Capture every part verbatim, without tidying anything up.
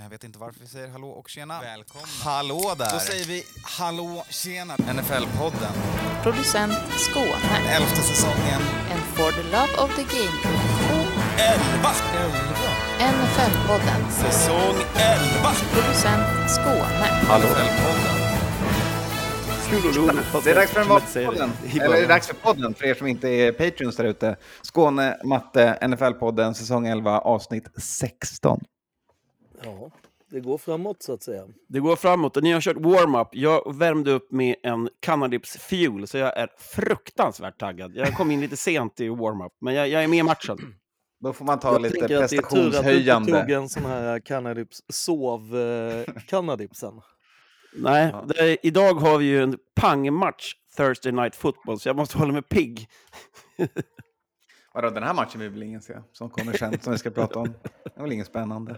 Jag vet inte varför vi säger hallå och tjena. Välkomna. Hallå där. Då säger vi hallå, tjena. N F L-podden. Producent Skåne. Elfte säsongen. And for the love of the game. elva. elva. N F L-podden. Säsong elva. Producent Skåne. Hallå. N F L-podden. Det är dags för en podden. Eller det är dags för podden för er som inte är Patreons där ute. Skåne, Matte, N F L-podden, säsong elva, avsnitt sexton. Ja, det går framåt så att säga. Det går framåt och ni har kört warm-up. Jag värmde upp med en Cannadips Fuel så jag är fruktansvärt taggad. Jag kom in lite sent i warm-up, men jag, jag är med i matchen. Då får man ta Jag lite tänker att det är tur att du prestationshöjande. inte tog en sån här Cannadips sov eh, Cannadipsen. Nej, Ja. det är, idag har vi ju en pangmatch Thursday Night Football så jag måste hålla mig pigg. Vadå, den här matchen vill väl ingen se som kommer sen, som vi ska prata om. Det är väl inget spännande.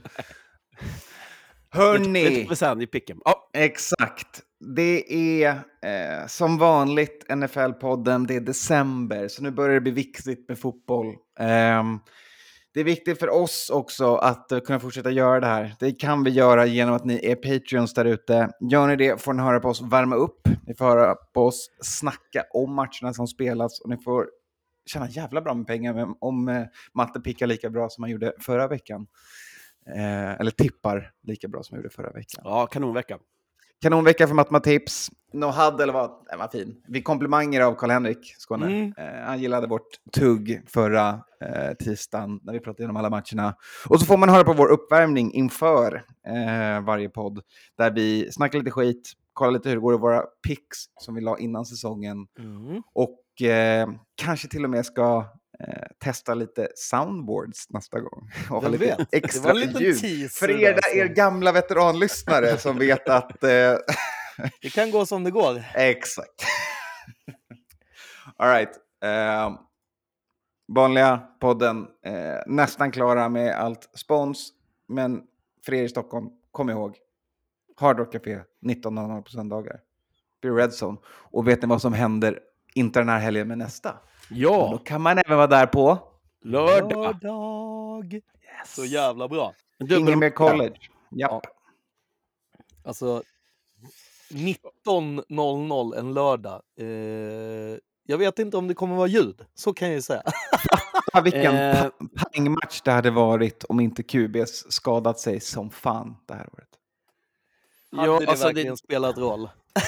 Hörni, Vet sen i picken. Ja. exakt. Det är eh, som vanligt N F L-podden, det är december, så nu börjar det bli viktigt med fotboll. Ehm, det är viktigt för oss också att uh, kunna fortsätta göra det här. Det kan vi göra genom att ni är Patreons där ute. Gör ni det får ni höra på oss värma upp. Ni får höra på oss snacka om matcherna som spelas och ni får tjäna jävla bra med pengar om uh, Matte pickar lika bra som han gjorde förra veckan. Eh, eller tippar lika bra som jag gjorde förra veckan. Ja, kanonvecka. Kanonvecka för Matematips. No hade eller vad? Den var fin. Vi komplimanger av Karl-Henrik Skåne. Mm. Eh, han gillade vårt tugg förra eh, tisdagen när vi pratade igenom alla matcherna. Och så får man höra på vår uppvärmning inför eh, varje podd. Där vi snackar lite skit, kollar lite hur det går i våra picks som vi la innan säsongen. Mm. Och eh, kanske till och med ska eh, testa lite soundboards nästa gång. Och ha Vem lite vet? Det extra var en liten ljud. teaser För er, där, där, er så. gamla veteranlyssnare som vet att... Eh, Det kan gå som det går. exakt. All right. Eh, vanliga podden. Eh, nästan klara med allt spons. Men för er i Stockholm, kom ihåg. Hard Rock Café, nitton noll noll på söndagar. Det är Red Zone. Och vet ni vad som händer? Inte den här helgen, men nästa. Ja, Då kan man även vara där på lördag. Lördag. Så jävla bra. Ingen mer college. Japp. Alltså nitton noll noll en lördag. Eh, jag vet inte om det kommer vara ljud. Så kan jag ju säga. Ja, vilken Eh. pa- pangmatch det hade varit om inte Q B's skadat sig som fan det här året. Hade Ja, det alltså verkligen det, spelat roll?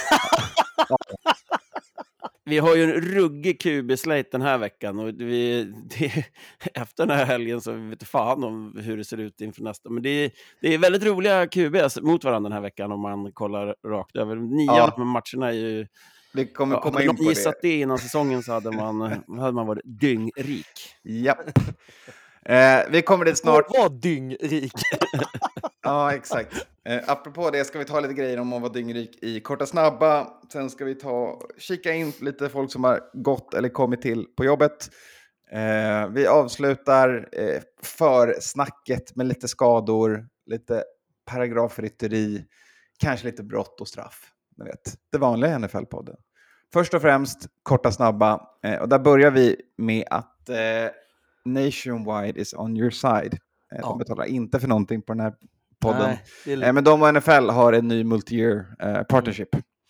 vi har ju en ruggig Q B-slate den här veckan och vi, det, efter den här helgen så vet jag fan om hur det ser ut inför nästa. Men det är, det är väldigt roliga Q B's mot varandra den här veckan om man kollar rakt över. Nio Ja. av de här matcherna är ju... Vi kommer Ja, komma hade in någon på gissat det. det innan säsongen så hade man, hade man varit dyngrik. Japp. Eh, vi kommer dit snart. Var dyngrik. Ja, exakt. Eh, apropå det ska vi ta lite grejer om att vara dyngrik i korta snabba. Sen ska vi ta kika in lite folk som har gått eller kommit till på jobbet. Eh, vi avslutar eh, för snacket med lite skador, lite paragrafrytteri, kanske lite brott och straff. Ni vet, det vanliga i N F L-podden. Först och främst korta snabba. Eh, och där börjar vi med att eh, Nationwide is on your side. Eh, Ja. De betalar inte för någonting på den här podden. Nej, det är lite- Eh, men de och N F L har en ny multi-year eh, partnership.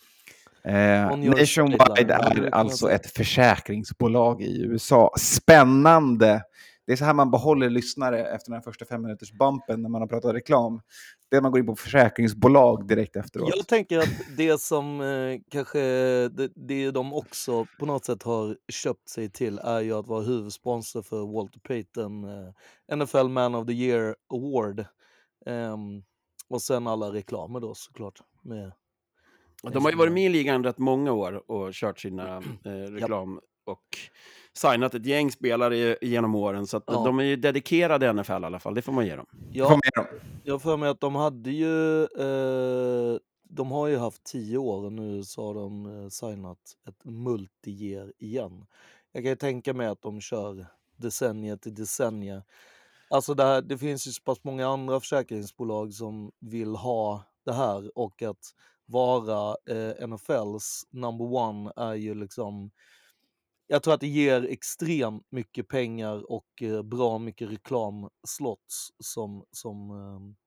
Eh, On your Nationwide side, är kan man alltså säga. ett försäkringsbolag i U S A. Spännande! Det är så här man behåller lyssnare efter den här första fem minuters bumpen när man har pratat reklam. Det är man går in på försäkringsbolag direkt efteråt. Jag tänker att det som eh, kanske det, det de också på något sätt har köpt sig till är ju att vara huvudsponsor för Walter Payton eh, N F L Man of the Year Award. Ehm, och sen alla reklamer då såklart. Med, De har ju varit med i ligan rätt många år och kört sina eh, reklam och signat ett gäng spelare i- genom åren. Så att Ja. de är ju dedikerade N F L i alla fall, det får man ge dem. ja, Kom med dem. jag har för mig att de hade ju eh, de har ju haft tio år och nu så har de eh, signat ett multi-year igen. Jag kan ju tänka mig att de kör decennier till decennier. Alltså det, här, det finns ju så pass många andra försäkringsbolag som vill ha det här och att vara eh, N F L's number one är ju liksom jag tror att det ger extremt mycket pengar och eh, bra mycket reklamslots som, som eh,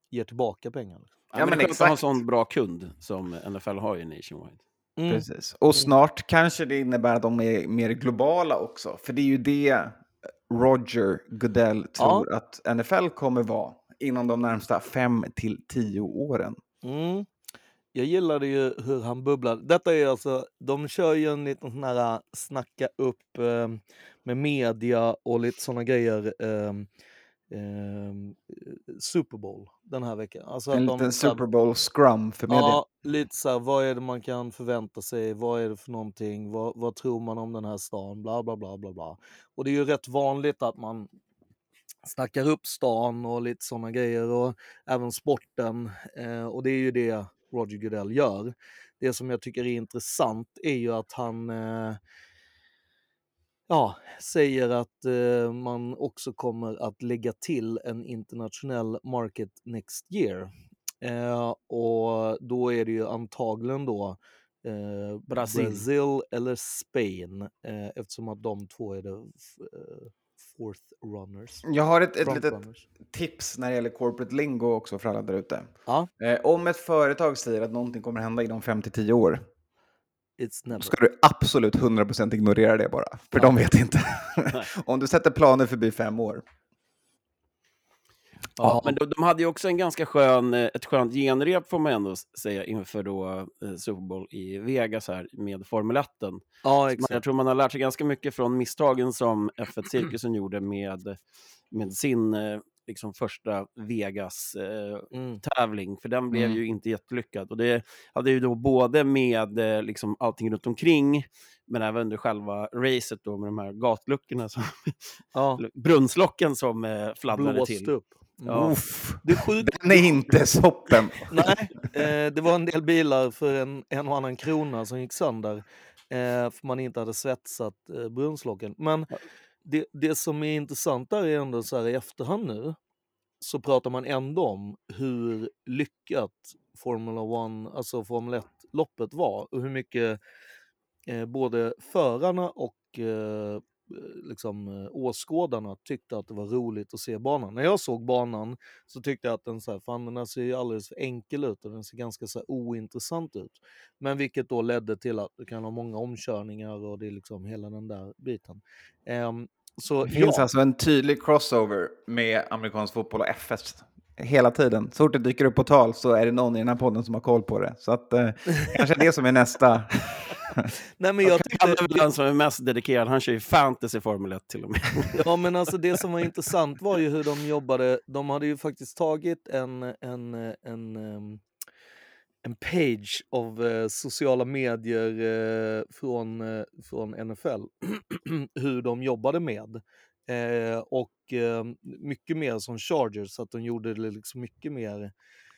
ger tillbaka pengar. Ja, Ja, men men det är skönt att ha en exakt. sån bra kund som N F L har i Nationwide. Mm. Precis. Och snart kanske det innebär att de är mer globala också. För det är ju det Roger Goodell tror att N F L kommer vara inom de närmsta fem till tio åren. Mm. Jag gillade ju hur han bubblade. Detta är alltså, de kör ju en liten sån här snacka upp eh, med media och lite såna grejer. Eh, eh, Super Bowl den här veckan. Alltså En att liten de, så här, Super Bowl scrum för media. ja, lite så här, vad är det man kan förvänta sig? Vad är det för någonting? Vad, vad tror man om den här stan? Bla, bla, bla, bla, bla. Och det är ju rätt vanligt att man snackar upp stan och lite sådana grejer och även sporten. Eh, och det är ju det Roger Goodell gör. Det som jag tycker är intressant är ju att han eh, ja, säger att eh, man också kommer att lägga till en internationell market next year. Eh, och då är det ju antagligen då eh, Brasil. Brasil eller Spain, eh, eftersom att de två är the f- eh, fourth runners. Jag har ett, ett Front litet runners. tips tips när det gäller corporate lingo också för alla där ute. Ja, Eh, om ett företag säger att någonting kommer hända inom fem till tio år, it's never. ska du absolut hundra procent ignorera det bara. För Ja. de vet inte. Nej. Om du sätter planer förbi fem år. Ja, Ja. men de, de hade ju också en ganska skön, eh, ett skönt genrep får man ändå s- säga inför då eh, Super Bowl i Vegas här med Formel ett. Ja, Man, exakt. jag tror man har lärt sig ganska mycket från misstagen som F ett-cirkusen gjorde med, med sin eh, liksom första Vegas-tävling. Mm. För den blev Mm. ju inte jättelyckad. Och det hade ju då både med eh, liksom allting runt omkring, men även under själva racet då med de här gatluckorna, som, Ja, brunnslocken som eh, fladdrade blåst till. upp. Mm. Ja. Uff, Det är sjukt. den är inte soppen. Nej, eh, det var en del bilar för en, en och annan krona som gick sönder. Eh, för man inte hade svetsat eh, brunnslocken. Men det, det som är intressant där är ändå så här i efterhand nu, så pratar man ändå om hur lyckat Formula One, alltså Formel ett-loppet var och hur mycket eh, både förarna och eh, liksom, eh, åskådarna tyckte att det var roligt att se banan. När jag såg banan så tyckte jag att den, så här, fan, den här ser ju alldeles för enkel ut och den ser ganska så här, ointressant ut. Men vilket då ledde till att du kan ha många omkörningar och det är liksom hela den där biten. Ehm, så Det finns ja, alltså en tydlig crossover med amerikansk fotboll och F S hela tiden. Så fort det dyker upp på tal så är det någon i den här podden som har koll på det. Så att eh, kanske det som är nästa. nej men jag Han tyckte... är väl den som är mest dedikerad. Han kör ju fantasy Formel ett till och med. Ja, men alltså det som var intressant var ju hur de jobbade. De hade ju faktiskt tagit en, en, en, em, en page av eh, sociala medier eh, från, eh, från N F L. Hur de jobbade med. Eh, och eh, mycket mer som Chargers, så att de gjorde det liksom mycket mer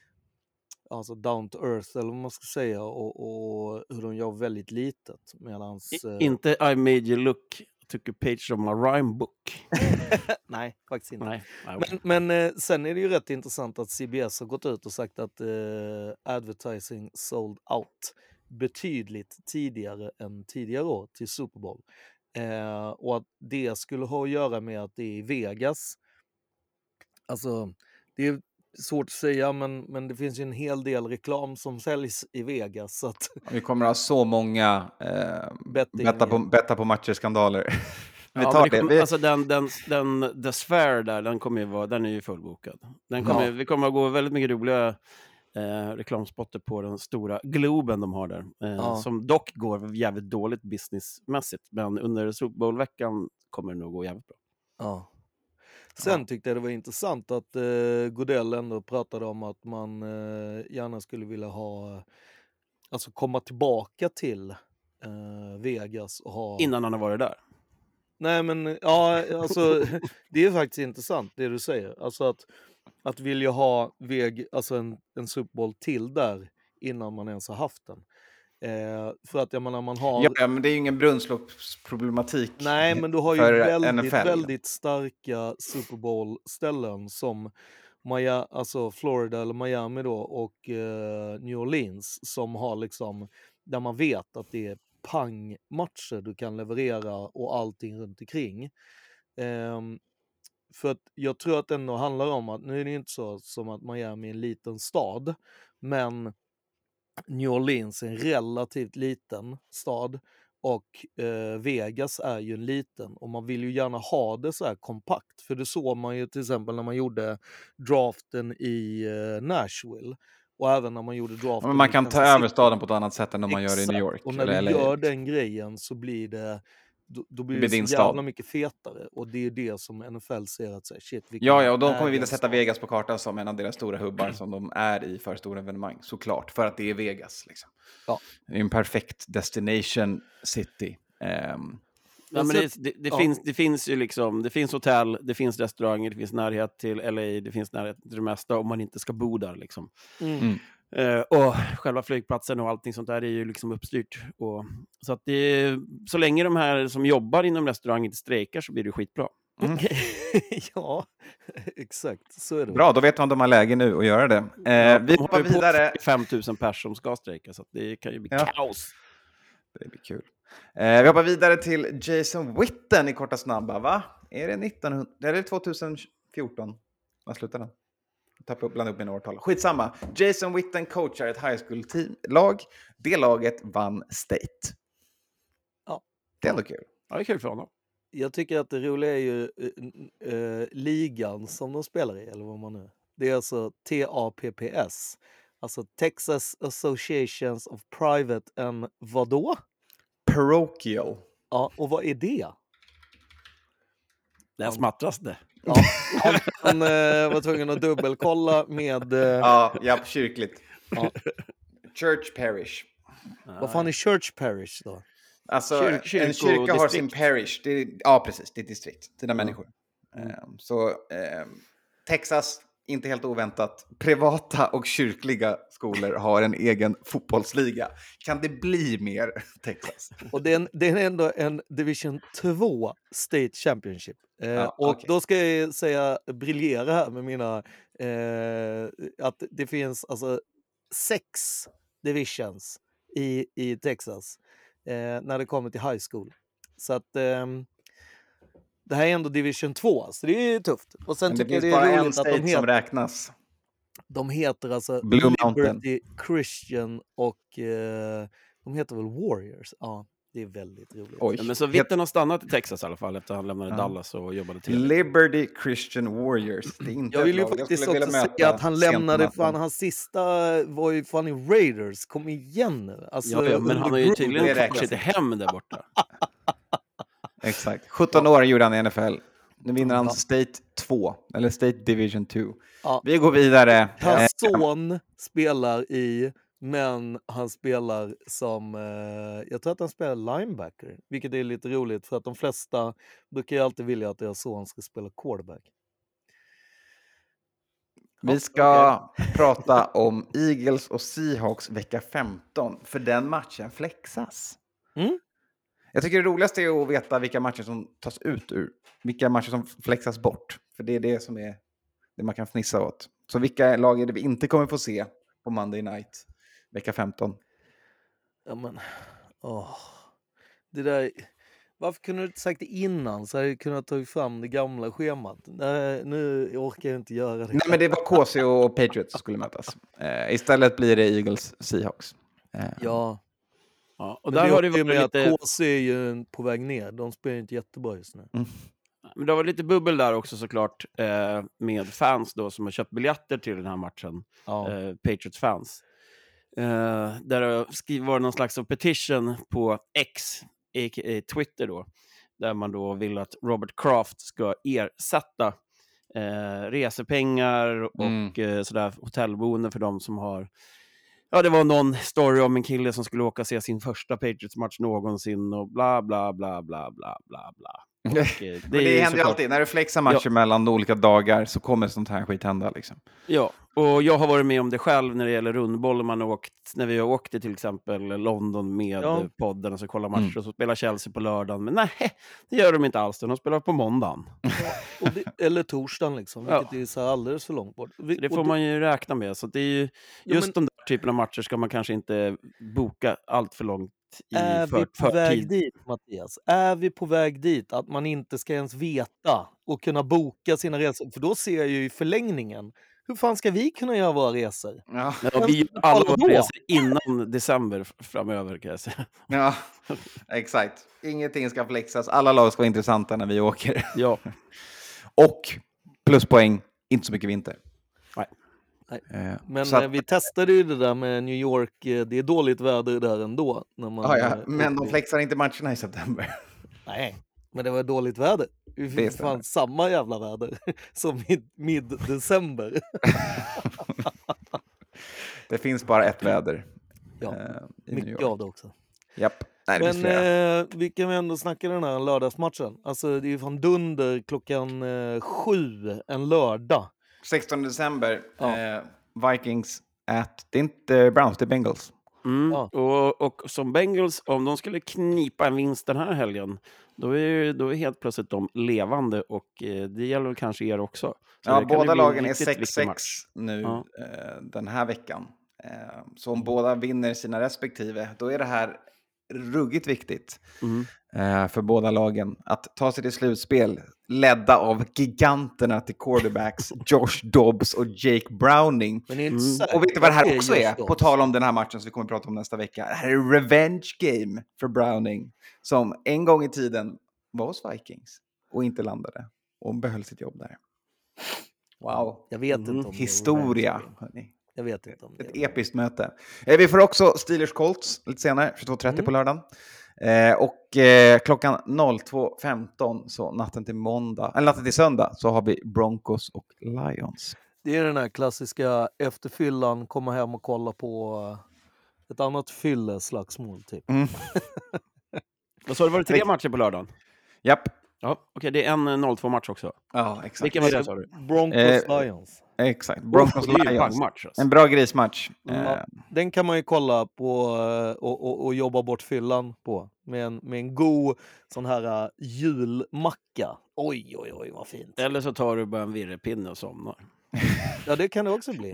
alltså down to earth eller vad man ska säga, och, och hur de gör väldigt litet medans... I- eh, Inte I made you look, took a page of my rhyme book. nej, faktiskt inte. Nej, nej. Men, men eh, sen är det ju rätt intressant att C B S har gått ut och sagt att eh, advertising sold out betydligt tidigare än tidigare år till Super Bowl. Eh, och att det skulle ha att göra med att det är i Vegas. Alltså, det är svårt att säga, men, men det finns ju en hel del reklam som säljs i Vegas. Så att, Vi kommer ha så många eh, Betting. betta, på, betta på matcher-skandaler. Vi Ja, tar men det. det kommer, Vi, alltså den, den, den, The Sphere där, den kommer ju vara, den är ju fullbokad. Den kommer, Ja. Vi kommer att gå väldigt mycket roliga eh, reklamspotter på den stora Globen de har där. Eh, Ja. Som dock går jävligt dåligt businessmässigt. Men under Super Bowl-veckan kommer det nog gå jävligt bra. ja. Sen Ja. tyckte jag det var intressant att eh, Goodell ändå pratade om att man eh, gärna skulle vilja ha, alltså komma tillbaka till eh, Vegas och ha... Innan han har varit där. Nej men ja, alltså det är faktiskt intressant det du säger. Alltså att, att vilja ha väg, alltså en, en Super Bowl till där innan man ens har haft den. Eh, för att jag menar man har... ja, men det är ju ingen brunnsloppsproblematik. Nej, men du har ju för väldigt, N F L. väldigt starka Super Bowl-ställen som Maya, alltså Florida eller Miami då, och eh, New Orleans, som har liksom, där man vet att det är pangmatcher du kan leverera och allting runt omkring. Ehm, För att jag tror att det ändå handlar om att, nu är det inte så som att Miami är en liten stad, men New Orleans är en relativt liten stad och eh, Vegas är ju en liten, och man vill ju gärna ha det så här kompakt, för det såg man ju till exempel när man gjorde draften i eh, Nashville, och även när man gjorde draften Men man i kan Kansas ta City. över staden på ett annat sätt än om man gör det i New York. Och när eller du L A. gör den grejen så blir det då, då blir Det blir det din så jävla stad. mycket fetare, och det är det som N F L ser att säga, shit, vi kan Ja, ja, och de kommer äga vilja en sätta stad. Vegas på kartan som en av deras stora hubbar som de är i för stora evenemang, såklart, för att det är Vegas. Liksom. Ja. Det är en perfekt destination city. Ehm, Ja, men det, det, det, Ja. finns, det finns ju liksom, det finns hotell, det finns restauranger, det finns närhet till L A, det finns närhet till det mesta om man inte ska bo där liksom. Mm. Mm. Eh, och själva flygplatsen och allting sånt där är ju liksom uppstyrt. Och, så att det är, så länge de här som jobbar inom restaurangen inte strejkar så blir det skitbra. Mm. Ja, exakt, så är det. Bra, då vet man att de har läge nu att göra det. Eh, Ja, vi de har hoppar ju på vidare. fem tusen personer som ska strejka, så att det kan ju bli Ja. kaos. Det blir kul. Eh, vi hoppar vidare till Jason Witten i korta snabba, va? Är det nittonhundra, är det tjugohundrafjorton? Vad slutar den? Tappar upp, bland upp mina årtal. Skitsamma. Jason Witten coachar ett high school team lag. Det laget vann state. Ja. Det är ändå kul. Ja, det är kul för honom. Jag tycker att det roliga är ju äh, äh, ligan som de spelar i, eller vad man nu. Det är alltså T A P P S. Alltså Texas Associations of Private and vadå? Parochial. Ja, och vad är det? Där smattras det. Ja, han äh, var tvungen att dubbelkolla med... Äh, Ja, ja, kyrkligt. ja. Church parish. Vad fan är Church Parish då? Alltså, Kyr- kyrko- en kyrka har sin distrikt. parish. Det är, ja, precis. Det är distrikt. Sina Ja. människor. Ehm, så ehm, Texas, inte helt oväntat, privata och kyrkliga skolor har en egen fotbollsliga. Kan det bli mer Texas? Och det är, en, det är ändå en Division två State Championship. Eh, Ja, och okej. då ska jag säga, briljera här med mina, eh, att det finns alltså sex divisions i, i Texas eh, när det kommer till high school. Så att eh, det här är ändå Division två, så det är tufft. Och sen Men det tycker jag finns det bara är en roligt att de state som heter, räknas. de heter alltså Blue Mountain. Liberty Christian och eh, de heter väl Warriors. Ja, det är väldigt roligt. Oj. Ja, men så Witten har stannat i Texas i alla fall efter att han lämnade Ja. Dallas och jobbade till. Liberty Christian Warriors. Det är inte Jag ett vill ju lag faktiskt skulle vilja också möta säga att han sent på lämnade, natten. fan, hans sista var ju fan i Raiders, kom igen nu. Alltså, Ja, ja, men han har ju under tydligen det kvar räknas sitt hem där borta. Exakt. sjutton år gjorde han i N F L. Nu vinner han Ja. State två, eller State Division två. Ja. Vi går vidare. Eh, Hans son spelar i, men han spelar som, eh, jag tror att han spelar linebacker, vilket är lite roligt för att de flesta brukar ju alltid vilja att deras son ska spela quarterback. Vi ska prata om Eagles och Seahawks vecka femton, för den matchen flexas. Mm. Jag tycker det roligaste är att veta vilka matcher som tas ut ur, vilka matcher som flexas bort, för det är det som är det man kan fnissa åt. Så vilka lag är det vi inte kommer få se på Monday Night vecka femton? Ja, men, åh, det där, varför kunde du inte sagt det innan så hade jag kunnat ta fram det gamla schemat. Nej, nu orkar jag inte göra det. Nej, men det var K C och Patriots som skulle mötas. Eh, istället blir det Eagles Seahawks. Eh, Ja, Ja, och och där där har det ju varit med lite, att K C är ju på väg ner. De spelar ju inte jättebra just nu. men det var lite bubbel där också såklart eh, med fans då som har köpt biljetter till den här matchen. Ja. eh, Patriots fans. Eh, där det skri- var någon slags petition på X, a k a. Twitter då, där man då vill att Robert Kraft ska ersätta eh, resepengar och Mm. eh, sådär, hotellboende för de som har. Ja, det var någon story om en kille som skulle åka och se sin första Patriots-match någonsin och bla bla bla bla bla bla bla. Och, eh, det, Men det är händer ju såklart- alltid. När du flexar matcher mellan olika dagar så kommer sånt här skit hända. Liksom. Ja, och jag har varit med om det själv när det gäller rundboll. Man har åkt, när vi har åkt till till exempel London med Ja. ja. podden och så kollar matcher Mm. och så spelar Chelsea på lördagen. Men nej, det gör de inte alls. De spelar på måndagen. Och det, eller torsdagen liksom, Ja. vilket är så här alldeles för långt bort. Vi- Det och får man ju räkna med. Så det är ju, Jo, just men- de där typerna av matcher ska man kanske inte boka allt för långt i Är för, vi på väg förtid. dit, Mattias? Är vi på väg dit att man inte ska ens veta och kunna boka sina resor? För då ser jag ju i förlängningen, hur fan ska vi kunna göra våra resor? Ja, Men om vi gör alla Kolla våra då. resor innan december f- framöver kan jag säga. ja, exakt. Ingenting ska flexas. Alla lag ska vara intressanta när vi åker. Ja. Och pluspoäng, inte så mycket vinter. Nej. Nej. Eh, Men så att, eh, vi testade ju det där med New York, eh, det är dåligt väder där ändå. När man, ja, ja, eh, men de åker. flexar inte matcherna i september. Nej, men det var dåligt väder. Vi Det fick stämmer. fan samma jävla väder som i mid-december. Det finns bara ett väder. Ja, eh, i New mycket York. av det också. Japp. Nej, det finns Men flera. eh, vi kan ju ändå snacka den här lördagsmatchen. Alltså det är ju fan dunder klockan eh, sju en lördag. sextonde december, Ja. eh, Vikings at, det är inte Browns, det är Bengals. Mm. Ja. Och, och som Bengals, om de skulle knipa en vinst den här helgen, då är, ju- då är helt plötsligt de levande och eh, det gäller väl kanske er också. Så Ja, det kan ju båda bli en lagen är riktigt sex viktig sex match. nu Ja. eh, den här veckan. Eh, så om båda vinner sina respektive, då är det här ruggigt viktigt Mm. eh, för båda lagen att ta sig till slutspel ledda av giganterna till quarterbacks Josh Dobbs och Jake Browning. Men det är inte Mm. säkert Och vet du vad det att här också just är? Dobbs. På tal om den här matchen som vi kommer att prata om nästa vecka. Det här är revenge game för Browning. Som en gång i tiden var hos Vikings och inte landade. Och behöll sitt jobb där. Wow. Jag vet Mm. inte om det är Historia. revenge game. Hörni. Jag vet inte om det Ett är episkt möte. Eh, vi får också Steelers Colts lite senare, tjugotvå trettio Mm. på lördagen. Eh, och eh, klockan två femton, så natten till måndag, eller natten till söndag, så har vi Broncos och Lions. Det är den här klassiska efterfyllan, komma hem och kolla på eh, ett annat fylleslagsmål typ. Mm. Och så har det varit tre matcher på lördagen. Japp. Ja, okej, det är en noll två match också. Ja, exakt. Vilken var det, sa du? Broncos Eh, Lions. Exakt. Broncos Oh, det är ju en Lions. pangmatch, alltså. En bra grismatch. Ja, Eh, den kan man ju kolla på eh, och, och, och jobba bort fyllan på. Med en, med en god sån här uh, julmacka. Oj, oj, oj, vad fint. Eller så tar du bara en virrepinne och somnar. Ja, det kan det också bli.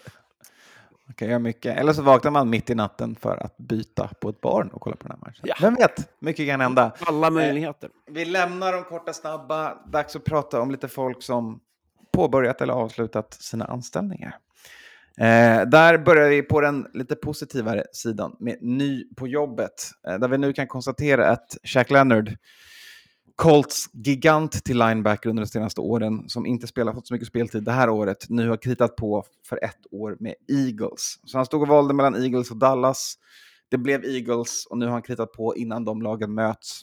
kan göra mycket. Eller så vaknar man mitt i natten för att byta på ett barn och kolla på den här matchen. Ja. Vem vet? Mycket kan hända. Alla möjligheter. Vi lämnar de korta snabba. Dags att prata om lite folk som påbörjat eller avslutat sina anställningar. Eh, där börjar vi på den lite positivare sidan med ny på jobbet. Eh, där vi nu kan konstatera att Shaq Leonard, Colts gigant till linebacker under de senaste åren, som inte spelar fått så mycket speltid det här året, nu har kritat på för ett år med Eagles. Så han stod och valde mellan Eagles och Dallas. Det blev Eagles och nu har han kritat på innan de lagen möts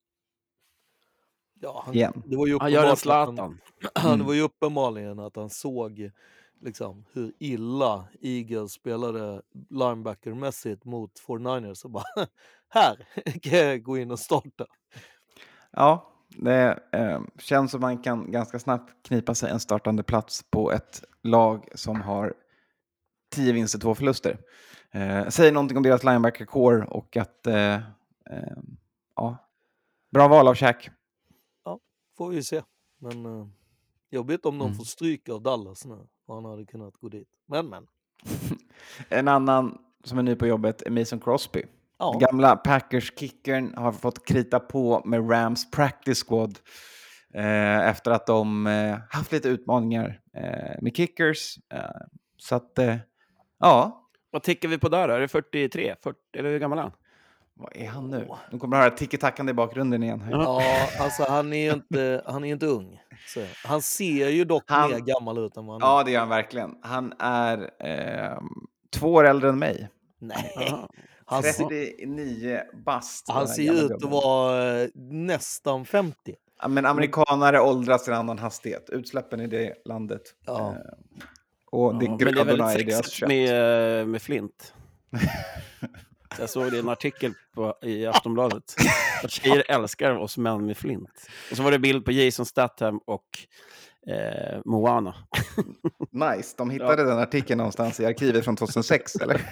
Ja, han, igen. det var ju Han gör en uppenbart att han, Zlatan. det var ju uppenbarligen att han såg liksom, hur illa Eagles spelade linebackermässigt mot fyrtionioers och bara här kan jag gå in och starta. Ja, det eh, känns som man kan ganska snabbt knipa sig en startande plats på ett lag som har tio vinster, två förluster. Eh, säger någonting om deras linebacker-core och att eh, eh, ja, bra val av Shaq. Får vi se. Men uh, jobbigt om de Mm. får stryk av Dallas nu. Och han hade kunnat gå dit. Men men. En annan som är ny på jobbet är Mason Crosby. Ja. Gamla Packers-kickern har fått krita på med Rams practice squad eh, efter att de eh, haft lite utmaningar eh, med kickers. Eh, så att, eh, ja, Vad tickar vi på där då? Är det fyrtiotre? fyrtio, eller hur gammal är han? vad är han nu? Nu kommer du höra ticke-tackande i bakgrunden igen. Här. Ja, alltså han är ju inte, han är inte ung. Så, han ser ju dock Han- mer gammal ut än vad han Ja, är. det gör han verkligen. Han är eh, två år äldre än mig. Nej. Jaha. Han, ser- trettionio bast. han den här ser ju gamla ut att gubben. vara eh, nästan femtio. Ja, men amerikanare åldras i en annan hastighet. Utsläppen i det landet. Ja. Eh, och det Ja, men det är grödorna väldigt i deras sexigt kött. med, med Flint. Jag såg det i en artikel på, i Aftonbladet. Att tjejer älskar oss män med Flint. Och så var det bild på Jason Statham och eh, Moana. Nice, de hittade den artikeln någonstans i arkivet från tjugohundrasex, eller?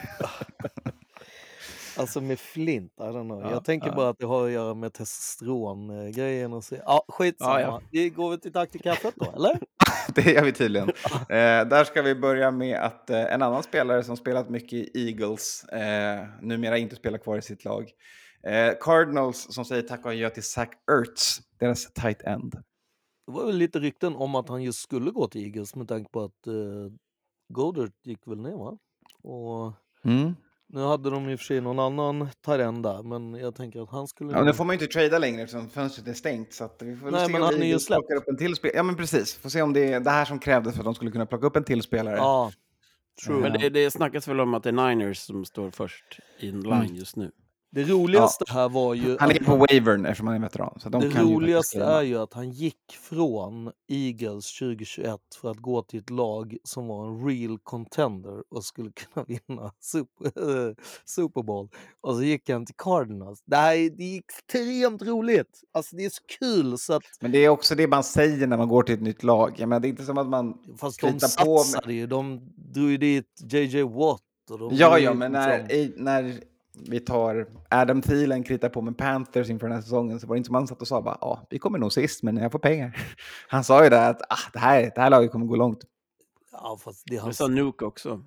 Alltså med flint, I don't know. Ja, Jag tänker ja. bara att det har att göra med testosteron-grejen och så. Ja, skitsamma. Ja, ja. Vi går väl till tack till kaffet då, eller? det gör vi tydligen. Eh, där ska vi börja med att eh, en annan spelare som spelat mycket i Eagles eh, numera inte spelar kvar i sitt lag. Eh, Cardinals som säger tack och adjö till Zach Ertz, deras tight end. Det var väl lite rykten om att han just skulle gå till Eagles med tanke på att uh, Goddard gick väl ner, va? Och Mm. nu hade de i och för sig någon annan tight end där, men jag tänker att han skulle... Ja, nu får man ju inte trada längre eftersom fönstret är stängt. Så att vi får Nej, se men om han är ju Eagles släppt. plockar upp en till spelare. Ja, men precis. Får se om det är det här som krävdes för att de skulle kunna plocka upp en till spelare. Ja, true. Men det, det snackas väl om att det är Niners som står först in line Mm. just nu. Det roligaste här var ju... Han är att på wavern eftersom han är veteran. Så de Det kan ju roligaste faktiskt- är ju att han gick från Eagles tjugohundratjugoett för att gå till ett lag som var en real contender och skulle kunna vinna Super, Super Bowl. Och så gick han till Cardinals. Det här är, det är extremt roligt. Alltså det är så kul så att... Men det är också det man säger när man går till ett nytt lag. Jag menar, det är inte som att man... Fast de Krita på med- satsade ju. De drog ju dit J J Watt. Och de Ja, drog ja, ju men liksom- när, i, när vi tar Adam Thielen kritar på med Panthers inför den här säsongen så var det inte som han satt och sa bara, ja, vi kommer nog sist, men jag får pengar. Han sa ju det att ah, det, här, det här laget kommer gå långt. Ja, fast det är Det hans... sa Nuke också.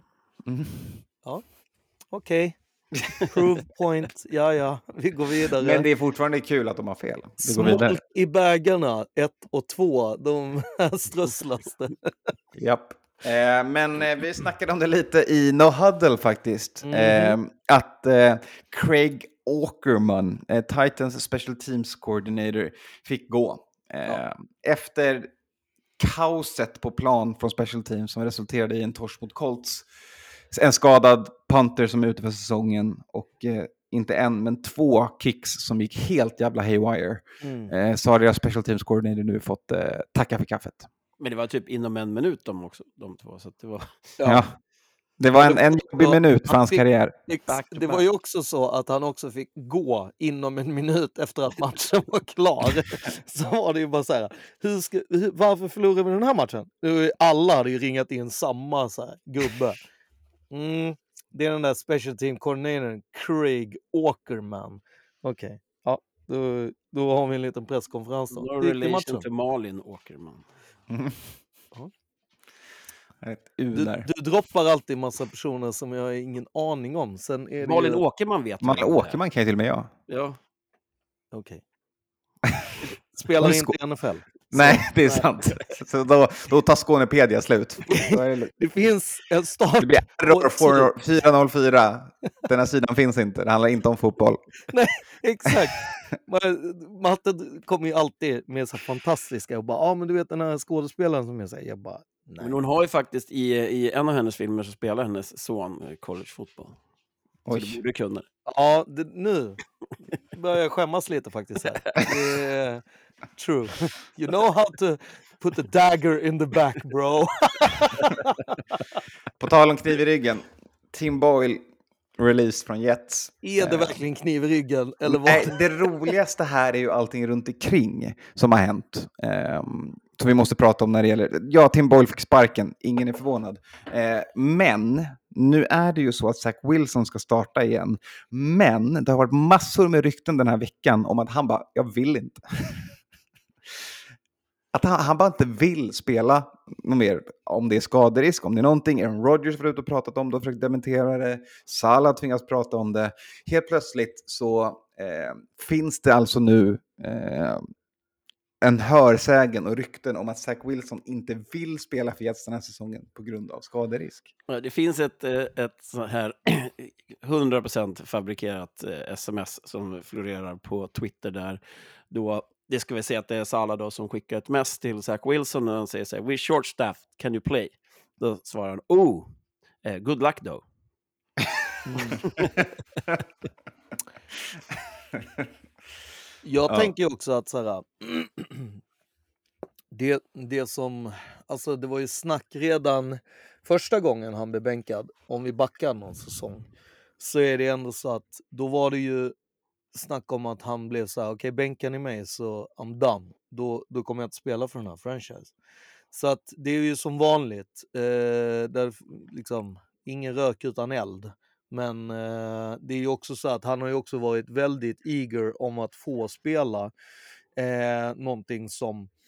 Okej. Prove point. Ja, ja. Vi går vidare. Men det är fortfarande kul att de har fel. Vi går vidare. Smolt i bägarna, ett och två, de strösslas det. Japp. Eh, men eh, vi snackade om det lite i No Huddle faktiskt. Mhm. Eh, att eh, Craig Aukerman, eh, Titans Special Teams Coordinator, fick gå. Eh, Ja. Efter kaoset på plan från Special Teams som resulterade i en torsk mot Colts. En skadad punter som är ute för säsongen och eh, inte en men två kicks som gick helt jävla haywire. Mm. Eh, så har deras Special Teams Coordinator nu fått eh, tacka för kaffet. Men det var typ inom en minut de också, de två. Så att det var... Ja. Det var en, en jobbig Ja, minut för han hans fick- karriär. Ex- Back to Det var back. ju också så att han också fick gå inom en minut efter att matchen var klar. Så var det ju bara så här, hur ska, hur, varför förlorade vi den här matchen? Det var ju- Alla hade ju ringat in samma så här, gubbe. Mm, det är den där special team coordinatorn, Craig Aukerman. Okej, ja, då, då har vi en liten presskonferens då. No Hur gick det i relation matchen? till Malin Åkerman. Ett U Du, där. du droppar alltid massa personer som jag har ingen aning om. Sen är det Malin ju... Åkerman vet Man vem det är. Åkerman kan ju till och med jag. Ja. Okej. Spelar Hon inte i N F L. Nej, det är sant. Så då, då tar Skånepedia slut. Då är det, lugnt. Det finns en start... det blir error och- för fyra noll fyra. Den här sidan finns inte. Det handlar inte om fotboll. Nej, exakt. Men Matte kommer ju alltid med så här fantastiska och bara, ja ah, men du vet den här skådespelaren som jag säger, jag bara, nej. Men hon har ju faktiskt i, i en av hennes filmer så spelar hennes son eh, collegefotboll. Så det Oj. borde du kunna. Ja, det, nu börjar jag skämmas lite faktiskt här. Det är true. You know how to put the dagger in the back, bro. På tal om kniv i ryggen. Tim Boyle release från Jets. Är det Eh, verkligen kniv i ryggen? Eller vad? Nej, det roligaste här är ju allting runt omkring som har hänt. Um, som vi måste prata om när det gäller... Ja, Tim Boyle fick sparken. Ingen är förvånad. Eh, men nu är det ju så att Zach Wilson ska starta igen. Men det har varit massor med rykten den här veckan om att han bara, jag vill inte. Att han, han bara inte vill spela något mer. Om det är skaderisk, om det är någonting. Aaron Rodgers var ute och pratat om det och försökt dementera det. Salah tvingas prata om det. Helt plötsligt så eh, finns det alltså nu eh, en hörsägen och rykten om att Zach Wilson inte vill spela för Jets den här säsongen på grund av skaderisk. Ja, det finns ett, eh, ett så här hundra procent fabrikerat eh, sms som florerar på Twitter där då det ska vi säga att det är Salah då som skickar ett mess till Zach Wilson och han säger så här, we're short staffed, can you play? Då svarar han, oh, eh, good luck though. Jag Ja. tänker också att så här, det, det som, alltså det var ju snack redan första gången han blev bänkad, om vi backar någon säsong, så är det ändå så att då var det ju snack om att han blev så här, okej okay, bänkar ni mig så I'm done, då, då kommer jag inte spela för den här franchise. Så att det är ju som vanligt, eh, där liksom ingen rök utan eld. Men eh, det är ju också så att han har ju också varit väldigt eager om att få spela eh, någonting som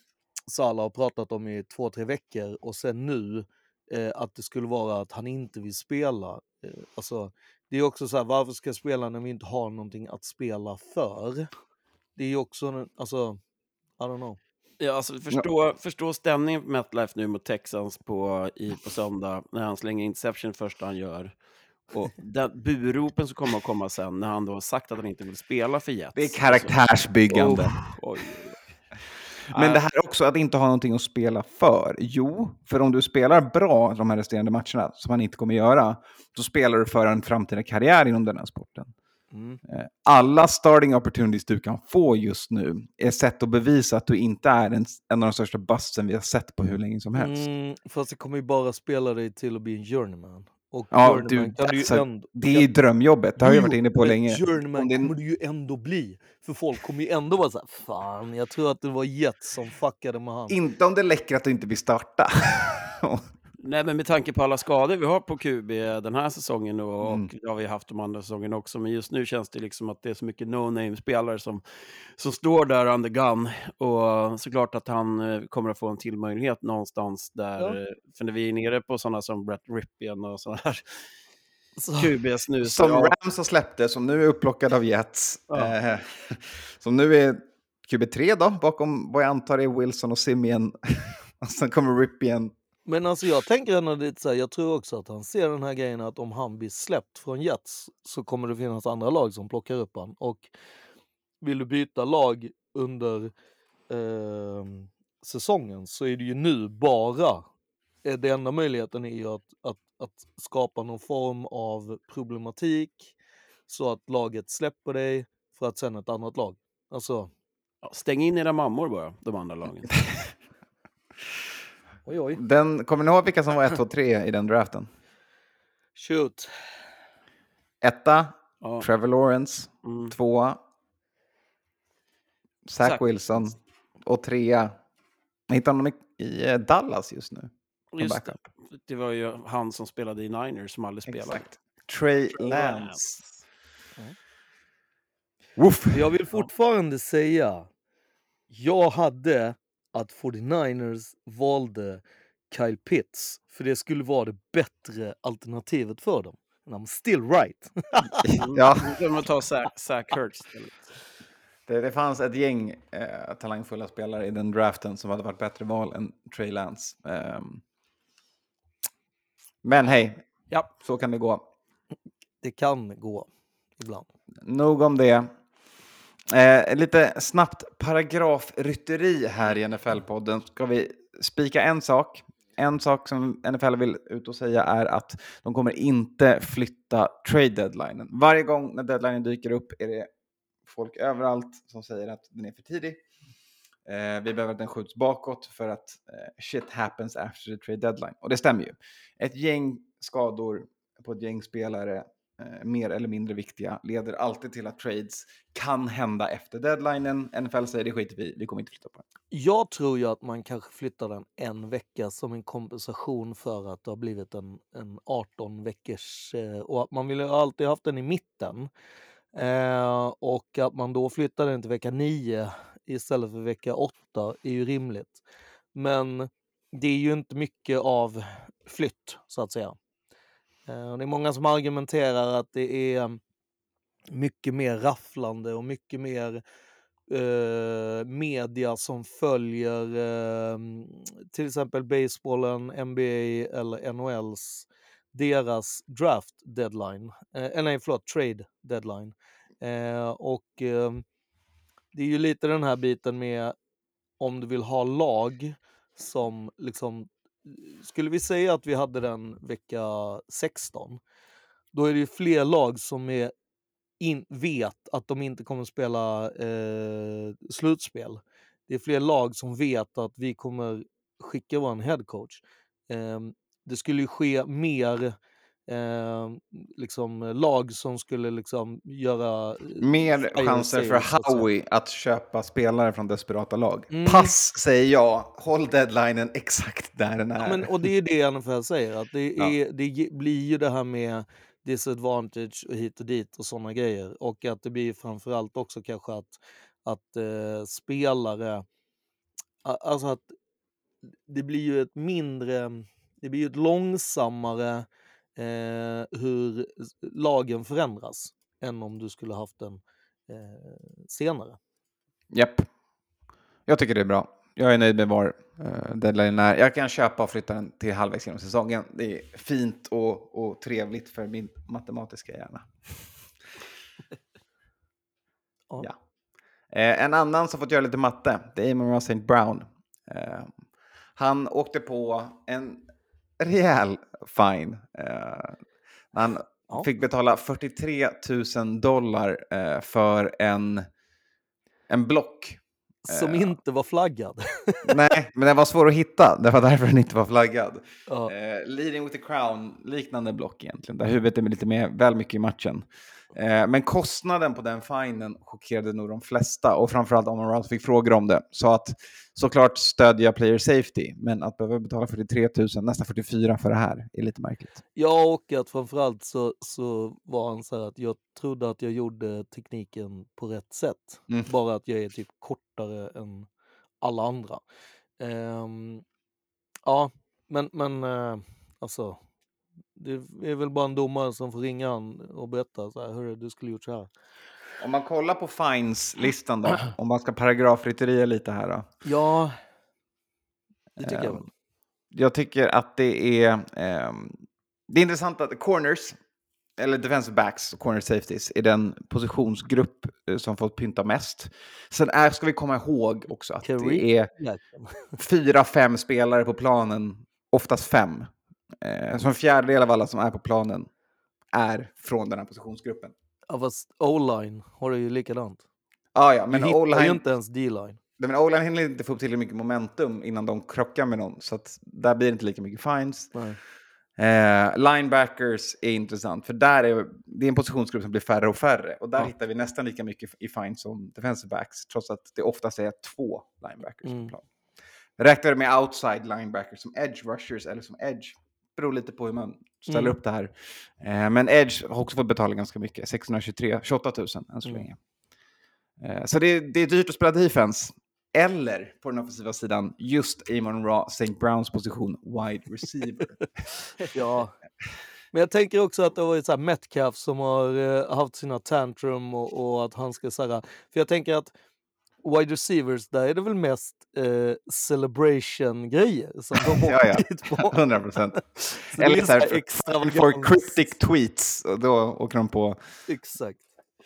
Salah har pratat om i två, tre veckor och sen nu eh, att det skulle vara att han inte vill spela. Eh, alltså, det är också så här, varför ska jag spela när vi inte har någonting att spela för? Det är ju också, en- alltså, I don't know. Ja, alltså, förstå, förstå stämningen på MetLife nu mot Texans på, i, på söndag när han slänger interception första han gör. Och den buropen som kommer att komma sen när han då har sagt att han inte vill spela för Jets. Det är karaktärsbyggande. Oh, oj, oj, oj. Men det här också att inte ha någonting att spela för. Jo, för om du spelar bra de här resterande matcherna, som man inte kommer göra, så spelar du för en framtida karriär inom den här sporten. Mm. Eh, Alla starting opportunities du kan få just nu är sätt att bevisa att du inte är en, en av de största bustsen vi har sett på hur länge som helst. Mm, fast det kommer ju bara spela dig till att bli en journeyman. Och Ja, journeyman du, kan du ju alltså, ändå... det är ju drömjobbet, det har jag varit inne på men länge. Journeyman Om det är- kommer du ju ändå bli. För folk kommer ju ändå vara så här, fan, jag tror att det var Jets som fuckade med han. Inte om det läcker att du inte vill starta. Nej, men med tanke på alla skador vi har på Q B den här säsongen och, Mm. och det har vi haft de andra säsongerna också. Men just nu känns det liksom att det är så mycket no-name-spelare som, som står där under gun. Och såklart att han eh, kommer att få en till möjlighet någonstans där. Ja. eh, För när vi är nere på sådana som Brett Ripien och sådana här Så, Q Bs nu. så Som ja, Rams har släppte, som nu är upplockad av Jets. Ja. Eh, som nu är Q B tre då, bakom vad jag antar är Wilson och Simeon. Och sen kommer Ripien. men alltså jag tänker ändå lite så här, jag tror också att han ser den här grejen att om han blir släppt från Jets så kommer det finnas andra lag som plockar upp han. Och vill du byta lag under eh, säsongen så är det ju nu bara, eh, det enda möjligheten är ju att, att, att skapa någon form av problematik så att laget släpper dig för att sen ett annat lag. Alltså, ja, stäng in era mammor bara, de andra lagen. oj oj. Den, kommer ni ihåg vilka som var ett, två, tre i den draften? Shoot. Etta, Ja. Trevor Lawrence. Mm. Tvåa, Zach Zach Wilson. Och trea, jag hittar honom i, i eh, Dallas just nu. Just backup. det. Det var ju han som spelade i Niners som aldrig spelade. Exakt. Trey Lance. Woof. Jag vill fortfarande säga, jag hade att fyrtionioers valde Kyle Pitts, för det skulle vara det bättre alternativet för dem. And I'm still right. Ja. Nu kan man ta Zach, Zach Ertz istället. Det, det fanns ett gäng eh, talangfulla spelare i den draften som hade varit bättre val än Trey Lance. Ehm. Men hej, Ja. så kan det gå. Det kan gå ibland. Nog om det. Eh, lite snabbt paragrafrytteri här i N F L-podden. Ska vi spika en sak. En sak som N F L vill ut och säga är att de kommer inte flytta trade deadlinen. Varje gång när deadlinen dyker upp är det folk överallt som säger att den är för tidig. Eh, vi behöver att den skjuts bakåt för att eh, shit happens after the trade deadline. Och det stämmer ju. Ett gäng skador på ett gäng spelare, eh, mer eller mindre viktiga, leder alltid till att trades kan hända efter deadlinen. N F L säger det skiter vi, vi kommer inte flytta på den. Jag tror ju att man kanske flyttar den en vecka som en kompensation för att det har blivit en, en arton veckors... Eh, och att man vill ju alltid haft den i mitten. Eh, och att man då flyttar den till vecka nio istället för vecka åtta är ju rimligt. Men det är ju inte mycket av flytt, så att säga. Eh, det är många som argumenterar att det är mycket mer rafflande och mycket mer eh, media som följer eh, till exempel basebollen, N B A eller N H L's deras draft deadline, eh, nej förlåt, trade deadline. Eh, och eh, det är ju lite den här biten med om du vill ha lag som liksom, skulle vi säga att vi hade den vecka sexton, då är det ju fler lag som är in, vet att de inte kommer spela eh, slutspel. Det är fler lag som vet att vi kommer skicka vår headcoach. Eh, det skulle ju ske mer eh, liksom, lag som skulle liksom göra... Mer fire chanser sale, för så att säga. Howie att köpa spelare från desperata lag. Mm. Pass, säger jag. Håll deadlinen exakt där den är. Ja, men, och det är det N F L säger, att det, är, det ge- blir ju det här med disadvantage och hit och dit och sådana grejer. Och att det blir framförallt också kanske att, att eh, spelare a- alltså att det blir ju ett mindre, det blir ju ett långsammare eh, hur s- lagen förändras än om du skulle haft den eh, senare. Japp. Jag tycker det är bra. Jag är nöjd med var uh, deadline är. Jag kan köpa och flytta den till halvvägs genom säsongen. Det är fint och, och trevligt för min matematiska hjärna. Ja. Ja. Eh, en annan som fått göra lite matte, det är Amon-Ra Saint Brown. Eh, han åkte på en rejäl fine. Eh, han Ja. fick betala fyrtiotre tusen dollar eh, för en, en block. Som Eh. inte var flaggad. Nej, men den var svår att hitta. Det var därför den inte var flaggad. Ja. Eh, leading with the crown, liknande block egentligen. Där huvudet är lite mer, väl mycket i matchen. Eh, men kostnaden på den finen chockerade nog de flesta. Och framförallt Amon-Ra fick frågor om det. Så att såklart stödja player safety. Men att behöva betala fyrtiotre tusen, nästan fyrtiofyra för det här är lite märkligt. Ja, och att framförallt så, så var han så här att jag trodde att jag gjorde tekniken på rätt sätt. Mm. Bara att jag är typ kortare än alla andra. Ehm, ja, men, men eh, alltså det är väl bara en domare som får ringa han och berätta så här, hörru, du skulle gjort så här. Om man kollar på fines-listan då. Om man ska paragrafrytterier lite här då. Ja, det tycker jag Ehm, väl. Jag tycker att det är ehm, det är intressant att corners eller defensive backs och corner safeties är den positionsgrupp eh, som fått pynta mest. Sen är, ska vi komma ihåg också att Kareem det är Jackson. fyra, fem spelare på planen, oftast fem. Eh, så en fjärdedel av alla som är på planen är från den här positionsgruppen. Ja, fast O-line har det ju likadant. Ah, ja, Du men hittar ju O-line, inte ens D-line. nej, men O-line hinner inte få upp tillräckligt mycket momentum innan de krockar med någon. Så att där blir det inte lika mycket fines. Nej. Eh, linebackers är intressant, för där är det är en positionsgrupp som blir färre och färre. Och där Ja. hittar vi nästan lika mycket i fines som defensive backs, trots att det oftast är två linebackers Mm. på plan. Räknar du med outside linebackers som edge rushers eller som edge? Beror lite på hur man ställer Mm. upp det här. Eh, men edge har också fått betala ganska mycket, sexhundratjugotre, tjugoåtta tusen än så Mm. länge. Eh, så det, det är dyrt att spela defense. Eller på den offensiva sidan, just Amon-Ra Saint Browns position, wide receiver. Ja. Men jag tänker också att det var ju så här Metcalf som har eh, haft sina tantrum och, och att han ska säga. För jag tänker att wide receivers, där är det väl mest eh, celebration-grejer som de har Ja, ja. åkt på. hundra procent. Så det Eller är så så här, här för- extravagans. for cryptic tweets, och då åker de på... Exakt.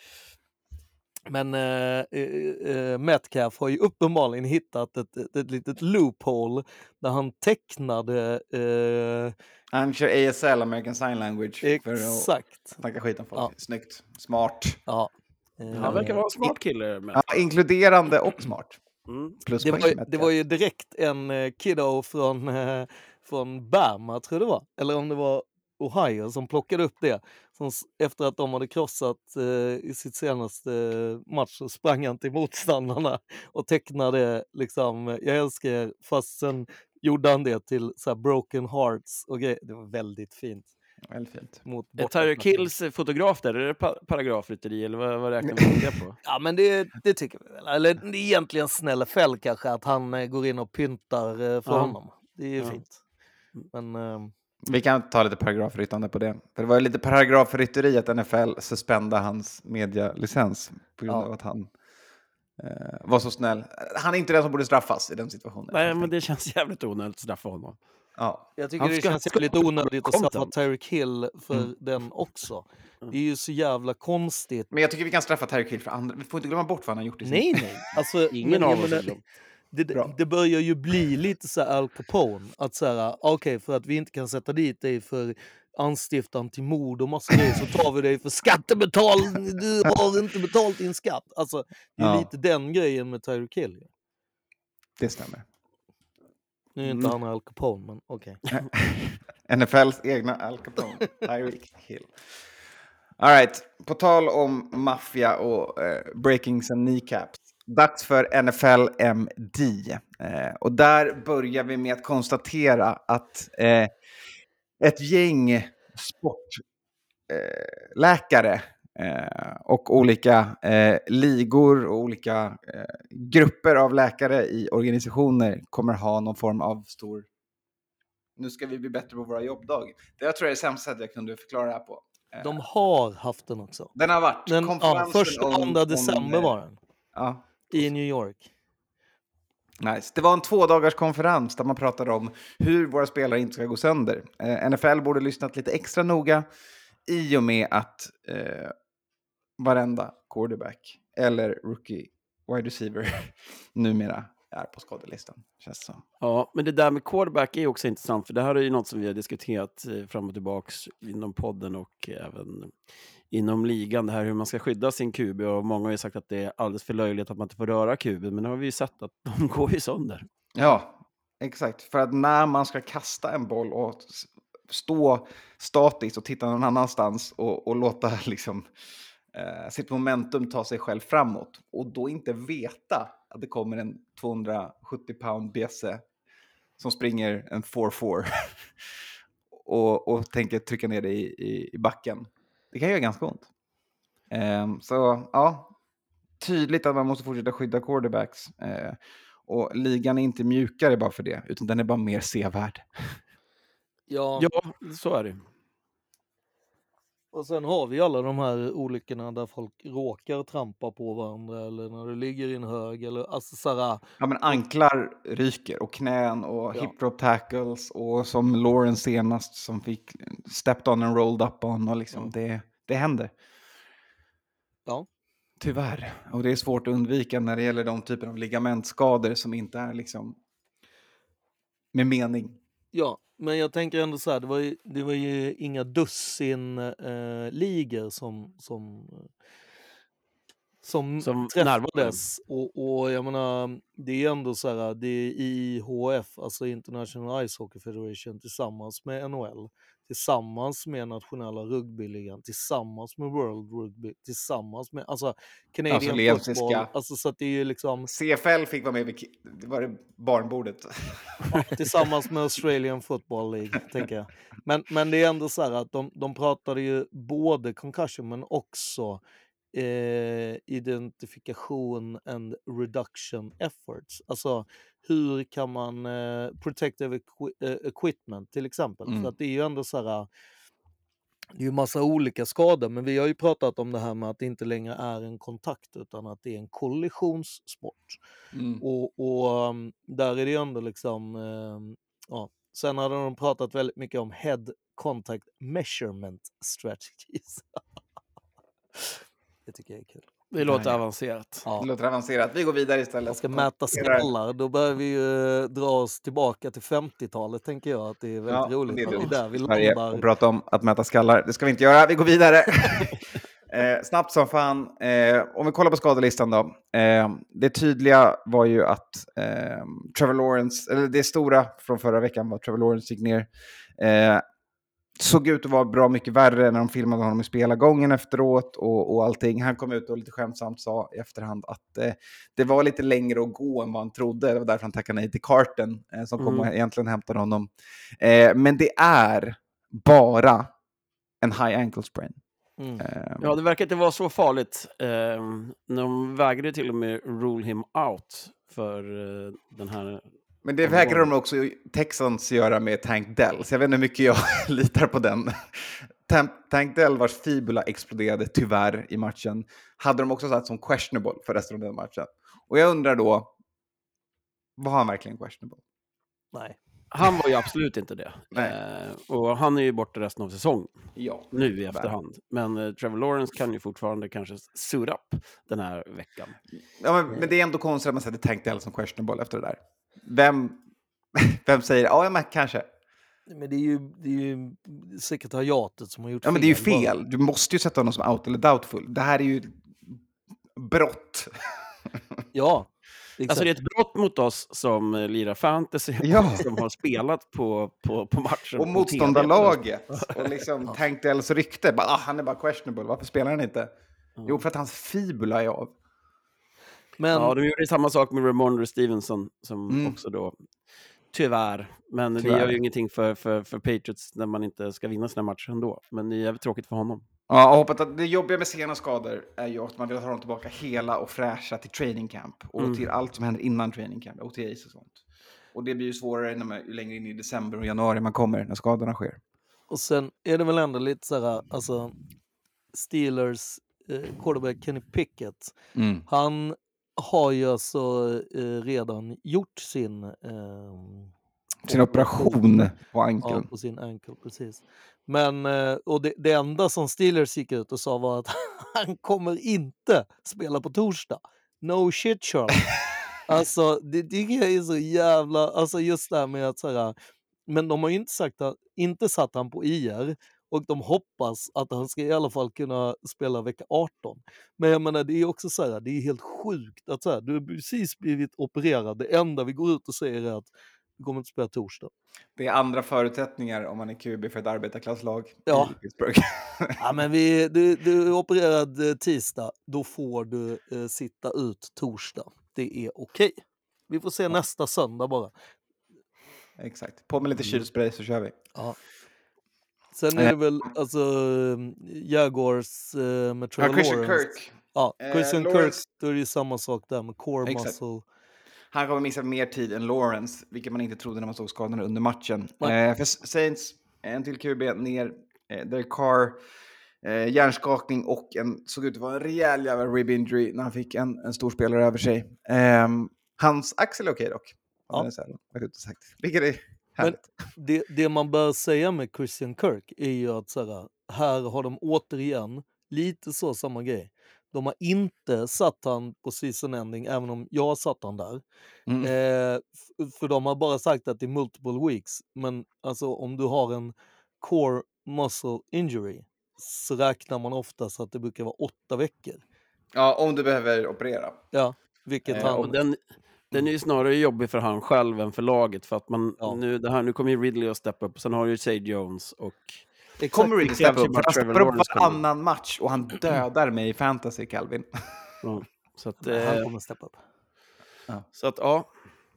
Men eh, eh, eh, Metcalf har ju uppenbarligen hittat ett, ett, ett litet loophole där han tecknade eh, Han kör A S L, American Sign Language, för att exakt. snacka skit om folk. Ja. Snyggt. Smart. Ja. Eh, Han verkar vara en smart kille. Med. Ja, inkluderande och smart. Mm. Plus det, poäng var, ju- med det var ju direkt en eh, kiddo från, eh, från Bama, tror jag det var. Eller om det var Ohio som plockade upp det. Som, s- efter att de hade krossat eh, i sitt senaste eh, match så sprang han till motståndarna och tecknade liksom, eh, jag älskar er, fast sen gjorde han det till så här broken hearts och grejer. Det var väldigt fint. Väldigt fint. Mot Är borta- Tyreek Hills fotograf där? Är det pa- paragrafrytteri eller vad, vad räknar vi det på? Ja, men det, det tycker vi väl. Eller det är egentligen snälla Fäll kanske att han eh, går in och pyntar eh, för Ja. honom. Det är ju Ja. fint. Men eh, Vi kan ta lite paragrafryttande på det. För det var ju lite paragrafrytteri att N F L suspendade hans medialicens på grund Ja. av att han eh, var så snäll. Han är inte den som borde straffas i den situationen. Nej, men det känns jävligt onödigt att straffa honom. Ja. jag tycker Han det ska- känns ska- lite onödigt att straffa content. Tyreek Hill för Mm. den också. Mm. Det är ju så jävla konstigt. Men jag tycker vi kan straffa Tyreek Hill för andra. Vi får inte glömma bort vad han har gjort i sin... Nej, nej. Alltså, Ingen men, av jag oss menar, är glömt. det, Bra. det, det börjar ju bli lite så här Al Capone. Att så här, okej, för att vi inte kan sätta dit dig för anstiftan till mord och massa grejer så tar vi dig för skattebetalning. Du har inte betalt din skatt. Alltså, det är Ja. lite den grejen med Tyreek Hill. ju. Det stämmer. Nu är inte Mm. han Al Capone, men okej. N F L:s egna Al Capone, Tyreek Hill. All right, på tal om maffia och eh, breakings and kneecaps. Dags för N F L M D. Eh, och där börjar vi med att konstatera att eh, ett gäng sportläkare Eh, och olika eh, ligor och olika eh, grupper av läkare i organisationer kommer ha någon form av stor... Nu ska vi bli bättre på våra jobbdag. Det jag tror jag är det sämsta sättet jag kunde förklara det här på. Eh, De har haft den också. den har varit. Den, ja, Konferensen första om- andra om, december eh, var den. Ja, I New York. nice. Det var en två dagars konferens där man pratade om hur våra spelare inte ska gå sönder. Eh, N F L borde lyssnat lite extra noga i och med att eh, varenda quarterback eller rookie wide receiver numera är på skadelistan. Känns som. Ja, men det där med quarterback är också intressant, för det här är ju något som vi har diskuterat eh, fram och tillbaks inom podden och även inom ligan, det här hur man ska skydda sin Q B, och många har ju sagt att det är alldeles för löjligt att man inte får röra Q B, men nu har vi ju sett att de går ju sönder. Ja, exakt. För att när man ska kasta en boll och s- stå statiskt och titta någon annanstans och, och låta liksom, eh, sitt momentum ta sig själv framåt och då inte veta att det kommer en tvåhundrasjuttio pound bjässe som springer en fyra fyra och, och tänker trycka ner det i, i, i backen. Det kan göra ganska ont. Ehm, så ja, tydligt att man måste fortsätta skydda quarterbacks. Eh, och ligan är inte mjukare bara för det, utan den är bara mer sevärd. Ja, Ja, så är det. och sen har vi alla de här olyckorna där folk råkar trampa på varandra eller när du ligger i en hög eller alltså sådär. Ja, men anklar ryker och knän och Ja. hip drop tackles och som Lawrence senast som fick stepped on and rolled up on och liksom Ja. det, det händer. Ja. Tyvärr. Och det är svårt att undvika när det gäller de typer av ligamentskador som inte är liksom med mening. Ja, men jag tänker ändå så här, det var ju, det var ju inga dussin eh, ligor som, som, eh, som, Som träffades. Och, och jag menar, det är ändå så här, det är I H F, alltså International Ice Hockey Federation, tillsammans med N H L, tillsammans med nationella rugbyligan, tillsammans med World Rugby, tillsammans med, alltså Canadian Australiensiska. Football, alltså så att det är ju liksom C F L fick vara med vid ki- det var det barnbordet. tillsammans med Australian Football League, tänker jag. Men, men det är ändå så här att de, de pratade ju både concussion men också eh, identifikation and reduction efforts. Alltså hur kan man eh, protective equi- eh, equipment till exempel. Mm. För att det är ju ändå så här, det är ju massa olika skador, men vi har ju pratat om det här med att det inte längre är en kontakt utan att det är en kollisionssport. Mm. Och, och um, där är det ju ändå liksom, um, ja. Sen hade de pratat väldigt mycket om head contact measurement strategies. Det tycker jag är kul. Det låter Nej. avancerat. Ja. Det låter avancerat. Vi går vidare istället. Man ska mäta skallar, då börjar vi ju dra oss tillbaka till femtiotalet, tänker jag, att det är väldigt Ja, roligt. det är att det är dumt. där vi Sverige landar. och prata om att mäta skallar. Det ska vi inte göra. Vi går vidare. eh, snabbt som fan. Eh, om vi kollar på skadelistan då. Eh, det tydliga var ju att eh, Trevor Lawrence, eller det stora från förra veckan var att Trevor Lawrence gick ner. Eh, såg ut att vara bra mycket värre när de filmade honom i spelargången efteråt och, och allting. Han kom ut och lite skämtsamt sa i efterhand att eh, det var lite längre att gå än vad han trodde. Det var därför han tackade nej till Carton eh, som kom Mm. och egentligen hämtade honom. Eh, men det är bara en high ankle sprain. Mm. Eh, Ja, det verkar inte vara så farligt. Eh, de vägrade till och med rule him out för eh, den här. men det vägrar de också Texans göra med Tank Dell. Så jag vet inte hur mycket jag litar på den. Tam- Tank Dell vars fibula exploderade tyvärr i matchen hade de också satt som questionable för resten av den matchen. Och jag undrar då, var han verkligen questionable? Nej. Han var ju absolut inte det. Nej. Eh, och han är ju borta resten av säsongen Ja. nu i efterhand. Men eh, Trevor Lawrence kan ju fortfarande kanske suit up den här veckan. Ja, men, men det är ändå konstigt att man sätter Tank Dell som questionable efter det där. Vem, vem säger ja, men kanske. Men det är ju, det är ju sekretariatet som har gjort Ja, men det är ju fel. fel. Du måste ju sätta honom som out eller doubtful. Det här är ju brott. Ja, exakt. Alltså det är ett brott mot oss som eh, lirar fantasy, Ja. som har spelat på, på, på matchen. Och på motståndarlaget. Och liksom Tank Dells rykte. Bara, ah, han är bara questionable. Varför spelar han inte? Jo, för att hans fibula är av. Men Ja, de gjorde samma sak med Ramondre Stevenson som Mm. också då, tyvärr, men Tyvärr. det gör ju ingenting för, för, för Patriots när man inte ska vinna sina matcher ändå. Men det är jävligt tråkigt för honom. Ja, och hoppas att det jobbiga med sena skador är ju att man vill ha dem tillbaka hela och fräscha till training camp. Och Mm. till allt som händer innan training camp, O T As och sånt. Och det blir ju svårare när man, ju längre in i december och januari man kommer, när skadorna sker. Och sen är det väl ändå lite så här, alltså Steelers eh, quarterback Kenny Pickett, Mm. han har ju alltså eh, redan gjort sin eh, Sin operation på ja, ankeln. på sin ankel, precis. Men, eh, och det, det enda som Steelers gick ut och sa var att han kommer inte spela på torsdag. No shit, Charlie. Alltså, det tycker jag är så jävla, alltså just det här med att så här, men de har ju inte sagt att, inte satt han på I R och de hoppas att han ska i alla fall kunna spela vecka arton. Men jag menar, det är också så här, det är helt sjukt att så här, du har precis blivit opererad. Det enda vi går ut och säger är att du kommer inte spela torsdag. Det är andra förutsättningar om man är Q B för ett arbetarklasslag Ja. i Pittsburgh. Ja, men vi, du, du är opererad eh, tisdag, då får du eh, sitta ut torsdag. Det är okej. Vi får se nästa söndag bara. Exakt. På med lite kylspray så kör vi. Ja. Sen är det väl alltså Jaguars eh, med Trevor Ja, Christian Lawrence. Kirk. Ja, Eh, Christian Lawrence- Kirk, då är det ju samma sak där med core Exakt. muscle. Han kommer missa mer tid än Lawrence, vilket man inte trodde när man såg skadorna under matchen. Nej. Eh, för Saints, en till Q B ner, eh, Derek Carr, eh, hjärnskakning och en, såg ut att vara en rejäl jävla rib injury när han fick en, en stor spelare över sig. Eh, hans axel är okej dock. Ja. Ja. Varit ute och sagt. Vilket är härligt. Det, det man bör säga med Christian Kirk är ju att så här, här har de återigen lite så samma grej. De har inte satt han på season ending, även om jag har satt han där. Mm. Eh, f- för de har bara sagt att det är multiple weeks. Men alltså om du har en core muscle injury så räknar man oftast att det brukar vara åtta veckor. Ja, om du behöver operera. Ja, vilket Eh, han... Och den, den är ju snarare jobbig för han själv än för laget. För att man, Ja. nu, det här, nu kommer ju Ridley att steppa upp. Och sen har du ju Say Jones och... Exakt. Kommer Ridley Kanske steppa upp? bara Han Trevor steppar upp Lawrence kommer. varannan match och han dödar mig i fantasy, Calvin. Ja, så att, Han eh, kommer steppa upp. så att ja.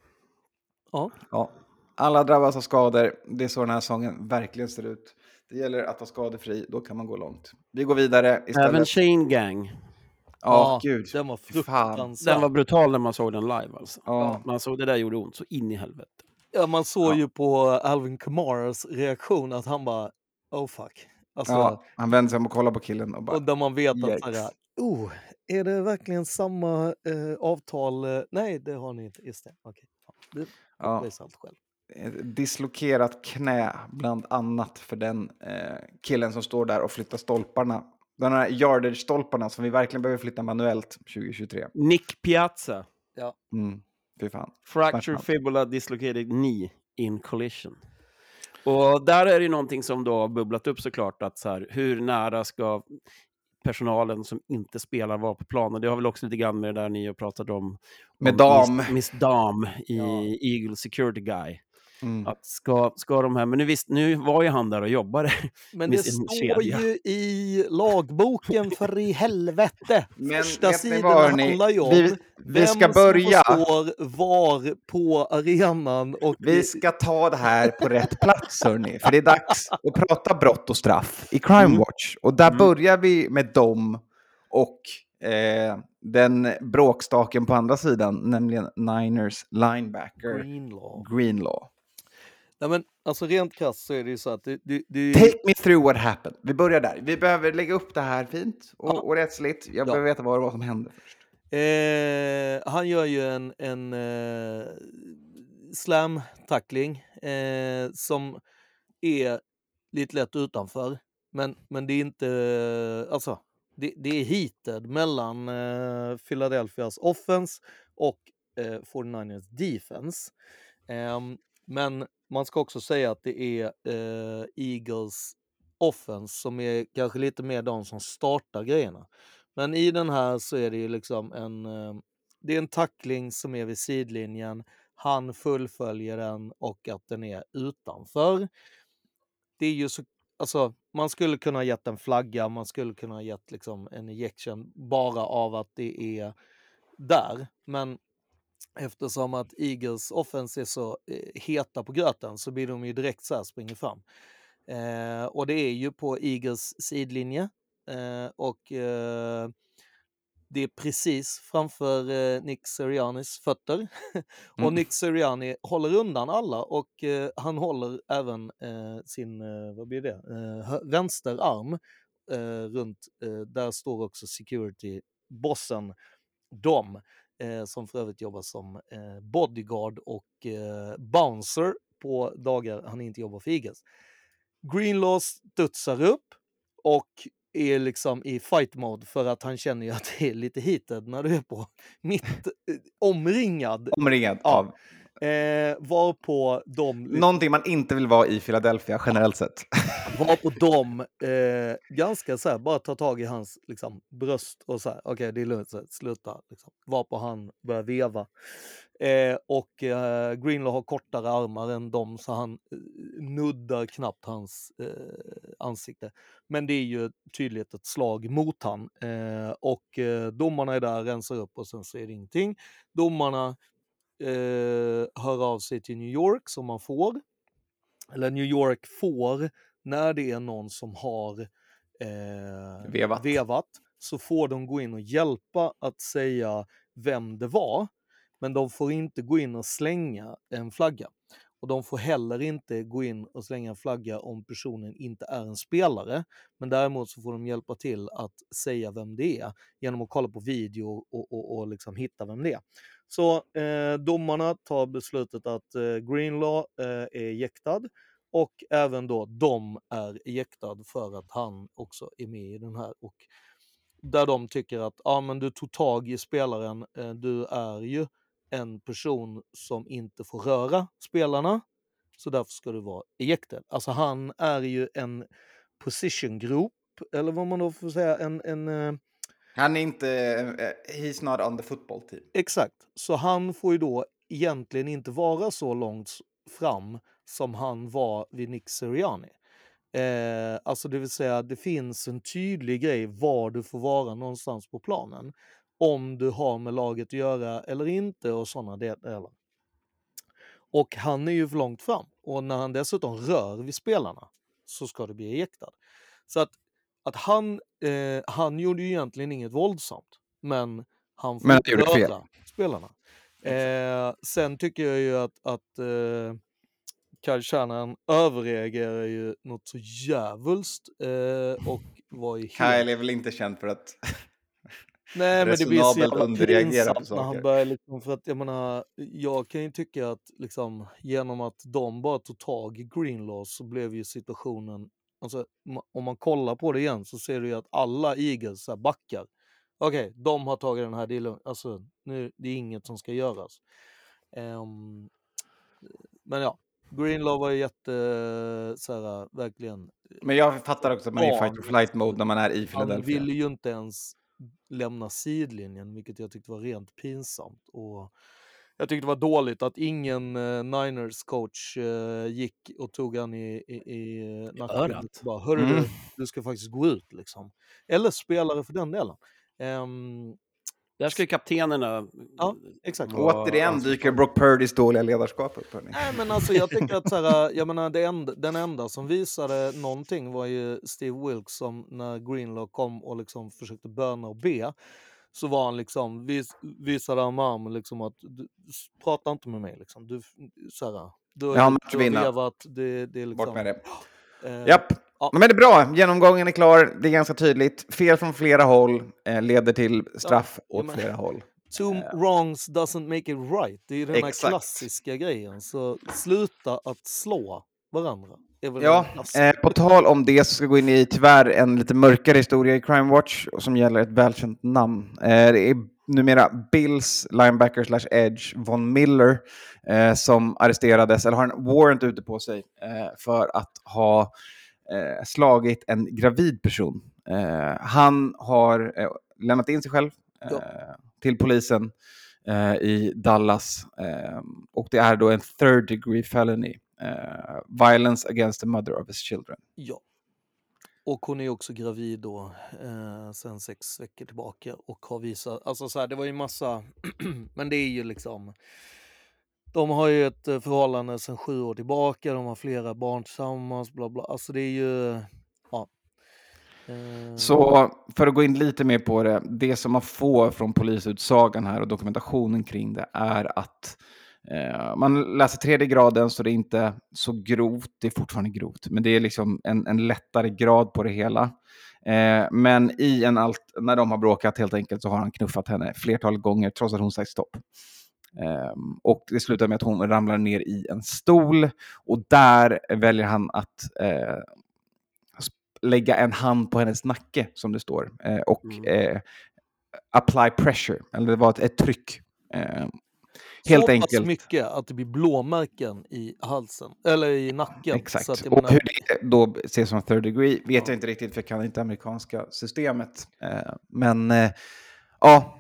Ja. Ja, alla drabbas av skador. Det är så den här säsongen verkligen ser ut. Det gäller att vara skadefri, då kan man gå långt. Vi går vidare istället. Även Shane Gang. Ja, gud. Den var Fy fan. fruktansvärd. Den var brutal när man såg den live alltså. Ja. Man såg det där gjorde ont så in i helvete. Ja, man såg Ja. ju på Alvin Kamaras reaktion att han bara, oh fuck. Alltså, Ja, han vänder sig om och kollar på killen och bara... och där man vet att Yikes. såhär, oh, är det verkligen samma eh, avtal? eh, Nej, det har ni inte. Just det, okej. Ja, det Ja. är allt själv. Ett dislokerat knä, bland annat för den eh, killen som står där och flyttar stolparna. De här yardage-stolparna som vi verkligen behöver flytta manuellt tjugo tjugotre. Nick Piazza. Mm, fy fan. Fracture Smärtsamt. fibula dislocated knee in collision. Och där är det ju någonting som då har bubblat upp såklart. Att så här, hur nära ska personalen som inte spelar vara på plan? Och det har väl också lite grann med det där ni har pratat om. Med om dam. Miss, Miss Dam i Ja. Eagle Security Guy. Mm. Att ska, ska de här, men nu, visst, nu var ju han där och jobbade. Men med det sin står kedja. ju i lagboken för i helvete. Men Första vet ni sidan vad, hörni? handlar ju om Vi, vi vem ska börja. som står var på arenan. Och Vi ska ta det här på rätt plats, hörni. För det är dags att prata brott och straff i Crime Watch. Och där Mm. börjar vi med dem och eh, den bråkstaken på andra sidan, nämligen Niners linebacker Greenlaw. Greenlaw. Nej, men alltså rent krasst så är det ju så att det, det, det Take me through what happened. Vi börjar där. Vi behöver lägga upp det här fint och, Ja. och rättsligt. Jag Ja. behöver veta vad, vad som hände först. Eh, han gör ju en, en eh, slam-tackling eh, som är lite lätt utanför. Men, men det är inte, alltså, det, det är heated mellan eh, Philadelphias offense och eh, fyrtionioers defense. Ehm, men man ska också säga att det är eh, Eagles offense som är kanske lite mer de som startar grejerna. Men i den här så är det ju liksom en, eh, det är en tackling som är vid sidlinjen. Han fullföljer den och att den är utanför. Det är ju så, alltså man skulle kunna ha gett en flagga, man skulle kunna ha gett liksom en ejection bara av att det är där. Men eftersom att Eagles offense är så eh, heta på gröten så blir de ju direkt så här springer fram. Eh, och det är ju på Eagles sidlinje. Eh, och eh, det är precis framför eh, Nick Siriannis fötter. och Mm. Nick Sirianni håller undan alla och eh, han håller även eh, sin, eh, vad blir det, eh, hö- vänsterarm eh, runt, eh, där står också security-bossen Dom, eh, som för övrigt jobbar som eh, bodyguard och eh, bouncer på dagar han inte jobbar för Eagles. Greenlaw studsar upp och är liksom i fight mode för att han känner ju att det är lite heated när du är på mitt eh, omringad. Omringad Ja. av Eh, var på de någonting man inte vill vara i Philadelphia generellt sett. var på dem eh, ganska så här, bara ta tag i hans liksom, bröst och så här, okej okay, det är lugnt, så här, sluta. Liksom. Var på han börjar veva. Eh, och eh, Greenlaw har kortare armar än dem så han eh, nuddar knappt hans eh, ansikte. Men det är ju tydligt ett slag mot han. Eh, och eh, domarna är där, rensar upp och sen så är det ingenting. Domarna eh, hör av sig till New York som man får. Eller New York får, när det är någon som har eh, Vevat. vevat, så får de gå in och hjälpa att säga vem det var. Men de får inte gå in och slänga en flagga. Och de får heller inte gå in och slänga en flagga om personen inte är en spelare. Men däremot så får de hjälpa till att säga vem det är genom att kolla på video och, och, och liksom hitta vem det är. Så eh, domarna tar beslutet att eh, Greenlaw eh, är jäktad och även då de är jäktad för att han också är med i den här. Och där de tycker att ja, men du tog tag i spelaren, eh, du är ju en person som inte får röra spelarna, så därför ska du vara ejected. Alltså han är ju en position group, eller vad man då får säga, en... en eh, Han är inte, uh, he's not on the football team. exakt, så han får ju då egentligen inte vara så långt fram som han var vid Nick Sirianni. Eh, alltså det vill säga, det finns en tydlig grej var du får vara någonstans på planen. Om du har med laget att göra eller inte och sådana delar. Och han är ju för långt fram. Och när han dessutom rör vid spelarna så ska det bli ejektad. Så att, att han, eh, han gjorde ju egentligen inget våldsamt. Men han får Men han gjorde fel. röra spelarna. Eh, sen tycker jag ju att, att eh, Kyle Shanahan överreagerar ju något så jävulst eh, och var ju helt... Kyle är väl inte känd för att Nej, men det blir så resonabelt jävla underreagera på pinsamt när han saker. börjar liksom, för att jag menar, jag kan ju tycka att liksom genom att de bara tog tag i Greenlaw så blev ju situationen, alltså ma- om man kollar på det igen så ser du ju att alla Eagles så här backar. Okej, de har tagit den här dealen, alltså nu, det är inget som ska göras. Ehm, men ja, Greenlaw var ju jätte, så här, verkligen, Men jag fattar också att man är i barn. fight or flight mode när man är i Han Philadelphia. ville ju inte ens lämna sidlinjen, vilket jag tyckte var rent pinsamt. Och jag tyckte det var dåligt att ingen uh, Niners coach uh, gick och tog han i, i, i nacken. örat. Bara, hörru Mm. du, du ska faktiskt gå ut liksom. Eller spelare för den delen. Ehm, Där ska ju kaptenerna... Ja, exakt. vara Återigen ansvarsfulla. dyker Brock Purdys dåliga ledarskap upp. Hörni. Nej, men alltså jag tycker att så här, jag menar, det enda, den enda som visade någonting var ju Steve Wilkes, som när Greenlaw kom och liksom försökte böna och be, så var han liksom, vis, visade han med armen liksom att du, prata inte med mig liksom. Du, så här, du har, Jag har ju- match du har vinna. vevat, det, det är liksom... Bort med det. eh, Japp. ja. Men det är bra. Genomgången är klar. Det är ganska tydligt. Fel från flera håll eh, leder till straff Ja, åt men- flera håll. Two wrongs doesn't make it right. Det är ju den här Exakt. klassiska grejen. Så sluta att slå varandra. Är väl Ja, den klassiska. eh, på tal om det så ska jag gå in i tyvärr en lite mörkare historia i Crime Watch som gäller ett välkänt namn. Eh, det är numera Bills linebacker slash edge Von Miller eh, som arresterades, eller har en warrant ute på sig eh, för att ha eh, slagit en gravid person. Eh, han har eh, lämnat in sig själv eh, Ja. till polisen eh, i Dallas eh, och det är då en third degree felony. Uh, violence against the mother of his children. Ja. Och hon är också gravid då eh, sen sex veckor tillbaka och har visat, alltså så här, det var ju massa, men det är ju liksom, de har ju ett eh, förhållande sedan sju år tillbaka, de har flera barn tillsammans, bla bla, alltså det är ju, ja. Eh, Så för att gå in lite mer på det, det som man får från polisutsagan här och dokumentationen kring det är att eh, man läser tredje graden, så det är inte så grovt, det är fortfarande grovt, men det är liksom en, en lättare grad på det hela. Eh, men i en allt, när de har bråkat helt enkelt, så har han knuffat henne flertalet gånger trots att hon sagt stopp. Eh, och det slutar med att hon ramlar ner i en stol, och där väljer han att eh, lägga en hand på hennes nacke, som det står, eh, och Mm. eh, apply pressure, eller det var ett, ett tryck. Eh, så helt pass enkelt. mycket att det blir blåmärken i halsen, eller i nacken. Exakt. Så att jag Och menar, hur det då ses som third degree vet Ja. jag inte riktigt, för jag kan inte amerikanska systemet. Eh, men eh, ja,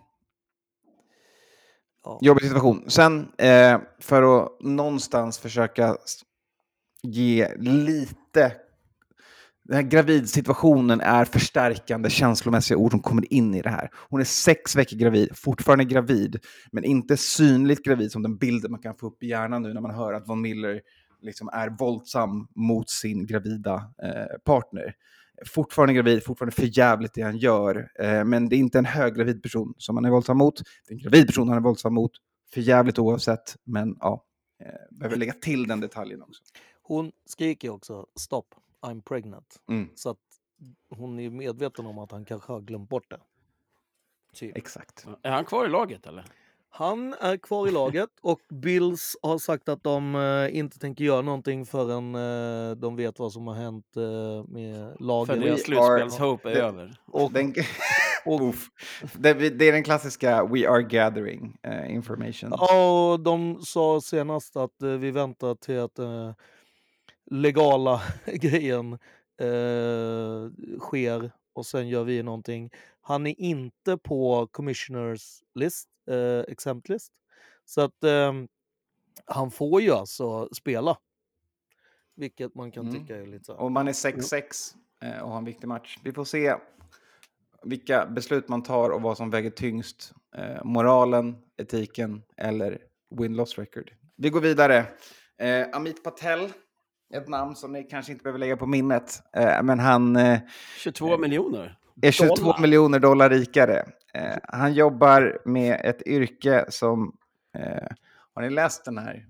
ja. jobbig situation. Sen eh, för att någonstans försöka s- ge lite... Den här gravidsituationen är förstärkande känslomässiga ord som kommer in i det här. Hon är sex veckor gravid, fortfarande gravid, men inte synligt gravid som den bilden man kan få upp i hjärnan nu när man hör att Von Miller liksom är våldsam mot sin gravida eh, partner. Fortfarande gravid, fortfarande för jävligt det han gör, eh, men det är inte en höggravid person som han är våldsam mot. Det är en gravid person han är våldsam mot, för jävligt oavsett, men ja, eh, behöver lägga till den detaljen också. Hon skriker också stopp, I'm pregnant. Mm, Så att hon är medveten om att han kanske har glömt bort det. Typ. exakt. Är han kvar i laget eller? Han är kvar i laget och Bills har sagt att de eh, inte tänker göra någonting förrän eh, de vet vad som har hänt eh, med För lagen. deras We are- slutspelshope är det- över. Och, Den, och, Uff. det, det är den klassiska we are gathering eh, information. ja, och de sa senast att eh, vi väntar till att eh, legala grejen eh, sker och sen gör vi någonting. Han är inte på commissioners list, eh, exempt list. Så att eh, han får ju alltså spela. Vilket man kan Mm. tycka är lite så här. Och man är sex sex eh, och har en viktig match. Vi får se vilka beslut man tar och vad som väger tyngst. Eh, moralen, etiken eller win-loss record. Vi går vidare. Eh, Amit Patel, ett namn som ni kanske inte behöver lägga på minnet. Eh, men han eh, tjugotvå miljoner. är tjugotvå dollar. miljoner dollar rikare. Eh, han jobbar med ett yrke som... Eh, har ni läst den här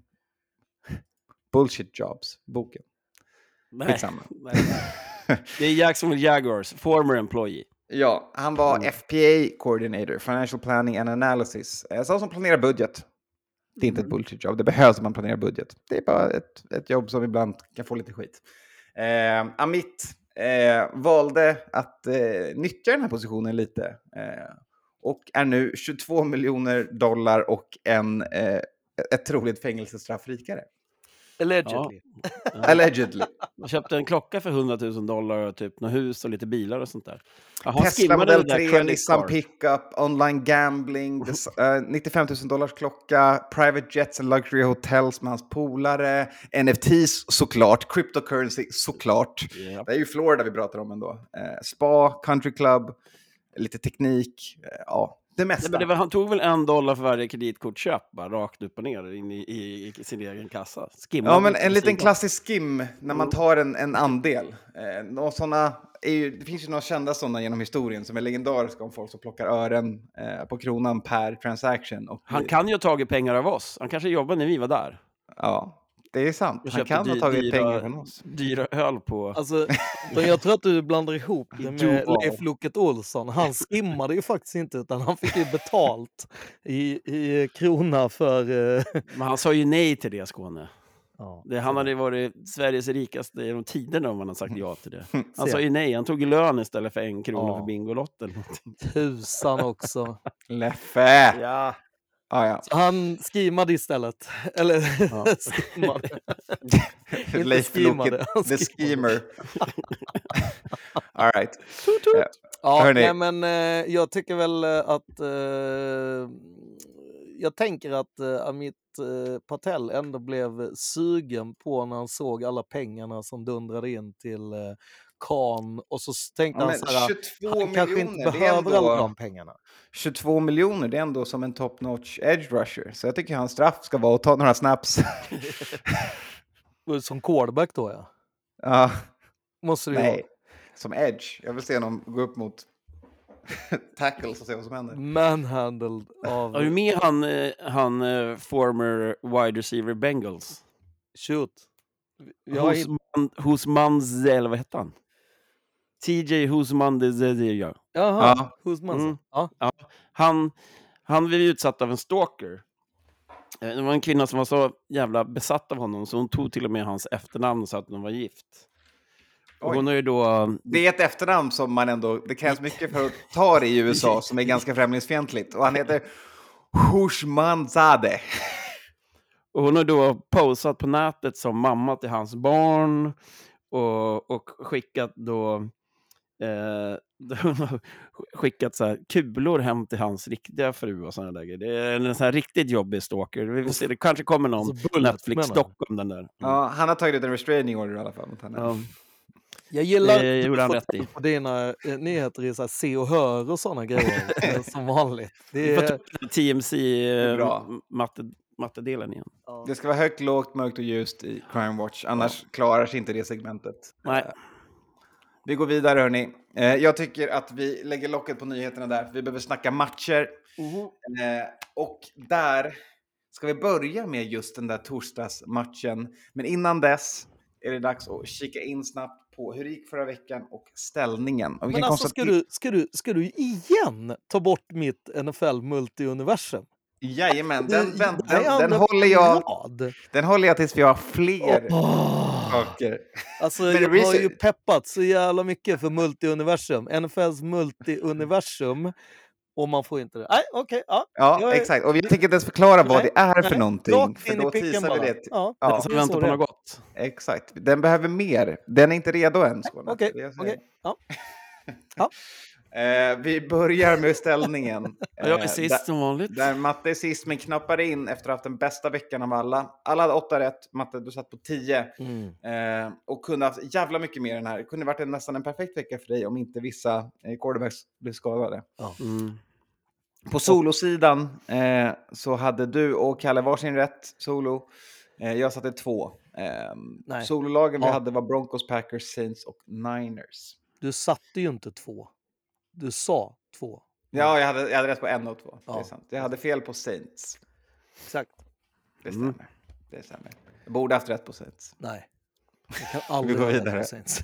Bullshit Jobs-boken? Nej. Skitsamma. Nej. Det är Jacksonville Jaguars, former employee. Ja, han var F P A coordinator, Financial Planning and Analysis. Eh, Så som planerar budget. Det är inte ett bullshit jobb, det behövs om man planerar budget. Det är bara ett, ett jobb som ibland kan få lite skit. Eh, Amit eh, valde att eh, nyttja den här positionen lite. Eh, och är nu tjugotvå miljoner dollar och en, eh, ett troligt fängelsestraff rikare. Allegedly. Allegedly. Jag köpte en klocka för hundratusen dollar och typ några hus och lite bilar och sånt där. Jaha, Tesla skimmade Model det där tre, credit Nissan card. Pickup, online gambling, des, uh, nittiofem tusen dollars klocka, private jets and luxury hotels med hans polare, N F Ts såklart, cryptocurrency såklart. Ja. Det är ju Florida vi pratar om ändå. Uh, spa, country club, lite teknik, uh, ja, det mesta. Nej, men det var, han tog väl en dollar för varje kreditkortköp, bara rakt upp och ner in i, i, i sin egen kassa. Skimmade Ja, men lite en på liten sidan. klassisk skim när man tar en, en andel. Eh, och såna är ju, det finns ju några kända sådana genom historien som är legendariska om folk som plockar ören eh, på kronan per transaction. Och, Han kan ju ha tagit pengar av oss. Han kanske jobbade när vi var där. Ja, det är sant. Och Han köpte kan ha dy- tagit dyra, pengar från oss. Dyra öl på... Alltså, men jag tror att du blandar ihop det med Duval. Leif Loket Olsson. Han skimmade ju faktiskt inte, utan han fick ju betalt i, i krona för... eh, Men han sa ju nej till det, Skåne. Ja, Det, han hade varit Sveriges rikaste genom tiderna om han hade sagt ja till det. Han Se. sa ju nej, han tog ju lön istället för en krona Ja. för Bingolott eller någonting. tusan också. Leffe! Ja. Ah, ja. Så han skimmade istället. Eller Ja. skimmade. Inte Leif skimmade, Loket, han the skimmade. schemer. All right. Eh, Ja, Hörni. nej, men eh, jag tycker väl eh, att... Eh, jag tänker att eh, Amit eh, Patel ändå blev sugen på när han såg alla pengarna som dundrade in till eh, Khan. Och så tänkte Ja, han men så här, tjugotvå han kanske inte miljoner, det är behöver ändå- alla de pengarna. tjugotvå miljoner, det är ändå som en top-notch edge rusher. Så jag tycker hans straff ska vara att ta några snaps. Som quarterback då, ja. Ja, Måste det nej. vara. som edge. Jag vill se honom gå upp mot tackles och se vad som händer. Manhandled av... Har du med han, eh, han eh, former wide receiver Bengals? Shoot. Jag har Husman, Husman, eller vad heter han? T J Husman, det är ja. Jaha, Ja. hos man. Mm. Ja. Ja, han, han blev utsatt av en stalker. Eh, Det var en kvinna som var så jävla besatt av honom så hon tog till och med hans efternamn och sa att hon var gift. Och Oj. hon är ju då... Det är ett efternamn som man ändå, det krävs mycket för att ta det i U S A som är ganska främlingsfientligt. Och han heter Hushmanzadeh. Och hon har då posat på nätet som mamma till hans barn och, och skickat då eh, hon har skickat så här kulor hem till hans riktiga fru och sådana där grejer. Det är en sån här riktigt jobbig stalker. Vi får se, det kanske kommer någon Alltså, bullet, Netflix-dock om den där. Mm. Ja, han har tagit ut en restraining order i alla fall mot henne. Ja. Jag gillar Det gjorde han rätt i. på dina eh, nyheter i så här se och hör och sådana grejer eh, som vanligt. Det Vi får ta är, upp T M C är eh, bra. matte, mattedelen igen. ja. Det ska vara högt, lågt, mörkt och ljust i Crime Watch. Annars klarar sig inte det segmentet. Nej. Vi går vidare hörni. Eh, jag tycker att vi lägger locket på nyheterna där. Vi behöver snacka matcher. Eh, och där ska vi börja med just den där torsdagsmatchen. Men innan dess är det dags att kika in snabbt på hur det gick förra veckan och ställningen. Och vi Men kan alltså ska konstatera- du, ska, du, ska du igen ta bort mitt N F L-multiuniversum? Jajamän, den, den, Det är den, den, andra håller jag, rad. den håller jag tills vi har fler Åh. saker. Alltså Men jag har research- ju peppat så jävla mycket för multiuniversum. N F Ls multiuniversum. Och man får inte det. Nej, okej. ja. Ja, Jag är- exakt. Och vi tänker inte ens förklara vad Nej, det är för nej. någonting. Rakt För in i då picken teasar vi bara. det. Ja, Ja. Den som det är väntar så på det är. något gott. Exakt. Den behöver mer. Den är inte redo än, Skåne. Okej, Det är det jag säger. okej. Ja. Eh, vi börjar med ställningen. Och jag är Eh, sist där, som vanligt. där Matte är sist men knappar in efter att ha haft den bästa veckan av alla. Alla hade åtta rätt. Matte, du satt på tio. Mm. Eh, och kunde haft jävla mycket mer än här. Det kunde varit en, nästan en perfekt vecka för dig om inte vissa eh, quarterbacks blev skadade. Mm. På solosidan eh, så hade du och Kalle varsin rätt solo. Eh, jag satte två. Eh, Nej. sololagen vi Ja. hade var Broncos, Packers, Saints och Niners. Du satte ju inte två. Du sa två. Ja, jag hade, jag hade rätt på en och två. Det är Ja. sant. Jag hade fel på Saints. Exakt. Det stämmer. Mm. Det stämmer. Jag borde haft rätt på Saints. Nej. Jag kan aldrig går ha rätt vidare. på Saints.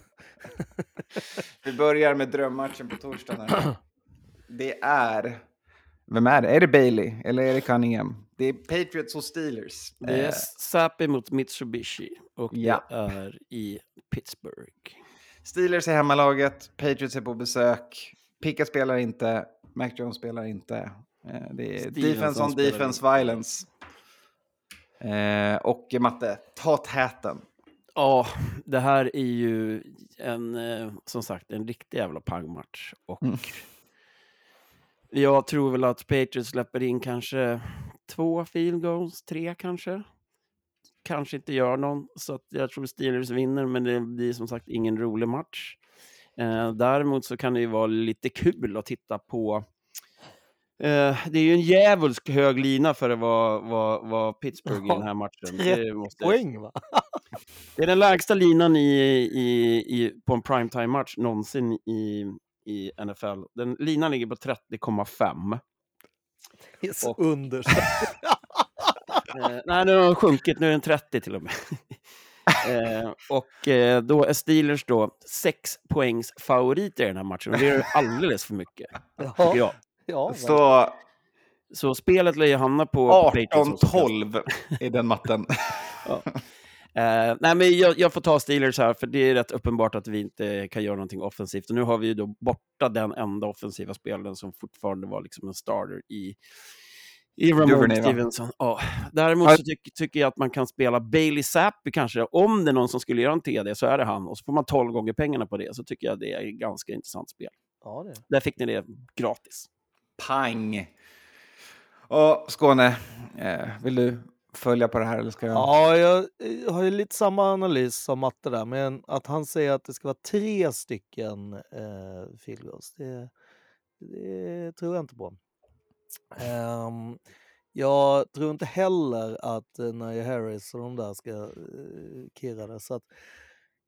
Vi börjar med drömmatchen på torsdagen. här. Det är... Vem är det? Är det Bailey eller är det Cunningham? Det är Patriots och Steelers. Det är Eh, Sappi mot Mitsubishi och Ja. det är i Pittsburgh. Steelers är hemmalaget, Patriots är på besök. Picka spelar inte, Mac Jones spelar inte. Eh, det är Stevenson defense on spelar defense inte. violence. Eh, och Matte, ta täten. Ja, det här är ju en, eh, som sagt, en riktig jävla pangmatch. Och Mm. jag tror väl att Patriots släpper in kanske två field goals, tre kanske. Kanske inte gör någon, så att jag tror Steelers vinner, men det blir som sagt ingen rolig match. Eh, däremot så kan det ju vara lite kul att titta på. Eh, det är ju en djävulsk hög lina för att vara, vara, vara Pittsburgh i den här matchen. Det, måste, Poäng va? det är den lägsta linan i, i, i, på en primetime-match någonsin i, i N F L. Den linan ligger på trettio komma fem. Det är så Och- unders. Eh, nej, nu har den sjunkit. Nu är den trettio till och med. eh, och eh, då är Steelers då sex poängs favoriter i den här matchen. Och det är alldeles för mycket, tycker Ja, jag. ja, Så Så spelet lär ju hamna på, på Patriots arton också. tolv i den matten. Eh, nej, men jag, jag får ta Steelers här, för det är rätt uppenbart att vi inte kan göra någonting offensivt. Och nu har vi ju då borta den enda offensiva spelaren som fortfarande var liksom en starter i, i Ramon Duvernay, va? Stevenson. Ja. Däremot så tyck, tycker jag att man kan spela Bailey Zappi kanske. Om det är någon som skulle göra en T D så är det han. Och så får man tolv gånger pengarna på det. Så tycker jag det är ett ganska intressant spel. ja, det är. Där fick ni det gratis. Pang! Och Skåne, eh, vill du följa på det här eller ska jag? Ja, jag eh, har ju lite samma analys som Matte där, men att han säger att det ska vara tre stycken eh, field goals, det, det tror jag inte på. Ehm, jag tror inte heller att eh, Najee Harris och de där ska eh, kirra det, så att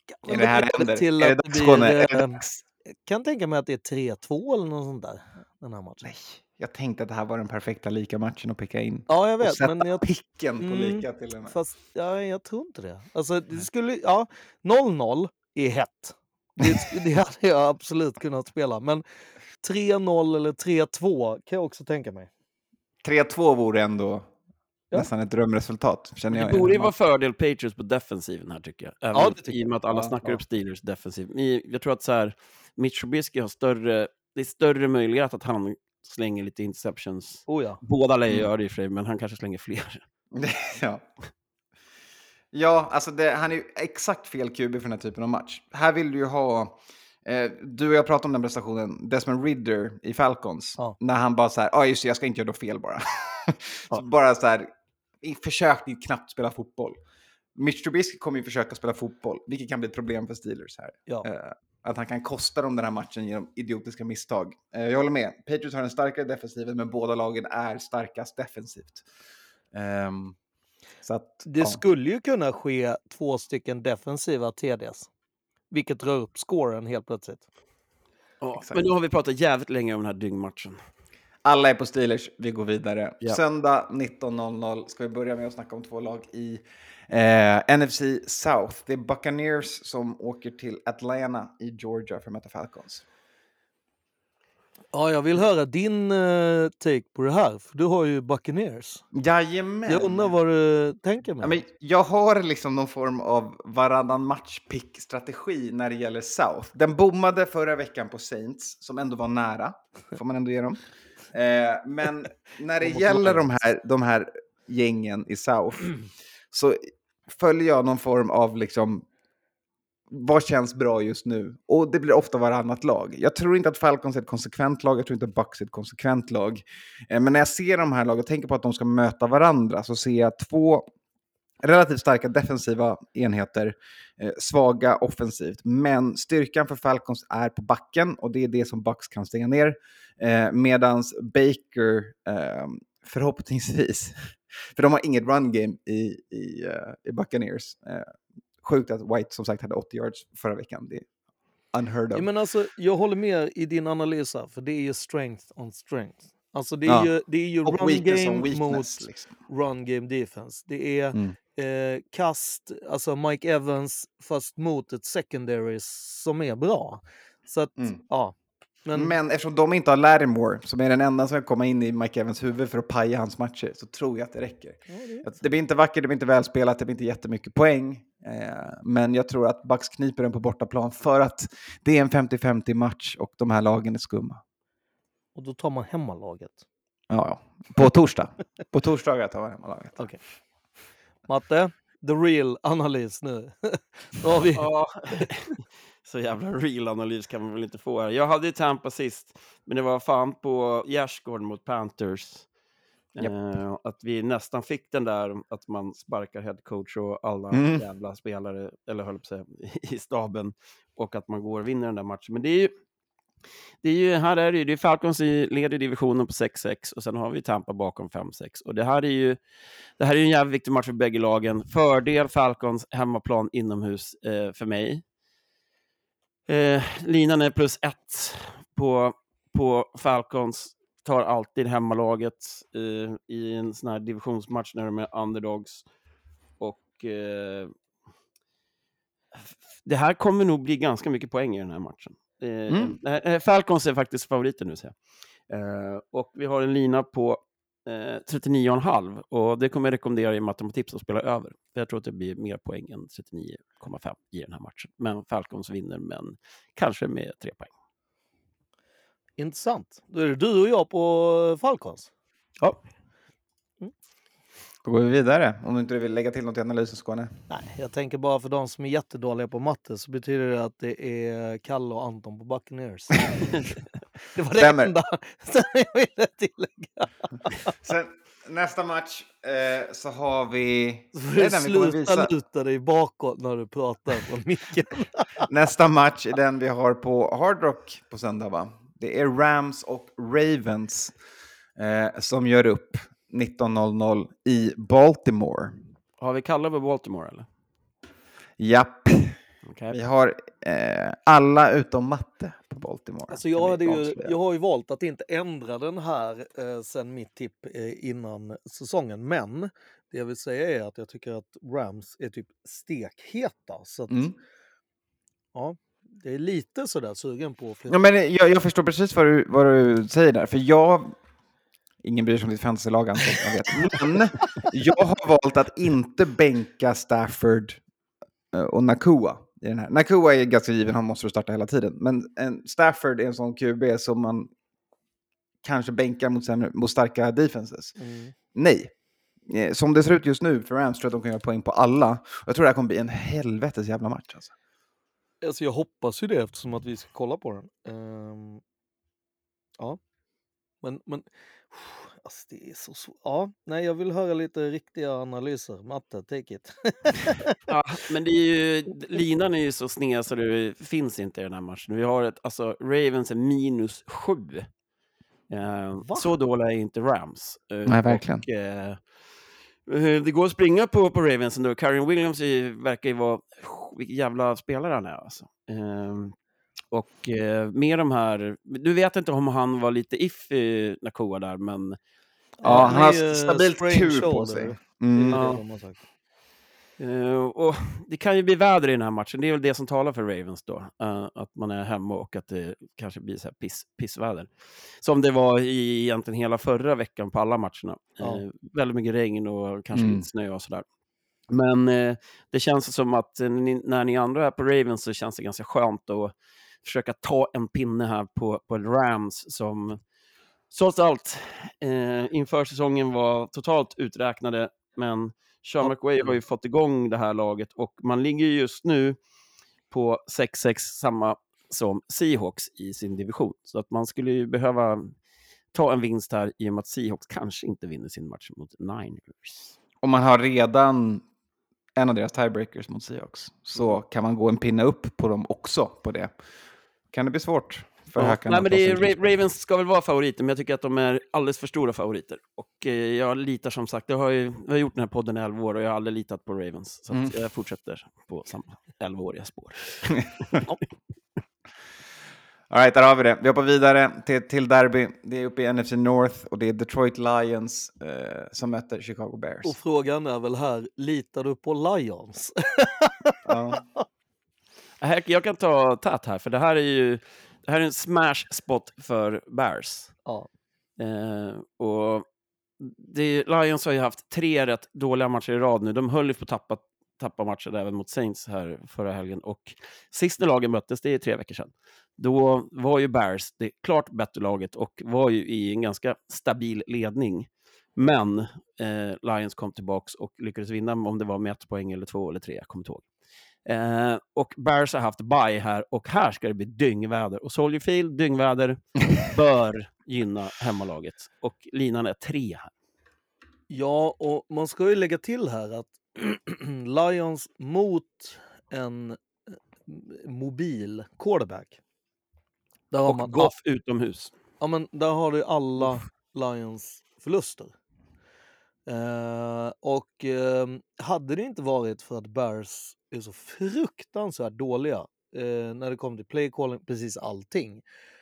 Är det här händer? Till Är det att det dags, Skåne? blir, Är det eh, dags? kan tänka mig att det är tre två eller något sånt där, den här matchen. Nej, jag tänkte att det här var den perfekta lika matchen att picka in. Ja, jag Och vet, sätta men jag, picken på Mm, lika till den här. fast ja, jag tror inte det. Alltså, det skulle, ja, noll noll är hett. Det, det hade jag absolut kunnat spela, men tre noll eller tre två kan jag också tänka mig. tre två vore ändå Ja. nästan ett drömresultat, känner jag. Det i borde ju den här vara fördel Patriots på defensiven här tycker jag. Även Ja, det tycker i och med att alla Ja, snackar ja. upp Steelers defensiv. Men jag tror att så här, Mitch Trubisky har större, det är större möjlighet att han slänger lite interceptions. Oh ja. Båda lär ju Mm. göra det i och för sig, men han kanske slänger fler. ja. ja, alltså det, han är ju exakt fel Q B för den här typen av match. Här vill du ju ha... Eh, du och jag pratade om den prestationen, Desmond Ridder i Falcons. Ja. När han bara så här, ja ah, just det, jag ska inte göra något fel bara. så Ja. bara så här, i- försök ni knappt spela fotboll. Mitch Trubisky kommer ju försöka spela fotboll, vilket kan bli ett problem för Steelers här. Ja. Eh, att han kan kosta dem den här matchen genom idiotiska misstag. Eh, jag håller med. Patriots har en starkare defensiv, men båda lagen är starkast defensivt. Ehm, så att, Det ja. skulle ju kunna ske två stycken defensiva T Ds. Vilket drar upp scoren helt plötsligt. Ja, Exakt. men nu har vi pratat jävligt länge om den här dyngmatchen. Alla är på Steelers, vi går vidare. Ja. Söndag nitton noll noll ska vi börja med att snacka om två lag i eh, N F C South. Det är Buccaneers som åker till Atlanta i Georgia för att möta Falcons. Ja, jag vill höra din uh, take på det här. För du har ju Buccaneers. Jajamän! Jag undrar vad du tänker med. Ja, men jag har liksom någon form av varannan matchpick-strategi när det gäller South. Den bommade förra veckan på Saints, som ändå var nära. Får man ändå ge dem. Eh, men när det mot gäller de Lions. här, de här gängen i South så följer jag någon form av liksom vad känns bra just nu? Och det blir ofta varannat lag. Jag tror inte att Falcons är ett konsekvent lag. Jag tror inte att Bucks är ett konsekvent lag. Eh, men när jag ser de här lagen och tänker på att de ska möta varandra så ser jag två relativt starka defensiva enheter, eh, svaga offensivt. Men styrkan för Falcons är på backen och det är det som Bucks kan stänga ner. Eh, medans Baker eh, förhoppningsvis, för de har inget run game i, i, uh, i Buccaneers. Eh, sjukt att White som sagt hade åttio yards förra veckan. Det är unheard of. Ja, men alltså, jag håller med i din analys här, för det är ju strength on strength. Alltså det är Ja. ju, det är ju Och run weakness on game weakness, mot liksom. run game defense. Det är Mm. eh, kast, alltså Mike Evans fast mot ett secondary som är bra. Så att, Mm. ja. Men, Men eftersom de inte har Lattimore, som är den enda som kan komma in i Mike Evans huvud för att paja hans matcher, så tror jag att det räcker. ja, det är- Att det blir inte vackert, det blir inte välspelat, det blir inte jättemycket poäng. Eh, men jag tror att Bucks kniper den på bortaplan för att det är en femtio femtio match och de här lagen är skumma. Och då tar man hemmalaget. Ja, ja. På torsdag. På torsdagar tar man hemmalaget. Okej. Matte, the real analys nu. Då har vi... Ja, så jävla real analys kan man väl inte få här. Jag hade ju Tampa sist, men det var fan på Gärsgård mot Panthers. Japp. Eh, att vi nästan fick den där att man sparkar headcoach och alla Mm. jävla spelare, eller höll på att säga, i staben. Och att man går och vinner den där matchen. Men det är ju, det är ju här är det ju, det är Falcons i leder divisionen på sex sex och sen har vi Tampa bakom fem sex. Och det här är ju det här är ju en jävligt viktig match för bägge lagen. Fördel Falcons hemmaplan inomhus eh, för mig. Eh, linan är plus ett på, på Falcons. Tar alltid hemmalaget eh, i en sån här divisionsmatch när de är underdogs. Och eh, det här kommer nog bli ganska mycket poäng i den här matchen. Eh, Mm. eh, Falcons är faktiskt favoriten nu, säger jag. Eh, och vi har en lina på eh, trettionio komma fem och det kommer jag rekommendera i matematips att spela över. För jag tror att det blir mer poäng än trettionio komma fem i den här matchen. Men Falcons vinner, men kanske med tre poäng. Intressant. Då är det du och jag på Falcons. Ja. Då går vi vidare. Om du inte vill lägga till något i analysen, Skåne. Nej, jag tänker bara för de som är jättedåliga på matte så betyder det att det är Kalle och Anton på Buccaneers. Det var det Stämmer. enda som jag ville tillägga. Sen, nästa match eh, så har vi... Så Det får är du den vi kommer sluta visa. luta dig bakåt när du pratar på micken. Nästa match är den vi har på Hard Rock på söndag, va? Det är Rams och Ravens eh, som gör upp nitton noll noll i Baltimore. Har vi Kalle över Baltimore eller? Japp. Okay. Vi har eh, alla utom matte på Baltimore. Alltså jag, kan hade vi ju, avslöja. jag har ju valt att inte ändra den här eh, sen mitt tipp eh, innan säsongen. Men det jag vill säga är att jag tycker att Rams är typ stekheta. Så att, Mm. ja, det är lite sådär sugen på att flytta. Ja, men jag, jag förstår precis vad du, vad du säger där. För jag... Ingen bryr sig om ditt fantasylag, antar jag vet. Men jag har valt att inte bänka Stafford eh, och Nakua i den här. Nakua är ganska given, han måste starta hela tiden. Men en Stafford är en sån Q B som man kanske bänkar mot, sämre, mot starka defenses. Mm. Nej. Eh, Som det ser ut just nu för Rams tror jag att de kan göra poäng på alla. Och jag tror det här kommer bli en helvetes jävla match. Alltså. Alltså jag hoppas ju det eftersom att vi ska kolla på den. Ehm, ja, men, men alltså det är så svårt. Ja, nej, jag vill höra lite riktiga analyser. Matte, take it. Ja, men det är ju, linan är ju så sned så det finns inte i den här matchen. Vi har ett, alltså Ravens är minus sju. Eh, Va? så dåliga är inte Rams. Eh, Nej, verkligen. Och, eh, eh, det går att springa på, på Ravens ändå. Kyren Williams är, verkar ju vara, vilken jävla spelare han är alltså. Eh, och eh, med de här, du vet inte om han var lite iffy Nakua där, men Ja, han har är ju stabilt sprained tur på shoulder. sig. Det Mm. är Ja. det de har sagt. Uh, och det kan ju bli väder i den här matchen. Det är väl det som talar för Ravens då. Uh, att man är hemma och att det kanske blir så här piss, pissväder. Som det var i egentligen hela förra veckan på alla matcherna. Ja. Uh, väldigt mycket regn och kanske Mm. lite snö och sådär. Men uh, det känns som att uh, ni, när ni andra är på Ravens så känns det ganska skönt att försöka ta en pinne här på, på Rams som trots allt uh, inför säsongen var totalt uträknade, men Sean Ja. McVay har ju fått igång det här laget och man ligger just nu på sex sex, samma som Seahawks i sin division. Så att man skulle ju behöva ta en vinst här i och med att Seahawks kanske inte vinner sin match mot Niners. Om man har redan en av deras tiebreakers mot Seahawks så kan man gå en pinne upp på dem också på det. Kan det bli svårt för Ja. Hakan Nej, att men ta det sig är, till Ra- slutspel? Ravens ska väl vara favoriter, men jag tycker att de är alldeles för stora favoriter. Och eh, jag litar som sagt, jag har ju jag har gjort den här podden i elva år och jag har aldrig litat på Ravens. Så Mm. att jag fortsätter på samma elva-åriga spår. All right, där har vi det. Vi hoppar vidare till, till derby. Det är uppe i N F C North och det är Detroit Lions eh, som möter Chicago Bears. Och frågan är väl här, litar du på Lions? Ja. Här- Jag kan ta tät här, för det här är ju det här är en smash spot för Bears. Ja. Eh, och det, Lions har ju haft tre rätt dåliga matcher i rad nu. De höll ju på att tappa, tappa matcher även mot Saints här förra helgen. Och sist när lagen möttes, det är tre veckor sedan, då var ju Bears det klart bättre laget och var ju i en ganska stabil ledning. Men eh, Lions kom tillbaks och lyckades vinna, om det var med ett poäng eller två eller tre, jag kommer inte ihåg. Eh, och Bears har haft bye här och här ska det bli dyngväder. Och Soldier Field, dyngväder, bör gynna hemmalaget. Och linan är tre här. Ja, och man ska ju lägga till här att Lions mot en eh, mobil quarterback. Där har Och man, Goff utomhus. ja, men där har du alla Lions förluster. Eh, och eh, hade det inte varit för att Bears är så fruktansvärt dåliga eh, när det kommer till play calling, precis allting,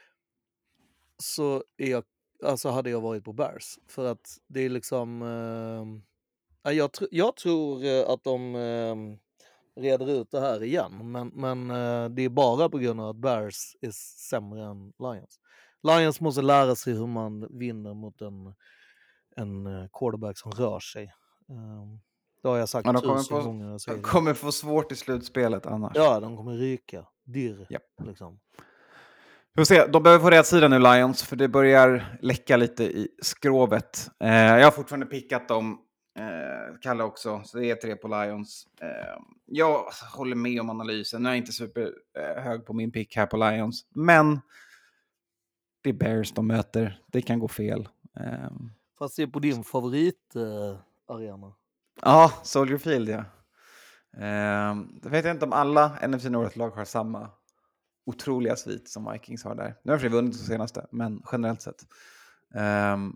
så är jag, alltså hade jag varit på Bears. För att det är liksom... Eh, jag, tr- jag tror eh, att de eh, reder ut det här igen. Men, men eh, det är bara på grund av att Bears är sämre än Lions. Lions måste lära sig hur man vinner mot en, en eh, quarterback som rör sig. Eh, det har jag sagt Ja, de kommer tusen få- gånger. Jag säger De det. kommer få svårt i slutspelet annars. Ja, de kommer ryka. Dirr. Japp. Liksom. Vi får se. De behöver få rätt sida nu, Lions, för det börjar läcka lite i skrovet. Eh, jag har fortfarande pickat dem. Eh, Kalle också, så det är tre på Lions. Eh, jag håller med om analysen. Jag är inte super eh, hög på min pick här på Lions. Men det är Bears de möter. Det kan gå fel. Eh, Fast det är på din favorit eh, arena. ja, Soldier Field, ja. Eh, jag vet inte om alla N F C North-lag har samma otroliga svit som Vikings har där. Nu har de vunnit det senaste, men generellt sett. Um,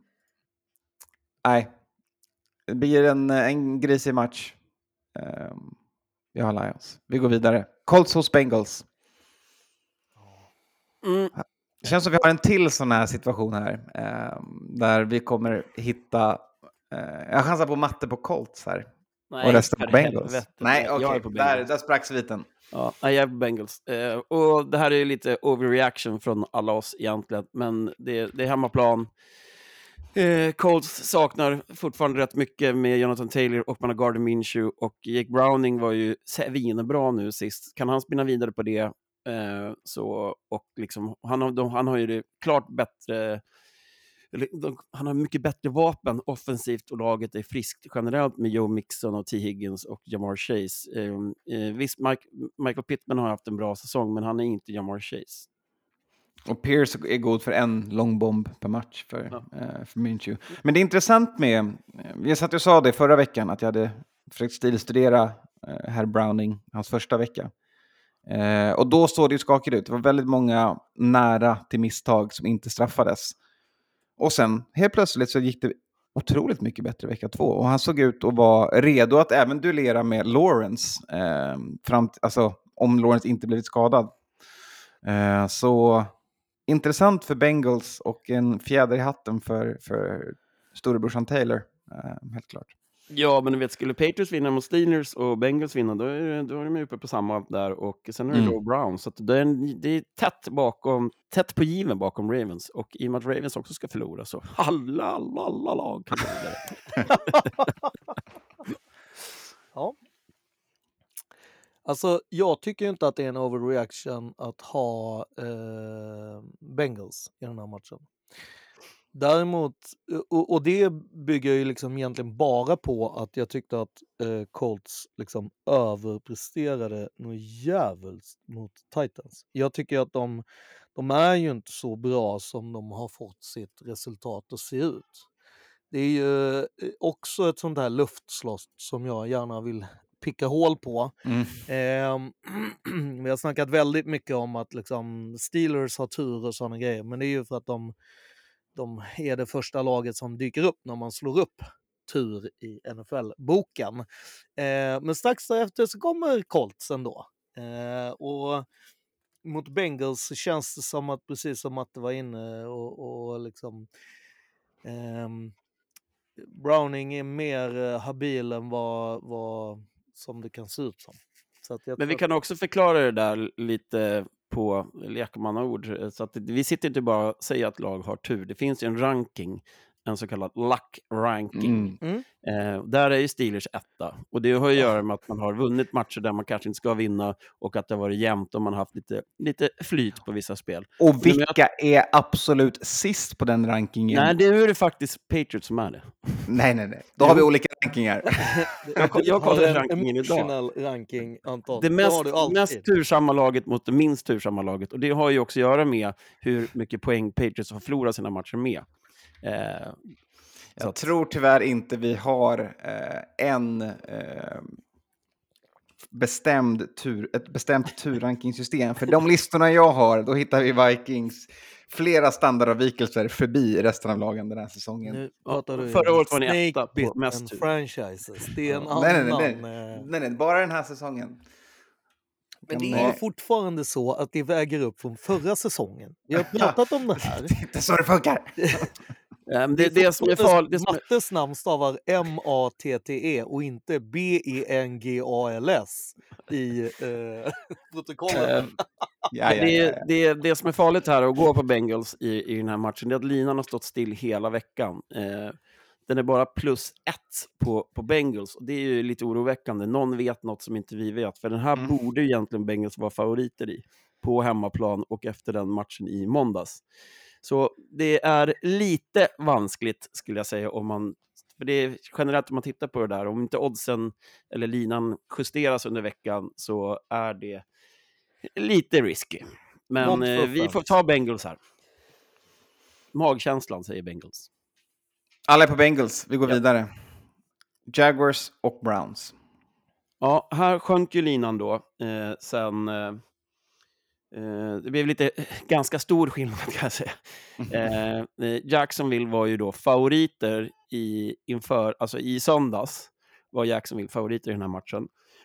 nej. Det blir en, en grisig match. Um, Vi har Lions. Vi går vidare. Colts hos Bengals. Mm. Det känns som vi har en till sån här situation här. Eh, där vi kommer hitta... Eh, jag chansar på matte på Colts här. Nej, och resten på för Bengals. helvete. Nej, Jag okej. är på Där, Bengals. där sprack sviten. Ja, jag är på Bengals. Eh, och det här är lite overreaction från alla oss egentligen, men det, det är hemmaplan. Eh, Colts saknar fortfarande rätt mycket med Jonathan Taylor och man har Gardner Minshew, och Jake Browning var ju svinbra nu sist. Kan han spinna vidare på det? Eh, så, och liksom, han, har, de, han har ju det klart bättre... Eller, de, han har mycket bättre vapen offensivt och laget är friskt generellt med Joe Mixon och T. Higgins och Jamar Chase. Eh, eh, visst, Mike, Michael Pittman har haft en bra säsong, men han är inte Jamar Chase. Och Pierce är god för en lång bomb per match för, Ja. eh, för Minshew. Men det är intressant med... Jag satt och sa det förra veckan att jag hade försökt stilstudera eh, herr Browning, hans första vecka. Eh, och då såg det ju skakigt ut. Det var väldigt många nära till misstag som inte straffades. Och sen helt plötsligt så gick det otroligt mycket bättre vecka två. Och han såg ut att vara redo att även duellera med Lawrence. Eh, fram t- alltså om Lawrence inte blivit skadad. Eh, så intressant för Bengals och en fjäder i hatten för, för storebrorsan Taylor. Eh, helt klart. Ja, men du vet, skulle Patriots vinna mot Steelers och Bengals vinna, då är, då är de uppe på samma där, och sen är det Mm. då Browns. Så att det, är en, det är tätt bakom, tätt på given bakom Ravens, och i och med att Ravens också ska förlora så alla, alla, alla lag kan det. Ja. Alltså, jag tycker inte att det är en overreaction att ha eh, Bengals i den här matchen. Däremot, och, och det bygger ju liksom egentligen bara på att jag tyckte att eh, Colts liksom överpresterade något jävligt mot Titans. Jag tycker att de, de är ju inte så bra som de har fått sitt resultat att se ut. Det är ju eh, också ett sånt här luftslott som jag gärna vill picka hål på. Mm. Eh, vi har snackat väldigt mycket om att liksom Steelers har tur och sådana grejer, men det är ju för att de De är det första laget som dyker upp när man slår upp tur i N F L-boken. Eh, men strax därefter så kommer Colts ändå. Eh, och mot Bengals så känns det som att, precis som att det var inne, och, och liksom eh, Browning är mer habil än vad, vad som det kan se ut som. Så att jag Men vi tror kan också förklara det där lite på lekmannaord. Så att vi sitter inte bara och säger att lag har tur. Det finns ju en ranking, en så kallad luck ranking. Mm. Eh, där är ju Steelers etta. Och det har ju att göra med att man har vunnit matcher där man kanske inte ska vinna, och att det har varit jämnt och man har haft lite, lite flyt på vissa spel. Och vilka är absolut sist på den rankingen? Nej, det är det faktiskt Patriots som är det. nej, nej. nej. Då har vi olika rankingar. Jag, jag har kollar en rankingen idag. emotional ranking, Anton. Det har mest, du alltid. mest tursamma laget mot det minst tursamma laget. Och det har ju också att göra med hur mycket poäng Patriots har förlorat sina matcher med. Eh, Jag att- tror tyvärr inte vi har eh, en eh, bestämd tur, ett bestämt turrankingsystem. För de listorna jag har, då hittar vi Vikings flera standardavvikelser förbi resten av lagen den här säsongen. Nu pratar du Förra om året var ni etta på snake-bitten mest tur. franchises. Det är en nej, nej, annan... nej, nej. eh, nej, nej, bara den här säsongen. Men det Kan, är ju eh, fortfarande så att det väger upp från förra säsongen. Vi har pratat om det här. Det är inte så det funkar. eh, det, det som är farligt... Det som är, Mattes namn stavar M A T T E och inte B E N G A L S i eh, protokollet. eh, Ja, ja, det, ja, ja. det, det som är farligt här att gå på Bengals i, i den här matchen, det är att linan har stått still hela veckan. Eh, den är bara plus ett på, på Bengals. Och det är ju lite oroväckande. Någon vet något som inte vi vet. För den här Mm. borde ju egentligen Bengals vara favoriter i. På hemmaplan och efter den matchen i måndags. Så det är lite vanskligt skulle jag säga. Om man, för det är generellt om man tittar på det där. Om inte oddsen eller linan justeras under veckan så är det lite risky. Men Want for eh, vi får friends. ta Bengals här. Magkänslan säger Bengals. Alla är på Bengals. Vi går Ja. vidare. Jaguars och Browns. Ja, här sjönk ju linan då. Eh, sen... Eh, eh, det blev lite eh, ganska stor skillnad kan jag säga. Eh, eh, Jacksonville var ju då favoriter i, inför, alltså i söndags var Jacksonville favoriter i den här matchen.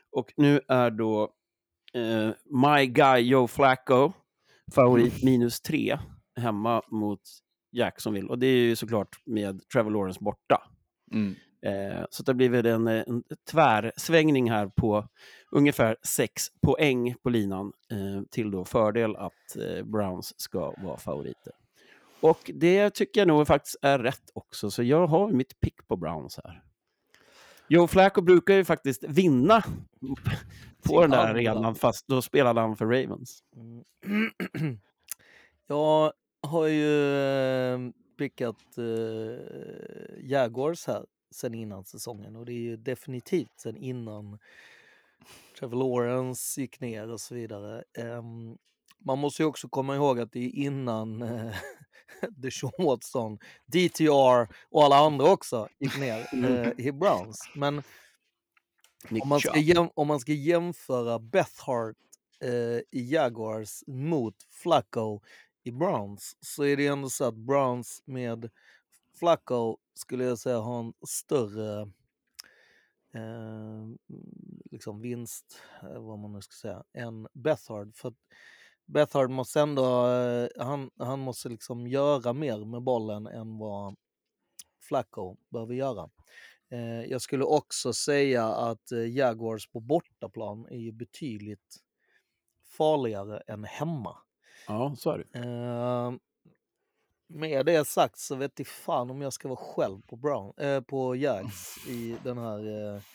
Och nu är då eh, My Guy Joe Flacco favorit minus tre hemma mot Jacksonville. Och det är ju såklart med Trevor Lawrence borta. Mm. Eh, så det blir väl en, en tvärsvängning här på ungefär sex poäng på linan eh, till då fördel att eh, Browns ska vara favoriter. Och det tycker jag nog faktiskt är rätt också. Så jag har mitt pick på Browns här. Joe Flacco brukar ju faktiskt vinna på den där arenan, fast då spelade han för Ravens. Mm. Jag har ju eh, pickat eh, Jaguars här sen innan säsongen, och det är ju definitivt sen innan Trevor Lawrence gick ner och så vidare. Um, man måste ju också komma ihåg att det är innan uh, Deshaun Watson, D T R och alla andra också gick ner uh, i Browns. Men om man, ska jäm- om man ska jämföra Beathard uh, i Jaguars mot Flacco i Browns, så är det ändå så att Browns med Flacco skulle jag säga har en större eh, liksom vinst, eh, vad man nu ska säga, än Beathard. För att Beathard måste ändå, eh, han, han måste liksom göra mer med bollen än vad Flacco behöver göra. Eh, jag skulle också säga att eh, Jaguars på bortaplan är ju betydligt farligare än hemma. Ja, så är det. Eh, med det sagt så vet jag fan om jag ska vara själv på Brown eh, på Jags i den här eh...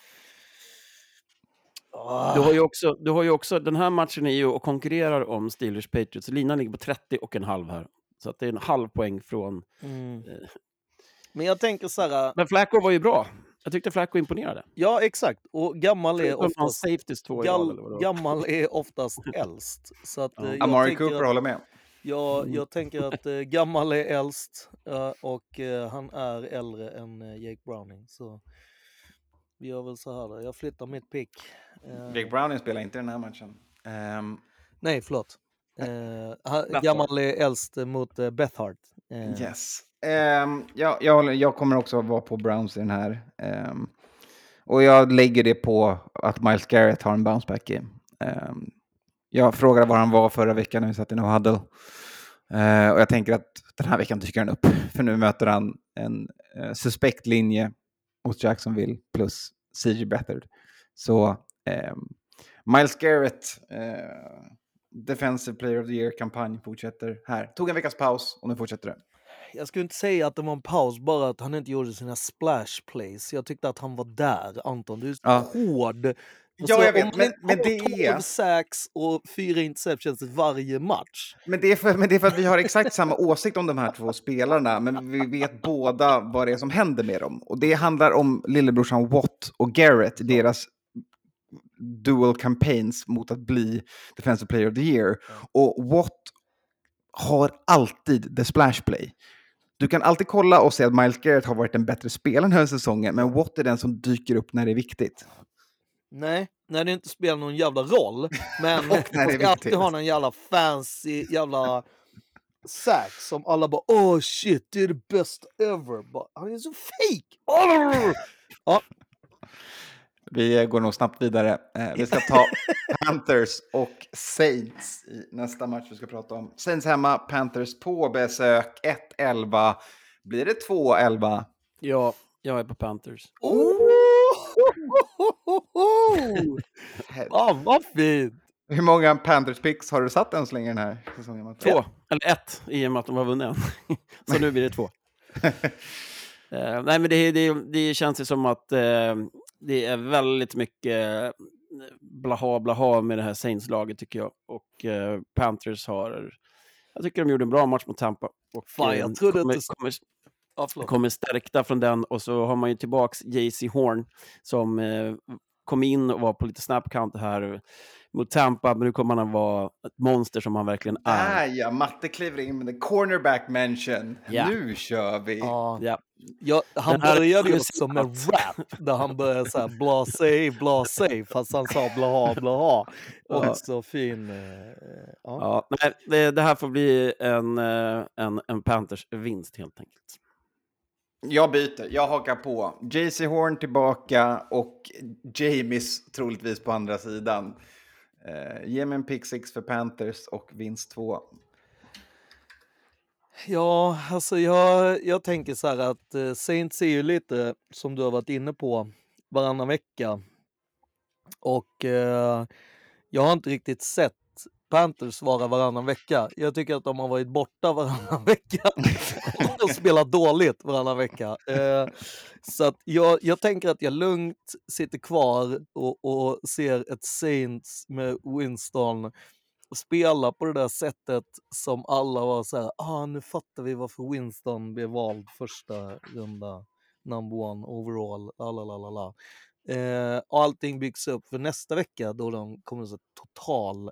Du har ju också, du har ju också den här matchen är ju och konkurrerar om Steelers Patriots. Linan ligger på trettio och en halv här. Så att det är en halv poäng från mm. eh... Men jag tänker så här. Men Flacco var ju bra. Jag tyckte Flacco imponerade. Ja, exakt. Och gammal är oftast safeties två gal, gammal är oftast äldst. Så att ja. jag Amari Cooper att, håller med. Jag, jag tänker att eh, gammal är äldst eh, och eh, han är äldre än eh, Jake Browning. Så vi gör väl så här då. Jag flyttar mitt pick. Eh, Jake Browning spelar inte den här matchen. Um, nej, förlåt. Eh, gammal är äldst mot eh, Beathard. Eh. Yes. Um, ja, jag, jag kommer också vara på Browns i den här. Um, och jag lägger det på att Myles Garrett har en bounce back game. Um, jag frågade var han var förra veckan när vi satt i No Huddle. Uh, och jag tänker att den här veckan dyker han upp. För nu möter han en uh, suspekt linje mot Jacksonville plus C J Beathard. Så um, Myles Garrett, uh, Defensive Player of the Year-kampanj fortsätter här. Tog en veckas paus och nu fortsätter det. Jag skulle inte säga att det var en paus, bara att han inte gjorde sina splash plays. Jag tyckte att han var där, Anton. Du är så ja. hård. Alltså, ja, jag vet, men, men det är... tolv sacks och fyra interceptions varje match. Men det, är för, men det är för att vi har exakt samma åsikt om de här två spelarna, men vi vet båda vad det är som händer med dem. Och det handlar om lillebrorsan Watt och Garrett, deras dual campaigns mot att bli Defensive Player of the Year. Och Watt har alltid the splash play. Du kan alltid kolla och se att Myles Garrett har varit en bättre spelare den här säsongen, men Watt är den som dyker upp när det är viktigt. Nej, när det inte spelar någon jävla roll, men man ska alltid ha någon jävla fancy jävla sack som alla bara, oh shit, det är det bästa ever. But, han är så fake. Oh! Ja. Vi går nog snabbt vidare. Vi ska ta Panthers och Saints i nästa match vi ska prata om. Saints hemma, Panthers på besök. ett elva. Blir det två elva? Ja, jag är på Panthers. Oh! Ja, vad fint! Hur många Panthers picks har du satt än så länge den här säsongen? Två, eller ett, i och med att de har vunnit. Så nu blir det två. uh, nej, men det, det, det känns ju som att uh, det är väldigt mycket blaha blaha med det här Saints-laget, tycker jag. Och uh, Panthers har, jag tycker de gjorde en bra match mot Tampa. Och Fan, jag trodde kommer, att det... kommer, ja, kommer stärkta från den. Och så har man ju tillbaks J C Horn som uh, kom in och var på lite snap count här mot Tampa, men nu kommer han att vara ett monster som han verkligen är. Ah, ja, Matte kliver in med en cornerback mention. Ja. Nu kör vi. Ja. Ja. Ja, han började ju också med rap, där han började så här blasé, blasé, fast han sa blaha, blaha. Och Ja. så fin... Eh, Ja, ja. nej, det, det här får bli en, en, en Panthers vinst helt enkelt. Jag byter. Jag hakar på. J C Horn tillbaka och James troligtvis på andra sidan. Eh, ge mig en pick six för Panthers och vinst två. Ja, alltså jag, jag tänker så här att eh, Saints är ju lite, som du har varit inne på, varannan vecka. Och eh, jag har inte riktigt sett Panthers vara varannan vecka. Jag tycker att de har varit borta varannan vecka och spelat dåligt varannan vecka. Eh, så att jag, jag tänker att jag lugnt sitter kvar och, och ser ett Saints med Winston spela på det där sättet som alla var så här, ah, nu fattar vi varför Winston blev vald första runda, number one overall, lalalala. Eh, och allting byggs upp för nästa vecka då de kommer att total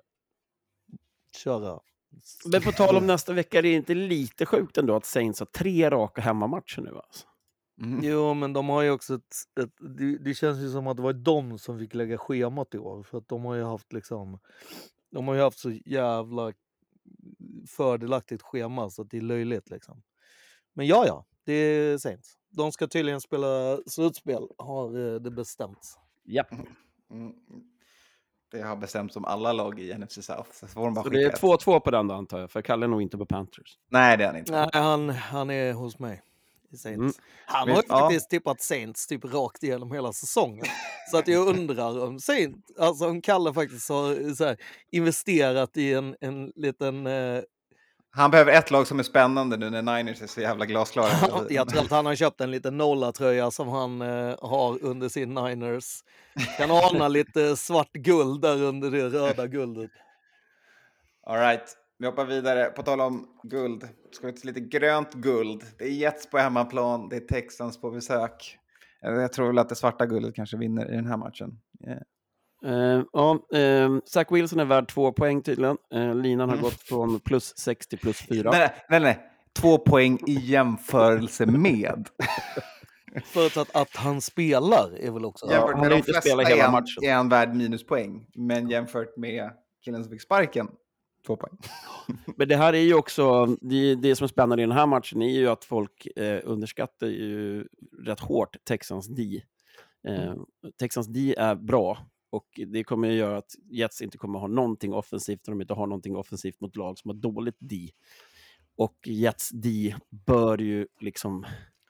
köra. Men på tal om nästa vecka, är det inte lite sjukt ändå att Saints har tre raka hemmamatcher nu alltså? Mm. Jo, men de har ju också ett, ett det, det känns ju som att det var de som fick lägga schemat i år, för att de har ju haft liksom de har ju haft så jävla fördelaktigt schema så att det är löjligt liksom. Men ja, ja, det är Saints. De ska tydligen spela slutspel, har det bestämts. Ja. Mm. Det har bestämts om alla lag i N F C South. Så får de bara Så skicka det är ett. två två på den då, antar jag, för Kalle är nog inte på Panthers. Nej, det är han inte. Nej, han, han är hos mig i Saints. Mm. Han Men- har ju ja. faktiskt tippat Saints typ rakt igenom hela säsongen. Så att jag undrar om Saints, alltså om Kalle faktiskt har så här, investerat i en, en liten... Eh, Han behöver ett lag som är spännande nu när Niners är så jävla glasklara. hela tiden. jag tror att han har köpt en liten Nola-tröja som han eh, har under sin Niners. Kan ana lite svart guld där under det röda guldet. All right, vi hoppar vidare. På tal om guld, ska vi till lite grönt guld. Det är Jets på hemmaplan, det är Texans på besök. Jag tror väl att det svarta guldet kanske vinner i den här matchen. Yeah. Uh, ja, uh, Zach Wilson är värd två poäng tydligen. Uh, linan har Mm. gått från plus sex till plus fyra. Nej, nej, nej. Två poäng i jämförelse med. Förutsatt att han spelar är väl också... Jämfört han med har de inte flesta spelat hela är han, matchen. är han värd minuspoäng. Men jämfört med killen som fick sparken, två poäng. Men det här är ju också, det, det som är spännande i den här matchen är ju att folk eh, underskattar ju rätt hårt Texans D. Eh, Texans D är bra och det kommer ju göra att Jets inte kommer ha någonting offensivt när de inte har någonting offensivt mot lag som har dåligt D. Och Jets D bör ju liksom,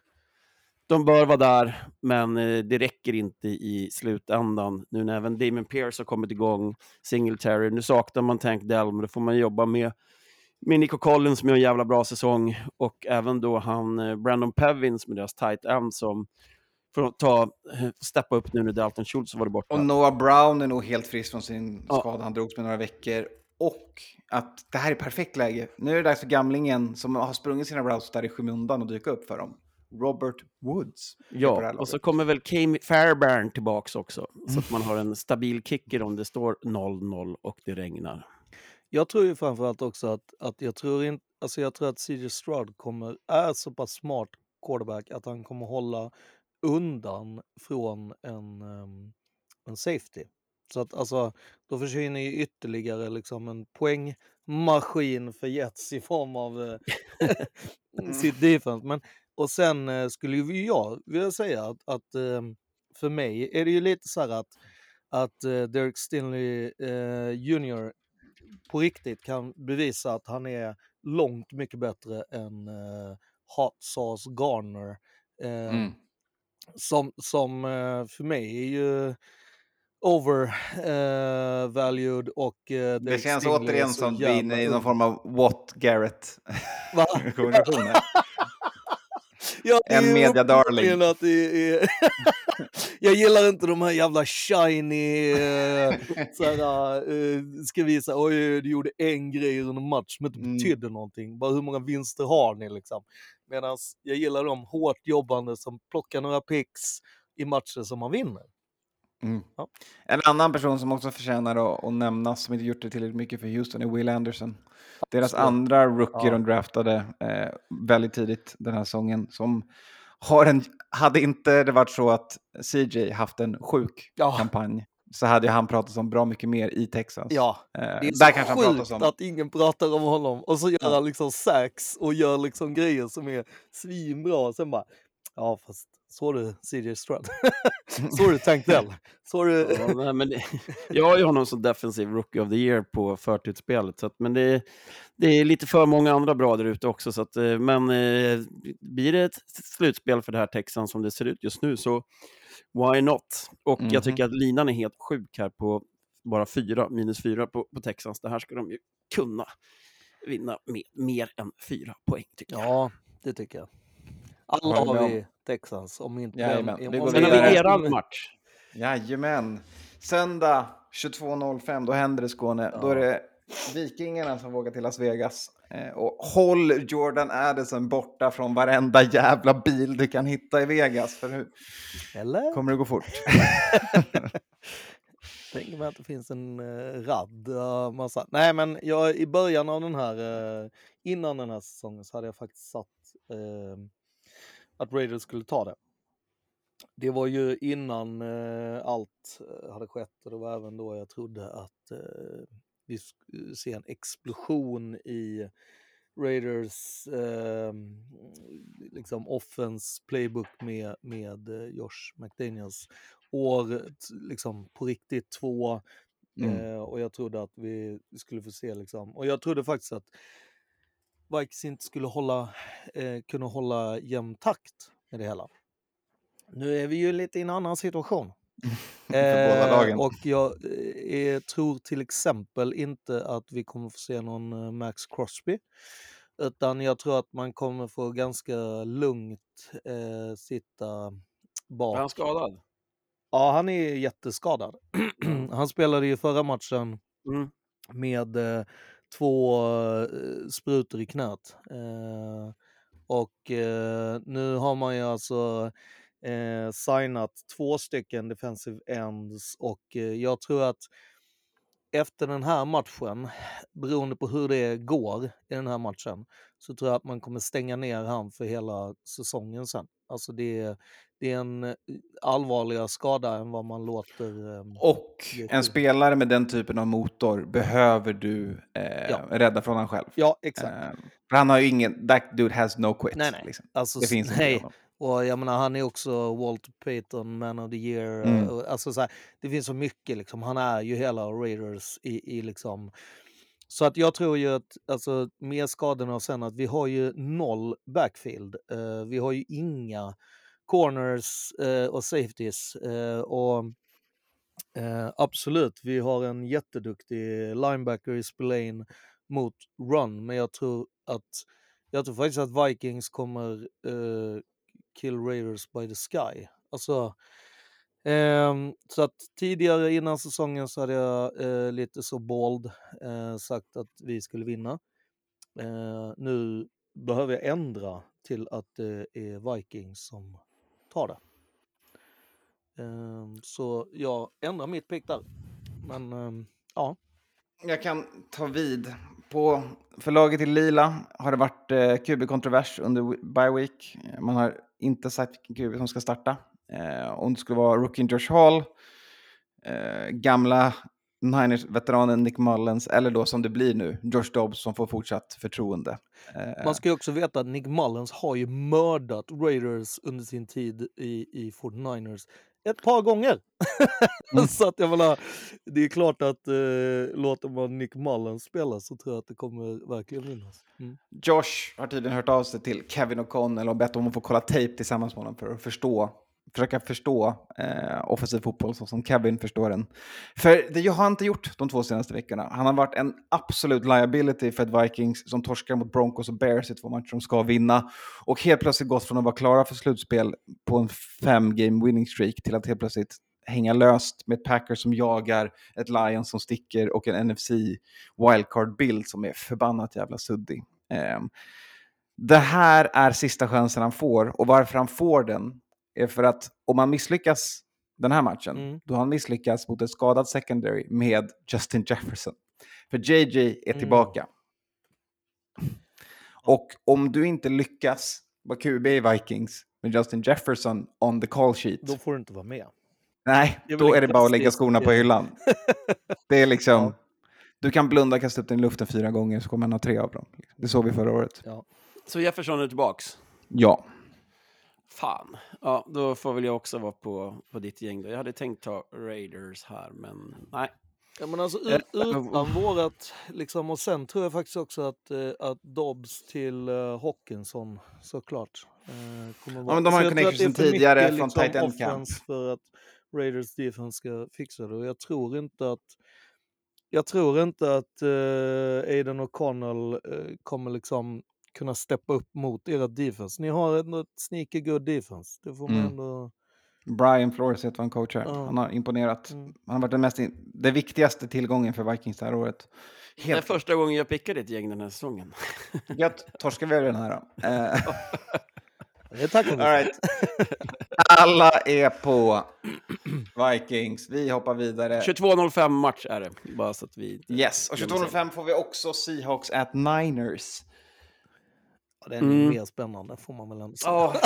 de bör vara där, men eh, det räcker inte i slutändan. Nu när även Damon Pierce har kommit igång, Singletary, nu saknar man Tank Dell, men då får man jobba med, med Nico Collins som gör en jävla bra säsong, och även då han eh, Brandon Pevins med deras tight end som får ta, eh, steppa upp nu när Dalton Schultz var borta. Och Noah Brown är nog helt frisk från sin Ja. skada. Han drogs med några veckor. Och att det här är perfekt läge. Nu är det dags för gamlingen som har sprungit sina routes där i skymundan och dyka upp för dem. Robert Woods. är på det här Ja, laget. och så kommer väl Cam Fairbairn tillbaks också, så att man har en stabil kicker om det står noll noll och det regnar. Jag tror ju framförallt också att, att jag tror inte, alltså jag tror att C J Stroud kommer, är så pass smart quarterback att han kommer hålla undan från en, um, en safety. Så att alltså, då försvinner ju ytterligare liksom en poängmaskin för Jets i form av eh, sitt defense. Men, och sen eh, skulle ju jag vilja säga att, att eh, för mig är det ju lite så här att, att eh, Derek Stingley eh, junior på riktigt kan bevisa att han är långt mycket bättre än eh, Hot Sauce Garner. Eh, Mm. Som, som eh, för mig är ju overvalued och eh, Det Derek känns Stingley är återigen så som vi är inne i jävla någon ung. form av Watt Garrett Va? kombination här. Ja, det En är media uppenbarligen darling. att det är... Jag gillar inte de här jävla shiny, eh, såhär, eh, ska visa, oj, du gjorde en grej under en match som inte Mm. betydde någonting. Bara hur många vinster har ni liksom? Medan jag gillar de hårt jobbande som plockar några picks i matcher som man vinner. Mm. Ja. En annan person som också förtjänar att, att nämnas, som inte gjort det tillräckligt mycket för Houston, är Will Anderson. Deras Absolut. andra rookie Ja. de draftade eh, väldigt tidigt den här säsongen. Som har en, hade inte det varit så att C J haft en sjuk Ja. kampanj, så hade han pratat om bra mycket mer i Texas. Ja, Eh, det är där så kanske han sjukt pratas om. att ingen pratar om honom. Och så gör Ja. han liksom sacks och gör liksom grejer som är svinbra. Och sen bara, Ja, fast såg du C J Stroud? Såg du Tank Dell? Såg du... Ja, nej, men det, jag har ju honom som defensive rookie of the year på förtidsspelet. Så att, men det, det är lite för många andra bra där ute också. Så att, eh, men eh, blir det ett slutspel för det här Texans som det ser ut just nu, så why not? Och Mhm. jag tycker att linan är helt sjuk här på bara fyra, minus fyra på, på Texans. Det här ska de ju kunna vinna med mer än fyra poäng, tycker jag. Ja, det tycker jag. Alla Håller med har om. vi Texans, om inte... Jajamän, om- vi om går vi- Sen har vi vidare. eran match. Jajamän. Söndag tjugotvå noll fem, då händer det i Skåne. Ja. Då är det Vikingarna som vågar till Las Vegas. Eh, och håll Jordan Addison borta från varenda jävla bil du kan hitta i Vegas. För nu Eller? kommer det gå fort. Tänker mig att det finns en uh, radd uh, massa. Nej, men jag, i början av den här, uh, innan den här säsongen, så hade jag faktiskt satt uh, att Raiders skulle ta det. Det var ju innan uh, allt uh, hade skett, och det var även då jag trodde att uh, vi skulle se en explosion i Raiders uh, liksom offense playbook med, med uh, Josh McDaniels. År liksom på riktigt två Mm. eh, och jag trodde att vi skulle få se liksom, och jag trodde faktiskt att Vikings inte skulle hålla eh, kunna hålla jämn takt med det hela. Nu är vi ju lite i en annan situation. För båda lagen. Och jag eh, tror till exempel inte att vi kommer få se någon eh, Max Crosby, utan jag tror att man kommer få ganska lugnt eh, sitta bak. Är han skadad? Ja, han är jätteskadad. Han spelade ju förra matchen Mm. med eh, två eh, sprutor i knät. Eh, och eh, nu har man ju alltså eh, signat två stycken defensive ends, och eh, jag tror att efter den här matchen, beroende på hur det går i den här matchen, så tror jag att man kommer stänga ner han för hela säsongen sen. Alltså det är, det är en allvarligare skada än vad man låter... ehm, Och det är en sjukt. spelare med den typen av motor behöver du eh, Ja. rädda från han själv. Ja, exakt. Eh, för han har ju ingen... That dude has no quit. Nej, nej. Liksom. Alltså, Det finns inte nej. i honom. Och jag menar, han är också Walter Payton, Man of the Year. Mm. och- Alltså, så här, det finns så mycket. Liksom. Han är ju hela Raiders i, i liksom... Så att jag tror ju att, alltså, med skadorna och sen att vi har ju noll backfield. Eh, vi har ju inga corners eh, och safeties. Eh, och eh, absolut, vi har en jätteduktig linebacker i Spillane mot run, men jag tror att jag tror faktiskt att Vikings kommer eh, kill Raiders by the sky. Alltså, ehm, så att tidigare innan säsongen så hade jag eh, lite så bold eh, sagt att vi skulle vinna. Eh, nu behöver jag ändra till att det är Vikings som tar det. Ehm, så jag ändrar mitt pick där. Men ehm, ja. Jag kan ta vid. På, för laget i Lila har det varit eh, Q B-kontrovers under bye week. Man har inte sagt vilken Q B som ska starta. Eh, om det skulle vara rookie Josh Hall, eh, gamla Niners-veteranen Nick Mullens, eller då som det blir nu, Josh Dobbs som får fortsatt förtroende. Eh, Man ska ju också veta att Nick Mullens har ju mördat Raiders under sin tid i, i forty-niners ett par gånger. Mm. Så att jag menar, det är klart att eh, låter man Nick Mullens spela så tror jag att det kommer verkligen vinnas. Mm. Josh har tydligen hört av sig till Kevin O'Connell och bett om att få kolla tape tillsammans med honom för att förstå, försöka förstå eh, offensiv fotboll så som Kevin förstår den. För det har han inte gjort de två senaste veckorna. Han har varit en absolut liability för ett Vikings som torskar mot Broncos och Bears i två matcher som ska vinna. Och helt plötsligt gått från att vara klara för slutspel på en fem game winning streak till att helt plötsligt hänga löst med ett Packers som jagar, ett Lions som sticker och en N F C wildcard-bild som är förbannat jävla suddig. Um, det här är sista chansen han får, och varför han får den är för att om man misslyckas den här matchen, Mm. då har han misslyckats mot ett skadad secondary med Justin Jefferson. För J J är Mm. tillbaka. Och om du inte lyckas vara Q B i Vikings med Justin Jefferson on the call sheet, Då får du inte vara med. nej, Det är väl då en är det bara att lägga klassisk- skorna på hyllan. Det är liksom, Ja. du kan blunda och kasta upp den i luften fyra gånger så kommer han ha tre av dem. Det såg vi förra året. Ja. Så Jefferson är tillbaks. Ja. Fan. Ja, då får väl jag också vara på, på ditt gäng då. Jag hade tänkt ta Raiders här, men nej. Ja, men alltså ut, utan vårat, liksom, och sen tror jag faktiskt också att, eh, att Dobbs till eh, Hawkinson, såklart. Eh, kommer vara. Ja, men de har Så en jag tror att connection det är för tidigare mycket, från liksom, tight end camp. offense för att Raiders defense ska fixa det. Och jag tror inte att jag tror inte att eh, Aiden O'Connell eh, kommer liksom kunna steppa upp mot era defense. Ni har ett, ett sneaky good defense. Det får man Mm. ändå... Brian Flores heter han coach här. Ja. Han har imponerat. Mm. Han har varit den mest in- det viktigaste tillgången för Vikings det här året. Det är Helt första gången jag pickade ett gäng den här säsongen. gött. Torskar vi över den här då? Eh, Det tackar vi. all right. Alla är på Vikings. Vi hoppar vidare. tjugotvå noll fem match är det. Bara så att vi... Yes, och tjugotvå noll fem får vi också Seahawks at Niners. Ja, den är Mm. mer spännande, får man väl ändå säga. Ja,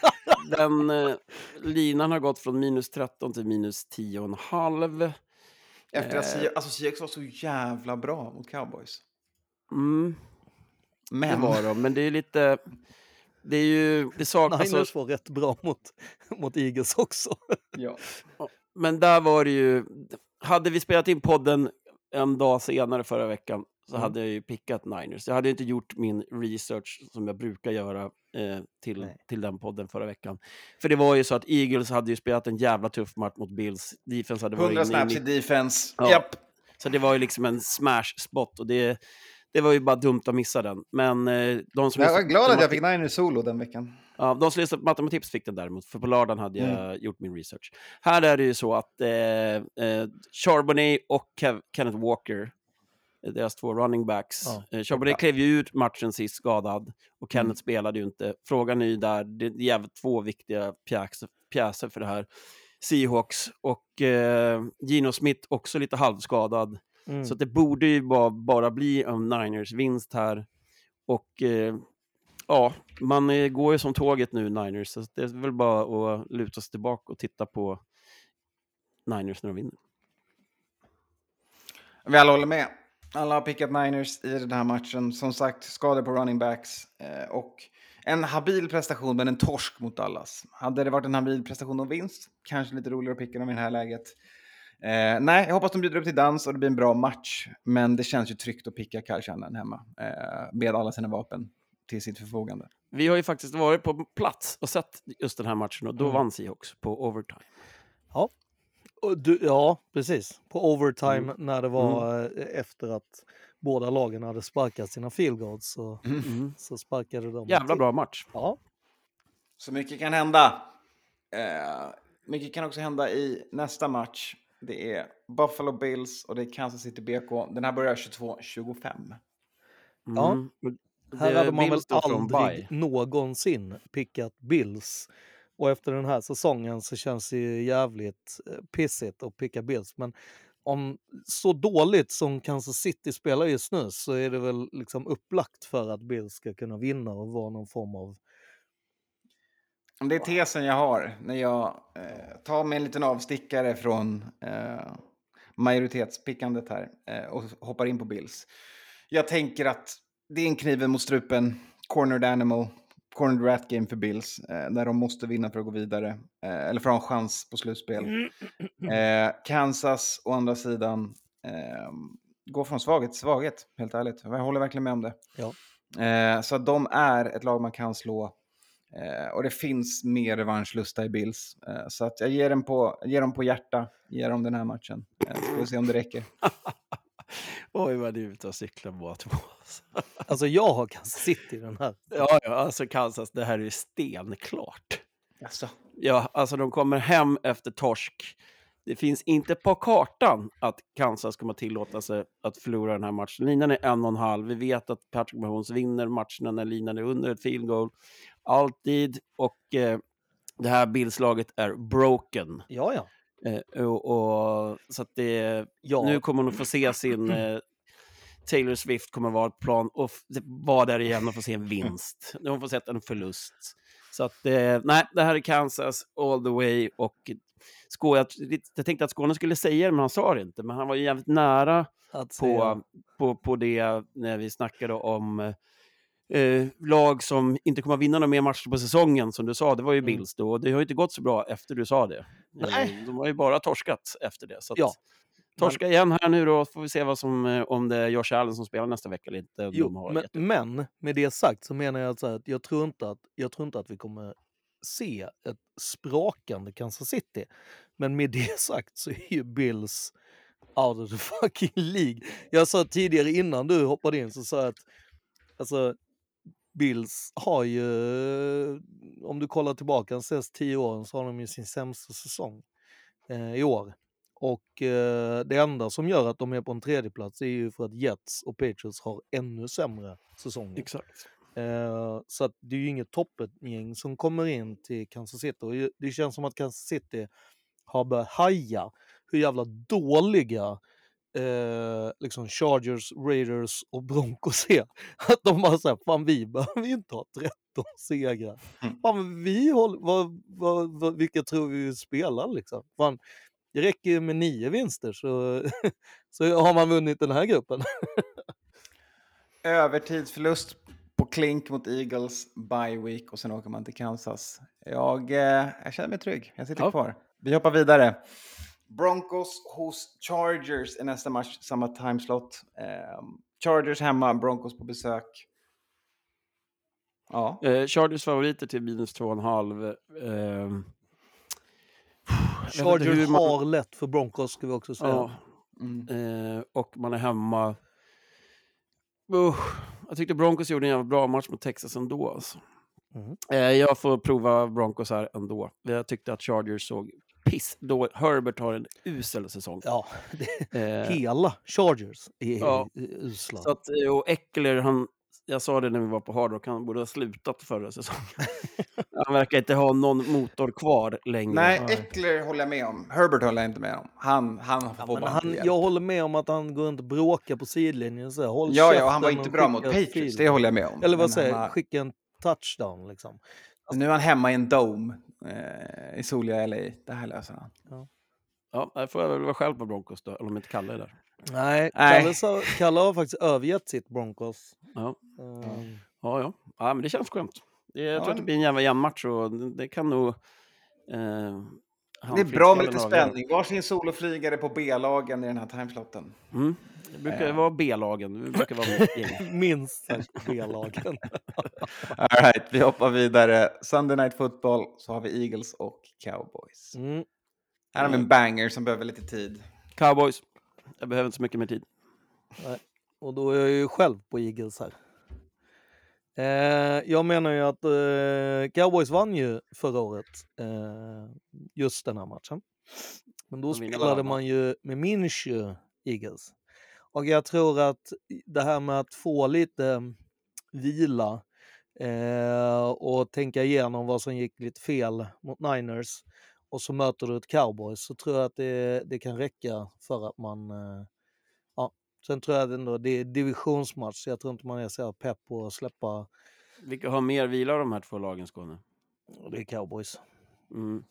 den eh, linan har gått från minus tretton till minus tio och en halv. Efter att Eh. Seahawks, alltså Seahawks var så jävla bra mot Cowboys. Mm, det Men var de, men det är lite... Det är ju... Det saknas... Niners Alltså, var rätt bra mot, mot Eagles också. ja. men där var det ju... Hade vi spelat in podden en dag senare förra veckan så Mm. hade jag ju pickat Niners. Jag hade inte gjort min research som jag brukar göra eh, till, Nej. till den podden förra veckan. För det var ju så att Eagles hade ju spelat en jävla tuff match mot Bills. Defense hade varit hundra inne snaps i i defense. Ja. Japp. Så det var ju liksom en smash spot och det, det var ju bara dumt att missa den. Men eh, de som Jag var lyssnade- glad att jag fick Niners solo den veckan. Ja, de som lyssnade på Matematips fick den däremot, för på lördagen hade jag Mm. gjort min research. Här är det ju så att eh, eh, Charbonnet och Kev- Kenneth Walker, eh, deras två running backs, Ja. eh, Charbonnet klev ju ut matchen sist skadad och Kenneth Mm. spelade ju inte. Frågan är ju där, det är jävligt två viktiga pjäser, pjäser för det här. Seahawks och eh, Gino Smith också lite halvskadad. Mm. Så att det borde ju bara, bara bli en Niners-vinst här. Och eh, ja, man eh, går ju som tåget nu, Niners. Så det är väl bara att luta sig tillbaka och titta på Niners när de vinner. Vi alla håller med. Alla har pickat Niners i den här matchen. Som sagt, skador på running backs. Eh, och en habil prestation, men en torsk mot Dallas. Hade det varit en habil prestation och vinst, kanske lite roligare att picka dem i det här läget. Eh, nej, jag hoppas de bjuder upp till dans och det blir en bra match. Men det känns ju tryggt att picka Kyle Shanahan hemma. Eh, med alla sina vapen till sitt förfogande. Vi har ju faktiskt varit på plats och sett just den här matchen och då Mm. vann Seahawks på overtime. Ja. Och du, ja, precis. På overtime Mm. när det var eh, efter att båda lagen hade sparkat sina field goals så, Mm. så sparkade de. Jävla till. bra match. Ja. Så mycket kan hända. Eh, mycket kan också hända i nästa match. Det är Buffalo Bills och det är Kansas City B K. Den här börjar tjugotvå tjugofem. Ja. Mm. Här Det- hade man väl Bills då från aldrig bye. någonsin pickat Bills. Och efter den här säsongen så känns det ju jävligt eh, pissigt att picka Bills. Men om så dåligt som Kansas City spelar just nu så är det väl liksom upplagt för att Bills ska kunna vinna och vara någon form av... Det är tesen jag har när jag eh, tar mig en liten avstickare från eh, majoritetspickandet här eh, och hoppar in på Bills. Jag tänker att det är en kniven mot strupen, cornered animal, cornered rat game för Bills, eh, där de måste vinna för att gå vidare, eh, eller för att ha en chans på slutspel. Eh, Kansas, å andra sidan, eh, går från svaghet till svaghet, helt ärligt. Jag håller verkligen med om det. Ja. Eh, så att de är ett lag man kan slå. Eh, och det finns mer revanschlusta i Bills. Eh, så att jag ger dem på, ger dem på hjärta, ger dem den här matchen. Eh, så får vi se om det räcker. Oj, vad du är ute och cyklar båda två. Alltså jag har Kansas City i den här. Ja, ja, alltså Kansas, det här är ju stenklart. Alltså. Ja, alltså de kommer hem efter torsk. Det finns inte på kartan att Kansas kommer tillåta sig att förlora den här matchen. Linan är en och en halv. Vi vet att Patrick Mahomes vinner matcherna när linan är under ett field goal. Alltid. Och eh, det här Bills-laget är broken. Ja, ja. Eh, och, och, så att det, Ja. nu kommer hon att få se sin... Eh, Taylor Swift kommer vara på plan och f- vara där igen och få se en vinst. Nu har hon fått sett en förlust. Så att, eh, nej, det här är Kansas all the way. Och Skåne, jag, jag tänkte att Skåne skulle säga det, men han sa det inte. Men han var ju jävligt nära Att säga, på, på, på det när vi snackade om eh, lag som inte kommer att vinna några mer matcher på säsongen, som du sa, det var ju Mm. Bills då. Och det har ju inte gått så bra efter du sa det. Nej. Eh, de har ju bara torskat efter det. Så att, Ja. torska igen här nu då, får vi se vad som, eh, om det är Josh Allen som spelar nästa vecka eller inte. Jo, De har men, jätte- men med det sagt så menar jag så här att jag tror inte att, jag tror inte att vi kommer se ett sprakande Kansas City. Men med det sagt så är ju Bills out of the fucking League. Jag sa tidigare innan du hoppade in så sa jag att alltså, Bills har ju, om du kollar tillbaka de senaste tio åren så har de ju sin sämsta säsong eh, i år. Och eh, det enda som gör att de är på en tredje plats är ju för att Jets och Patriots har ännu sämre säsonger. Exakt. Eh, så att det är ju inget toppgäng som kommer in till Kansas City. Och ju- det känns som att Kansas City har börjat haja hur jävla dåliga eh, liksom Chargers, Raiders och Broncos är. Att de bara säger, fan vi behöver inte ha tretton segrar. Mm. Fan vi håller, vad, vad, vad, vilka tror vi spelar liksom? Fan, det räcker ju med nio vinster så, så har man vunnit den här gruppen. Övertidsförlust på klink mot Eagles, bye week och sen åker man till Kansas. Jag, eh, jag känner mig trygg. Jag sitter Ja. kvar. Vi hoppar vidare. Broncos hos Chargers i nästa match, samma timeslot. Eh, Chargers hemma, Broncos på besök. Ja. Eh, Chargers favoriter till minus två och en halv. Eh, jag vet inte Chargers hur man- har lätt för Broncos ska vi också säga. Ja, Mm. eh, och man är hemma. Uh, jag tyckte Broncos gjorde en jävla bra match mot Texas ändå. Alltså. Mm. Eh, jag får prova Broncos här ändå. Jag tyckte att Chargers såg piss. Då Herbert har en usel säsong. Ja, det, Eh, hela Chargers är Ja. usla. så att, eh, och Eckler, han, jag sa det när vi var på Hard Rock, han borde ha slutat förra säsongen. Han verkar inte ha någon motor kvar längre. Nej, Eckler håller jag med om. Herbert håller jag inte med om. Han, han får Ja, bara men inte han, hjälp. jag håller med om att han går inte och bråkar på sidlinjen. Så här, håll Ja, ja, och han var käften inte och bra mot skicka Patriots. fil. Det håller jag med om. Eller vad Men säger han jag? har- Skicka en touchdown liksom. Nu är han hemma i en dome eh, i soliga L A. Det här löser han. Ja, där får jag väl vara själv på Broncos då, eller om inte Kalle är där. Nej, Nej. Kalle, sa, Kalle har faktiskt övergett sitt Broncos. Ja, Ehm, ja, ja. ja men det känns skönt. Det, jag Ja, tror att det men- blir en jävla jämn match och det, det kan nog... Eh, Det är bra med lite handflygsskallen avgöra. spänning. Varsin soloflygare på B-lagen i den här timeslotten. Mm. Det brukar Eh. vara B-lagen. Det brukar vara mitt gäng. minst sagt B-lagen. All right, vi hoppar vidare. Sunday Night Football, så har vi Eagles och Cowboys. Mm. Här har vi en banger som behöver lite tid. Cowboys. Jag behöver inte så mycket mer tid. Och då är jag ju själv på Eagles här. Eh, jag menar ju att eh, Cowboys vann ju förra året eh, just den här matchen. Men då De vinner spelade varandra. man ju med Minshew Eagles. Och jag tror att det här med att få lite vila eh, och tänka igenom vad som gick lite fel mot Niners och så möter du ett Cowboys så tror jag att det, det kan räcka för att man eh, ja, sen tror jag ändå det är divisionsmatch så jag tror inte man är så här pepp på att släppa. Vilka har mer vila av de här två lagen, Skåne? Det är Cowboys. Mm.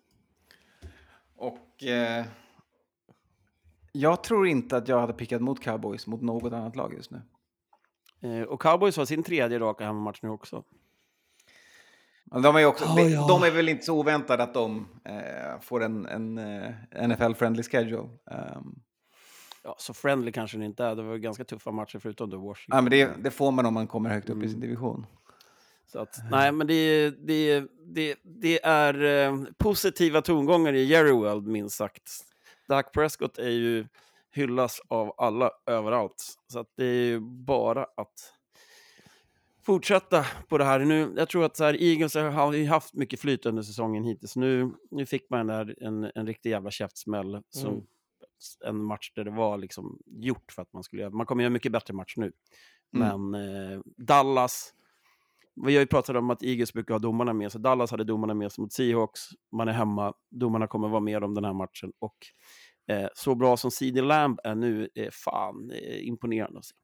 Och eh, jag tror inte att jag hade pickat mot Cowboys mot något annat lag just nu. Eh, och Cowboys har sin tredje raka hemmamatch nu också. Men De är, ju också, Ja, de, ja. de är väl inte så oväntade att de eh, får en, en eh, N F L-friendly schedule. Um, Ja, så friendly kanske det inte är. Det var ganska tuffa matcher förutom då Washington. ja, men det, det får man om man kommer högt upp Mm. i sin division. Så att, nej, men det, det, det, det är eh, positiva tongångar i Jerry World, minst sagt. Dak Prescott är ju hyllas av alla överallt. Så att det är ju bara att fortsätta på det här. Nu, jag tror att så här, Eagles har ju haft mycket flyt under säsongen hittills. Nu, nu fick man där en, en riktig jävla käftsmäll. Som, Mm. En match där det var liksom gjort för att man skulle göra. Man kommer göra en mycket bättre match nu. Mm. Men eh, Dallas... Vi har ju pratat om att Eagles brukar ha domarna med sig. Dallas hade domarna med sig mot Seahawks. Man är hemma. Domarna kommer vara med om den här matchen. Och eh, så bra som C D Lamb är nu är fan eh, imponerande att se.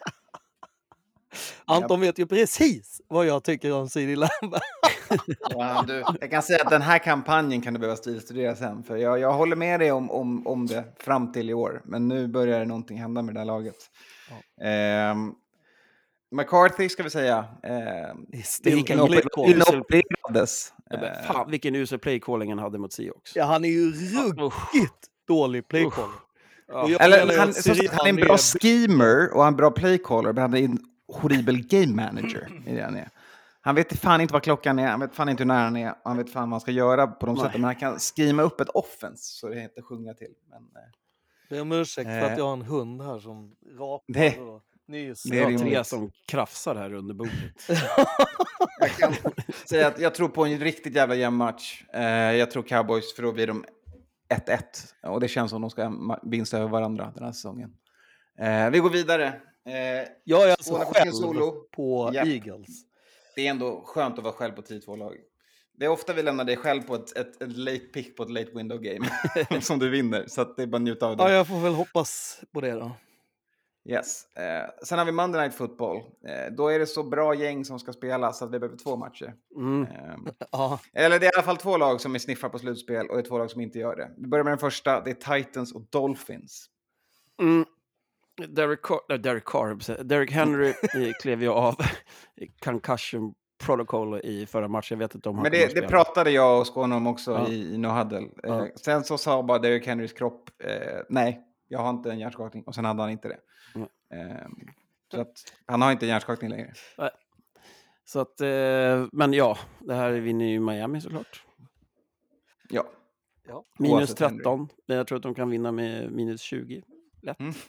Anton vet ju precis vad jag tycker om C D Lamb. Ja, du, jag kan säga att den här kampanjen kan du behöva stilstudera sen. För jag, jag håller med dig om, om, om det fram till i år. Men nu börjar det någonting hända med det här laget. Ehm, McCarthy ska vi säga. Eh, Still Vilken play jävla call. usel- Inopererades. Ja, men Eh, fan, vilken usel playcalling han hade mot Seahawks. Ja, han är ju ruggigt dålig playcaller. Ja. Och jag Eller menar ju han, att som sagt, Sirianni han är en är- bra schemer och han är en bra playcaller, men han är en horribel game manager. I det han, är. Han vet fan inte vad klockan är, han vet fan inte hur nära han är, och han vet fan vad man ska göra på de Nej. sätten, men han kan skrima upp ett offense så det heter sjunga till. Men, eh, Ber om ursäkt för Eh. att jag har en hund här som rapar Det- och nyser. det Det är är rimligt. tre som krafsar här under bordet. jag kan säga att jag tror på en riktigt jävla jämn match. Eh, jag tror Cowboys, för då blir de ett ett. Och det känns som de ska ma- vinsta över varandra den här säsongen. Eh, vi går vidare. Eh, Jag är alltså Skåne på själv sin solo. på Japp. Eagles. Det är ändå skönt att vara själv på tio två-lag. Det är ofta vi lämnar dig själv på ett, ett, ett late pick på ett late window game. som du vinner. Så att det är bara att njuta av det. Ja, jag får väl hoppas på det då. Yes. Eh, sen har vi Monday Night Football. Eh, då är det så bra gäng som ska spela så att vi behöver två matcher. Mm. Eh, Ja, eller det är i alla fall två lag som är sniffar på slutspel och det är två lag som inte gör det. Vi börjar med den första. Det är Titans och Dolphins. Mm. Derek, Car- äh, Derek Carr, Derek Henry eh, klev ju av concussion protocol i förra matchen. Jag vet inte om han Men kommer det, att det spela. pratade jag och Skåne om också Ja. i, i No Huddle. Eh, Ja. Sen så sa bara Derek Henrys kropp, eh, nej, jag har inte en hjärnskakning. Och sen hade han inte det. Mm. Eh, så att han har inte en hjärnskakning längre. Så att, eh, men ja, det här vinner ju Miami såklart. Ja. ja. Minus Oavsett Henry. tretton. Men jag tror att de kan vinna med minus tjugo. Lätt. Mm.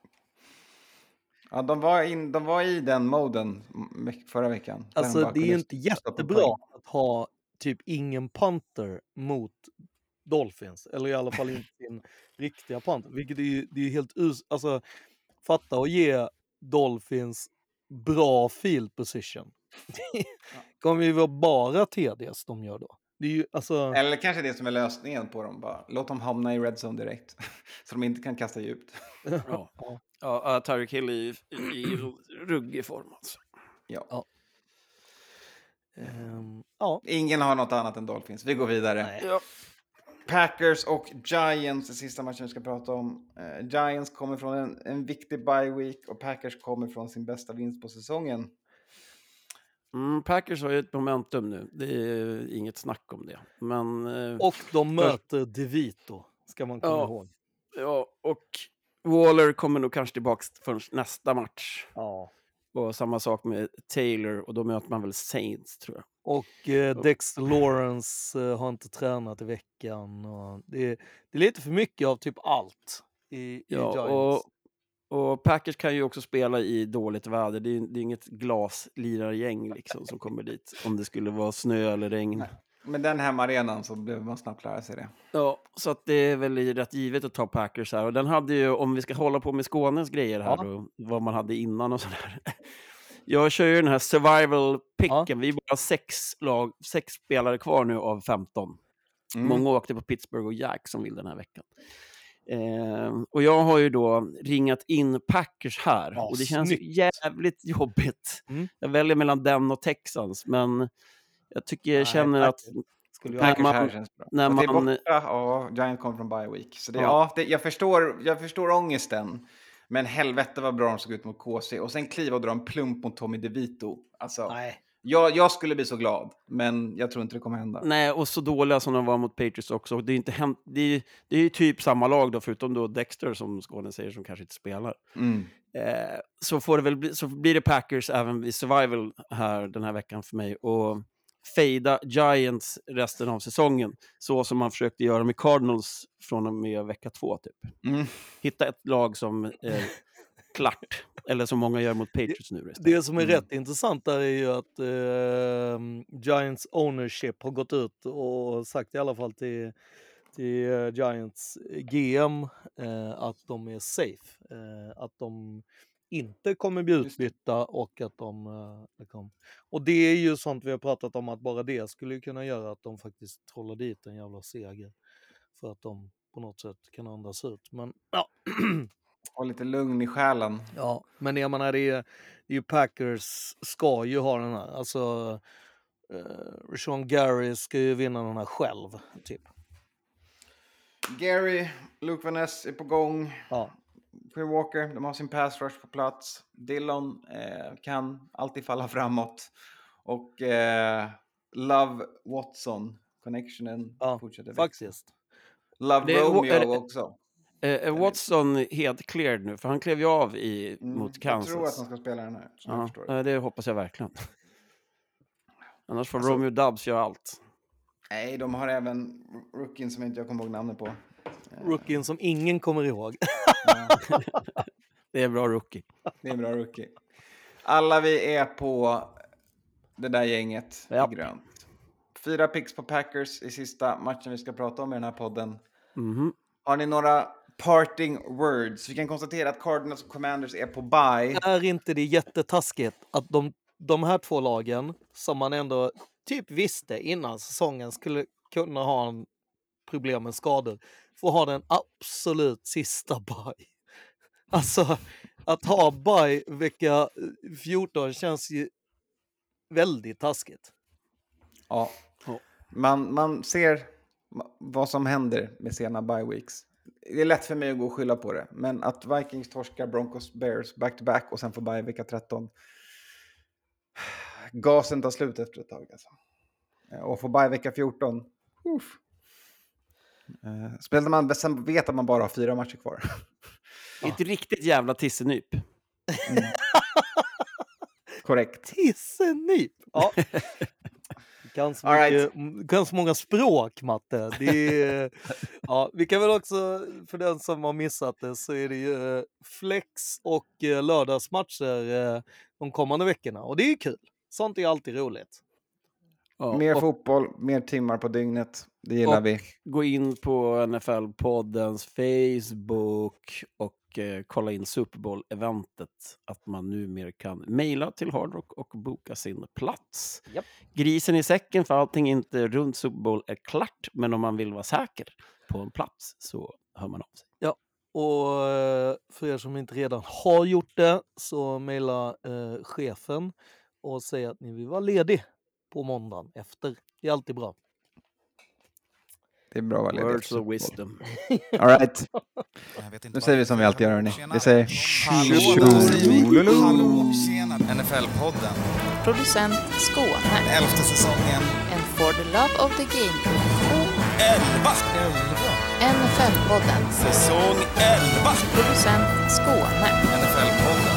Ja, de var, in, de var i den moden m- förra veckan. Där de Alltså bara det är kunde ju inte stoppa jättebra poäng. att ha typ ingen punter mot Dolphins. Eller i alla fall inte sin riktiga punter. Vilket är ju, det är ju helt us... Alltså, fatta att ge Dolphins bra field position. Det kommer ju vara bara T Ds de gör då. Det är ju alltså... Eller kanske det som är lösningen på dem. Bara. Låt dem hamna i red zone direkt. Så de inte kan kasta djupt. Ja, ja uh, Tyreek Hill i, i, i ruggig form alltså. Ja. ehm, ja. Ingen har något annat än Dolphins. Vi går vidare. Nej. Ja. Packers och Giants är sista matchen vi ska prata om. Eh, Giants kommer från en, en viktig bye week och Packers kommer från sin bästa vinst på säsongen. Mm, Packers har ju ett momentum nu. Det är inget snack om det. Men, eh, Och de möter DeVito, ska man komma Ja. ihåg. ja, och Waller kommer nog kanske tillbaka för nästa match. Ja. Och samma sak med Taylor. Och då möter man väl Saints, tror jag. Och eh, Dexter Lawrence eh, har inte tränat i veckan. Och det, är, det är lite för mycket av typ allt i, i Ja, Giants. och, och Packers kan ju också spela i dåligt väder. Det är, det är inget glaslirargäng liksom som kommer dit. Om det skulle vara snö eller regn. Nej. Men den här arenan så behöver man snabbt lära sig det. Ja, så att det är väl rätt givet att ta Packers här. Och den hade ju, om vi ska hålla på med Skånes grejer här Ja. då, vad man hade innan och sådär. Jag kör ju den här survival-picken. Ja. Vi är bara sex, lag, sex spelare kvar nu av femton. Mm. Många åkte på Pittsburgh och Jack som vill den här veckan. Eh, och jag har ju då ringat in Packers här. Ja, och det känns snyggt. jävligt jobbigt. Mm. Jag väljer mellan den och Texans. Men jag tycker jag Nej, känner att Packers. Skulle jag... Nej, Packers man- här känns bra. när Och det är man- borta, ja, Giants kommer från bye week. Så det, Ja. ja. det, jag, förstår, jag förstår ångesten. Men helvete vad bra de såg ut mot K C. Och sen kliva och dra en plump mot Tommy DeVito. Alltså, Nej. jag, jag skulle bli så glad. Men jag tror inte det kommer hända. Nej, och så dåliga som de var mot Patriots också. Det är inte hänt, det är, det är ju typ samma lag då, förutom då Dexter som Skåne säger som kanske inte spelar. Mm. Eh, så får det väl bli, så blir det Packers även vid survival här den här veckan för mig och fejda Giants resten av säsongen så som man försökte göra med Cardinals från och med vecka två typ. Mm. Hitta ett lag som är klart eller som många gör mot Patriots nu. istället. Det som är Mm. rätt intressant där är ju att eh, Giants ownership har gått ut och sagt i alla fall till, till eh, Giants G M eh, att de är safe. Eh, att de inte kommer bli Just det. utbytta och att de... Eh, liksom. Och det är ju sånt vi har pratat om att bara det skulle ju kunna göra att de faktiskt trollar dit en jävla seger. För att de på något sätt kan andas ut. Men ja... Och lite lugn i själen. Ja, men jag menar det är, det är ju Packers ska ju ha den här. Alltså, uh, Rashawn Gary ska ju vinna den här själv, typ. Gary, Luke Van Ness är på gång. Ja. Quay Walker, de har sin pass rush på plats. Dillon eh, kan alltid falla framåt. Och eh, Love Watson, connectionen Ja, fortsätter. faktiskt. Love Det är- Romeo är- också. Eh, är Watson helt cleared nu? För han klev ju av i, Mm, mot jag Kansas. tror att han ska spela den här, som jag Ja, förstår det. eh, det hoppas jag verkligen. Annars får Alltså- Romeo Doubs göra allt. Nej, de har även rookien som inte jag kommer ihåg namnet på. Rookien som ingen kommer ihåg. Ja, Det är bra rookie. det är en bra rookie. Alla vi är på det där gänget Ja. i grönt. Fyra picks på Packers i sista matchen vi ska prata om i den här podden. Mhm. Har ni några parting words? Vi kan konstatera att Cardinals och Commanders är på bye. Är inte det jättetaskigt att de, de här två lagen, som man ändå typ visste innan säsongen skulle kunna ha en problem med skador, får ha den absolut sista bye? Alltså, att ha bye vecka fjorton känns ju väldigt taskigt. Ja. Ja. Man, man ser ma- vad som händer med sena bye weeks. Det är lätt för mig att gå och skylla på det. Men att Vikings torskar Broncos Bears back-to-back och sen får bye vecka tretton. Gasen tar slut efter ett tag. Alltså. Och får bye vecka fjorton. Uff. Uh, spelar man sen vet att man bara har fyra matcher kvar. Ett riktigt jävla tissenyp. Korrekt. Tissenyp! Ja. Ganska, All mycket, ganska många språk, Matte. Det är, ja, vi kan väl också, för den som har missat det, så är det ju eh, flex och eh, lördagsmatcher eh, de kommande veckorna. Och det är ju kul. Sånt är alltid roligt. Ja, Mer och fotboll, mer timmar på dygnet. Det gillar Och- vi. gå in på N F L-poddens Facebook och eh, kolla in Super Bowl-eventet. Att man numera kan mejla till Hard Rock och boka sin plats. Japp. Grisen i säcken, för allting inte runt Super Bowl är klart. Men om man vill vara säker på en plats så hör man av sig. Och eh, för er som inte redan har gjort det, så mejla eh, chefen och säg att ni vill vara ledig på måndagen efter. Det är alltid bra. Det är bra att vara ledig Words efter of Super Bowl. wisdom. All right. Jag vet inte Nu vad- säger vi som vi alltid gör, hörni. Tjena. Vi säger Hallå, tjo- då säger vi tjololo. hallå, tjena. N F L-podden. Producent Skåne. Elfte säsongen. En For the Love of the Game. elva! N F L-podden. Säsong elva! Producent Skåne. N F L-podden.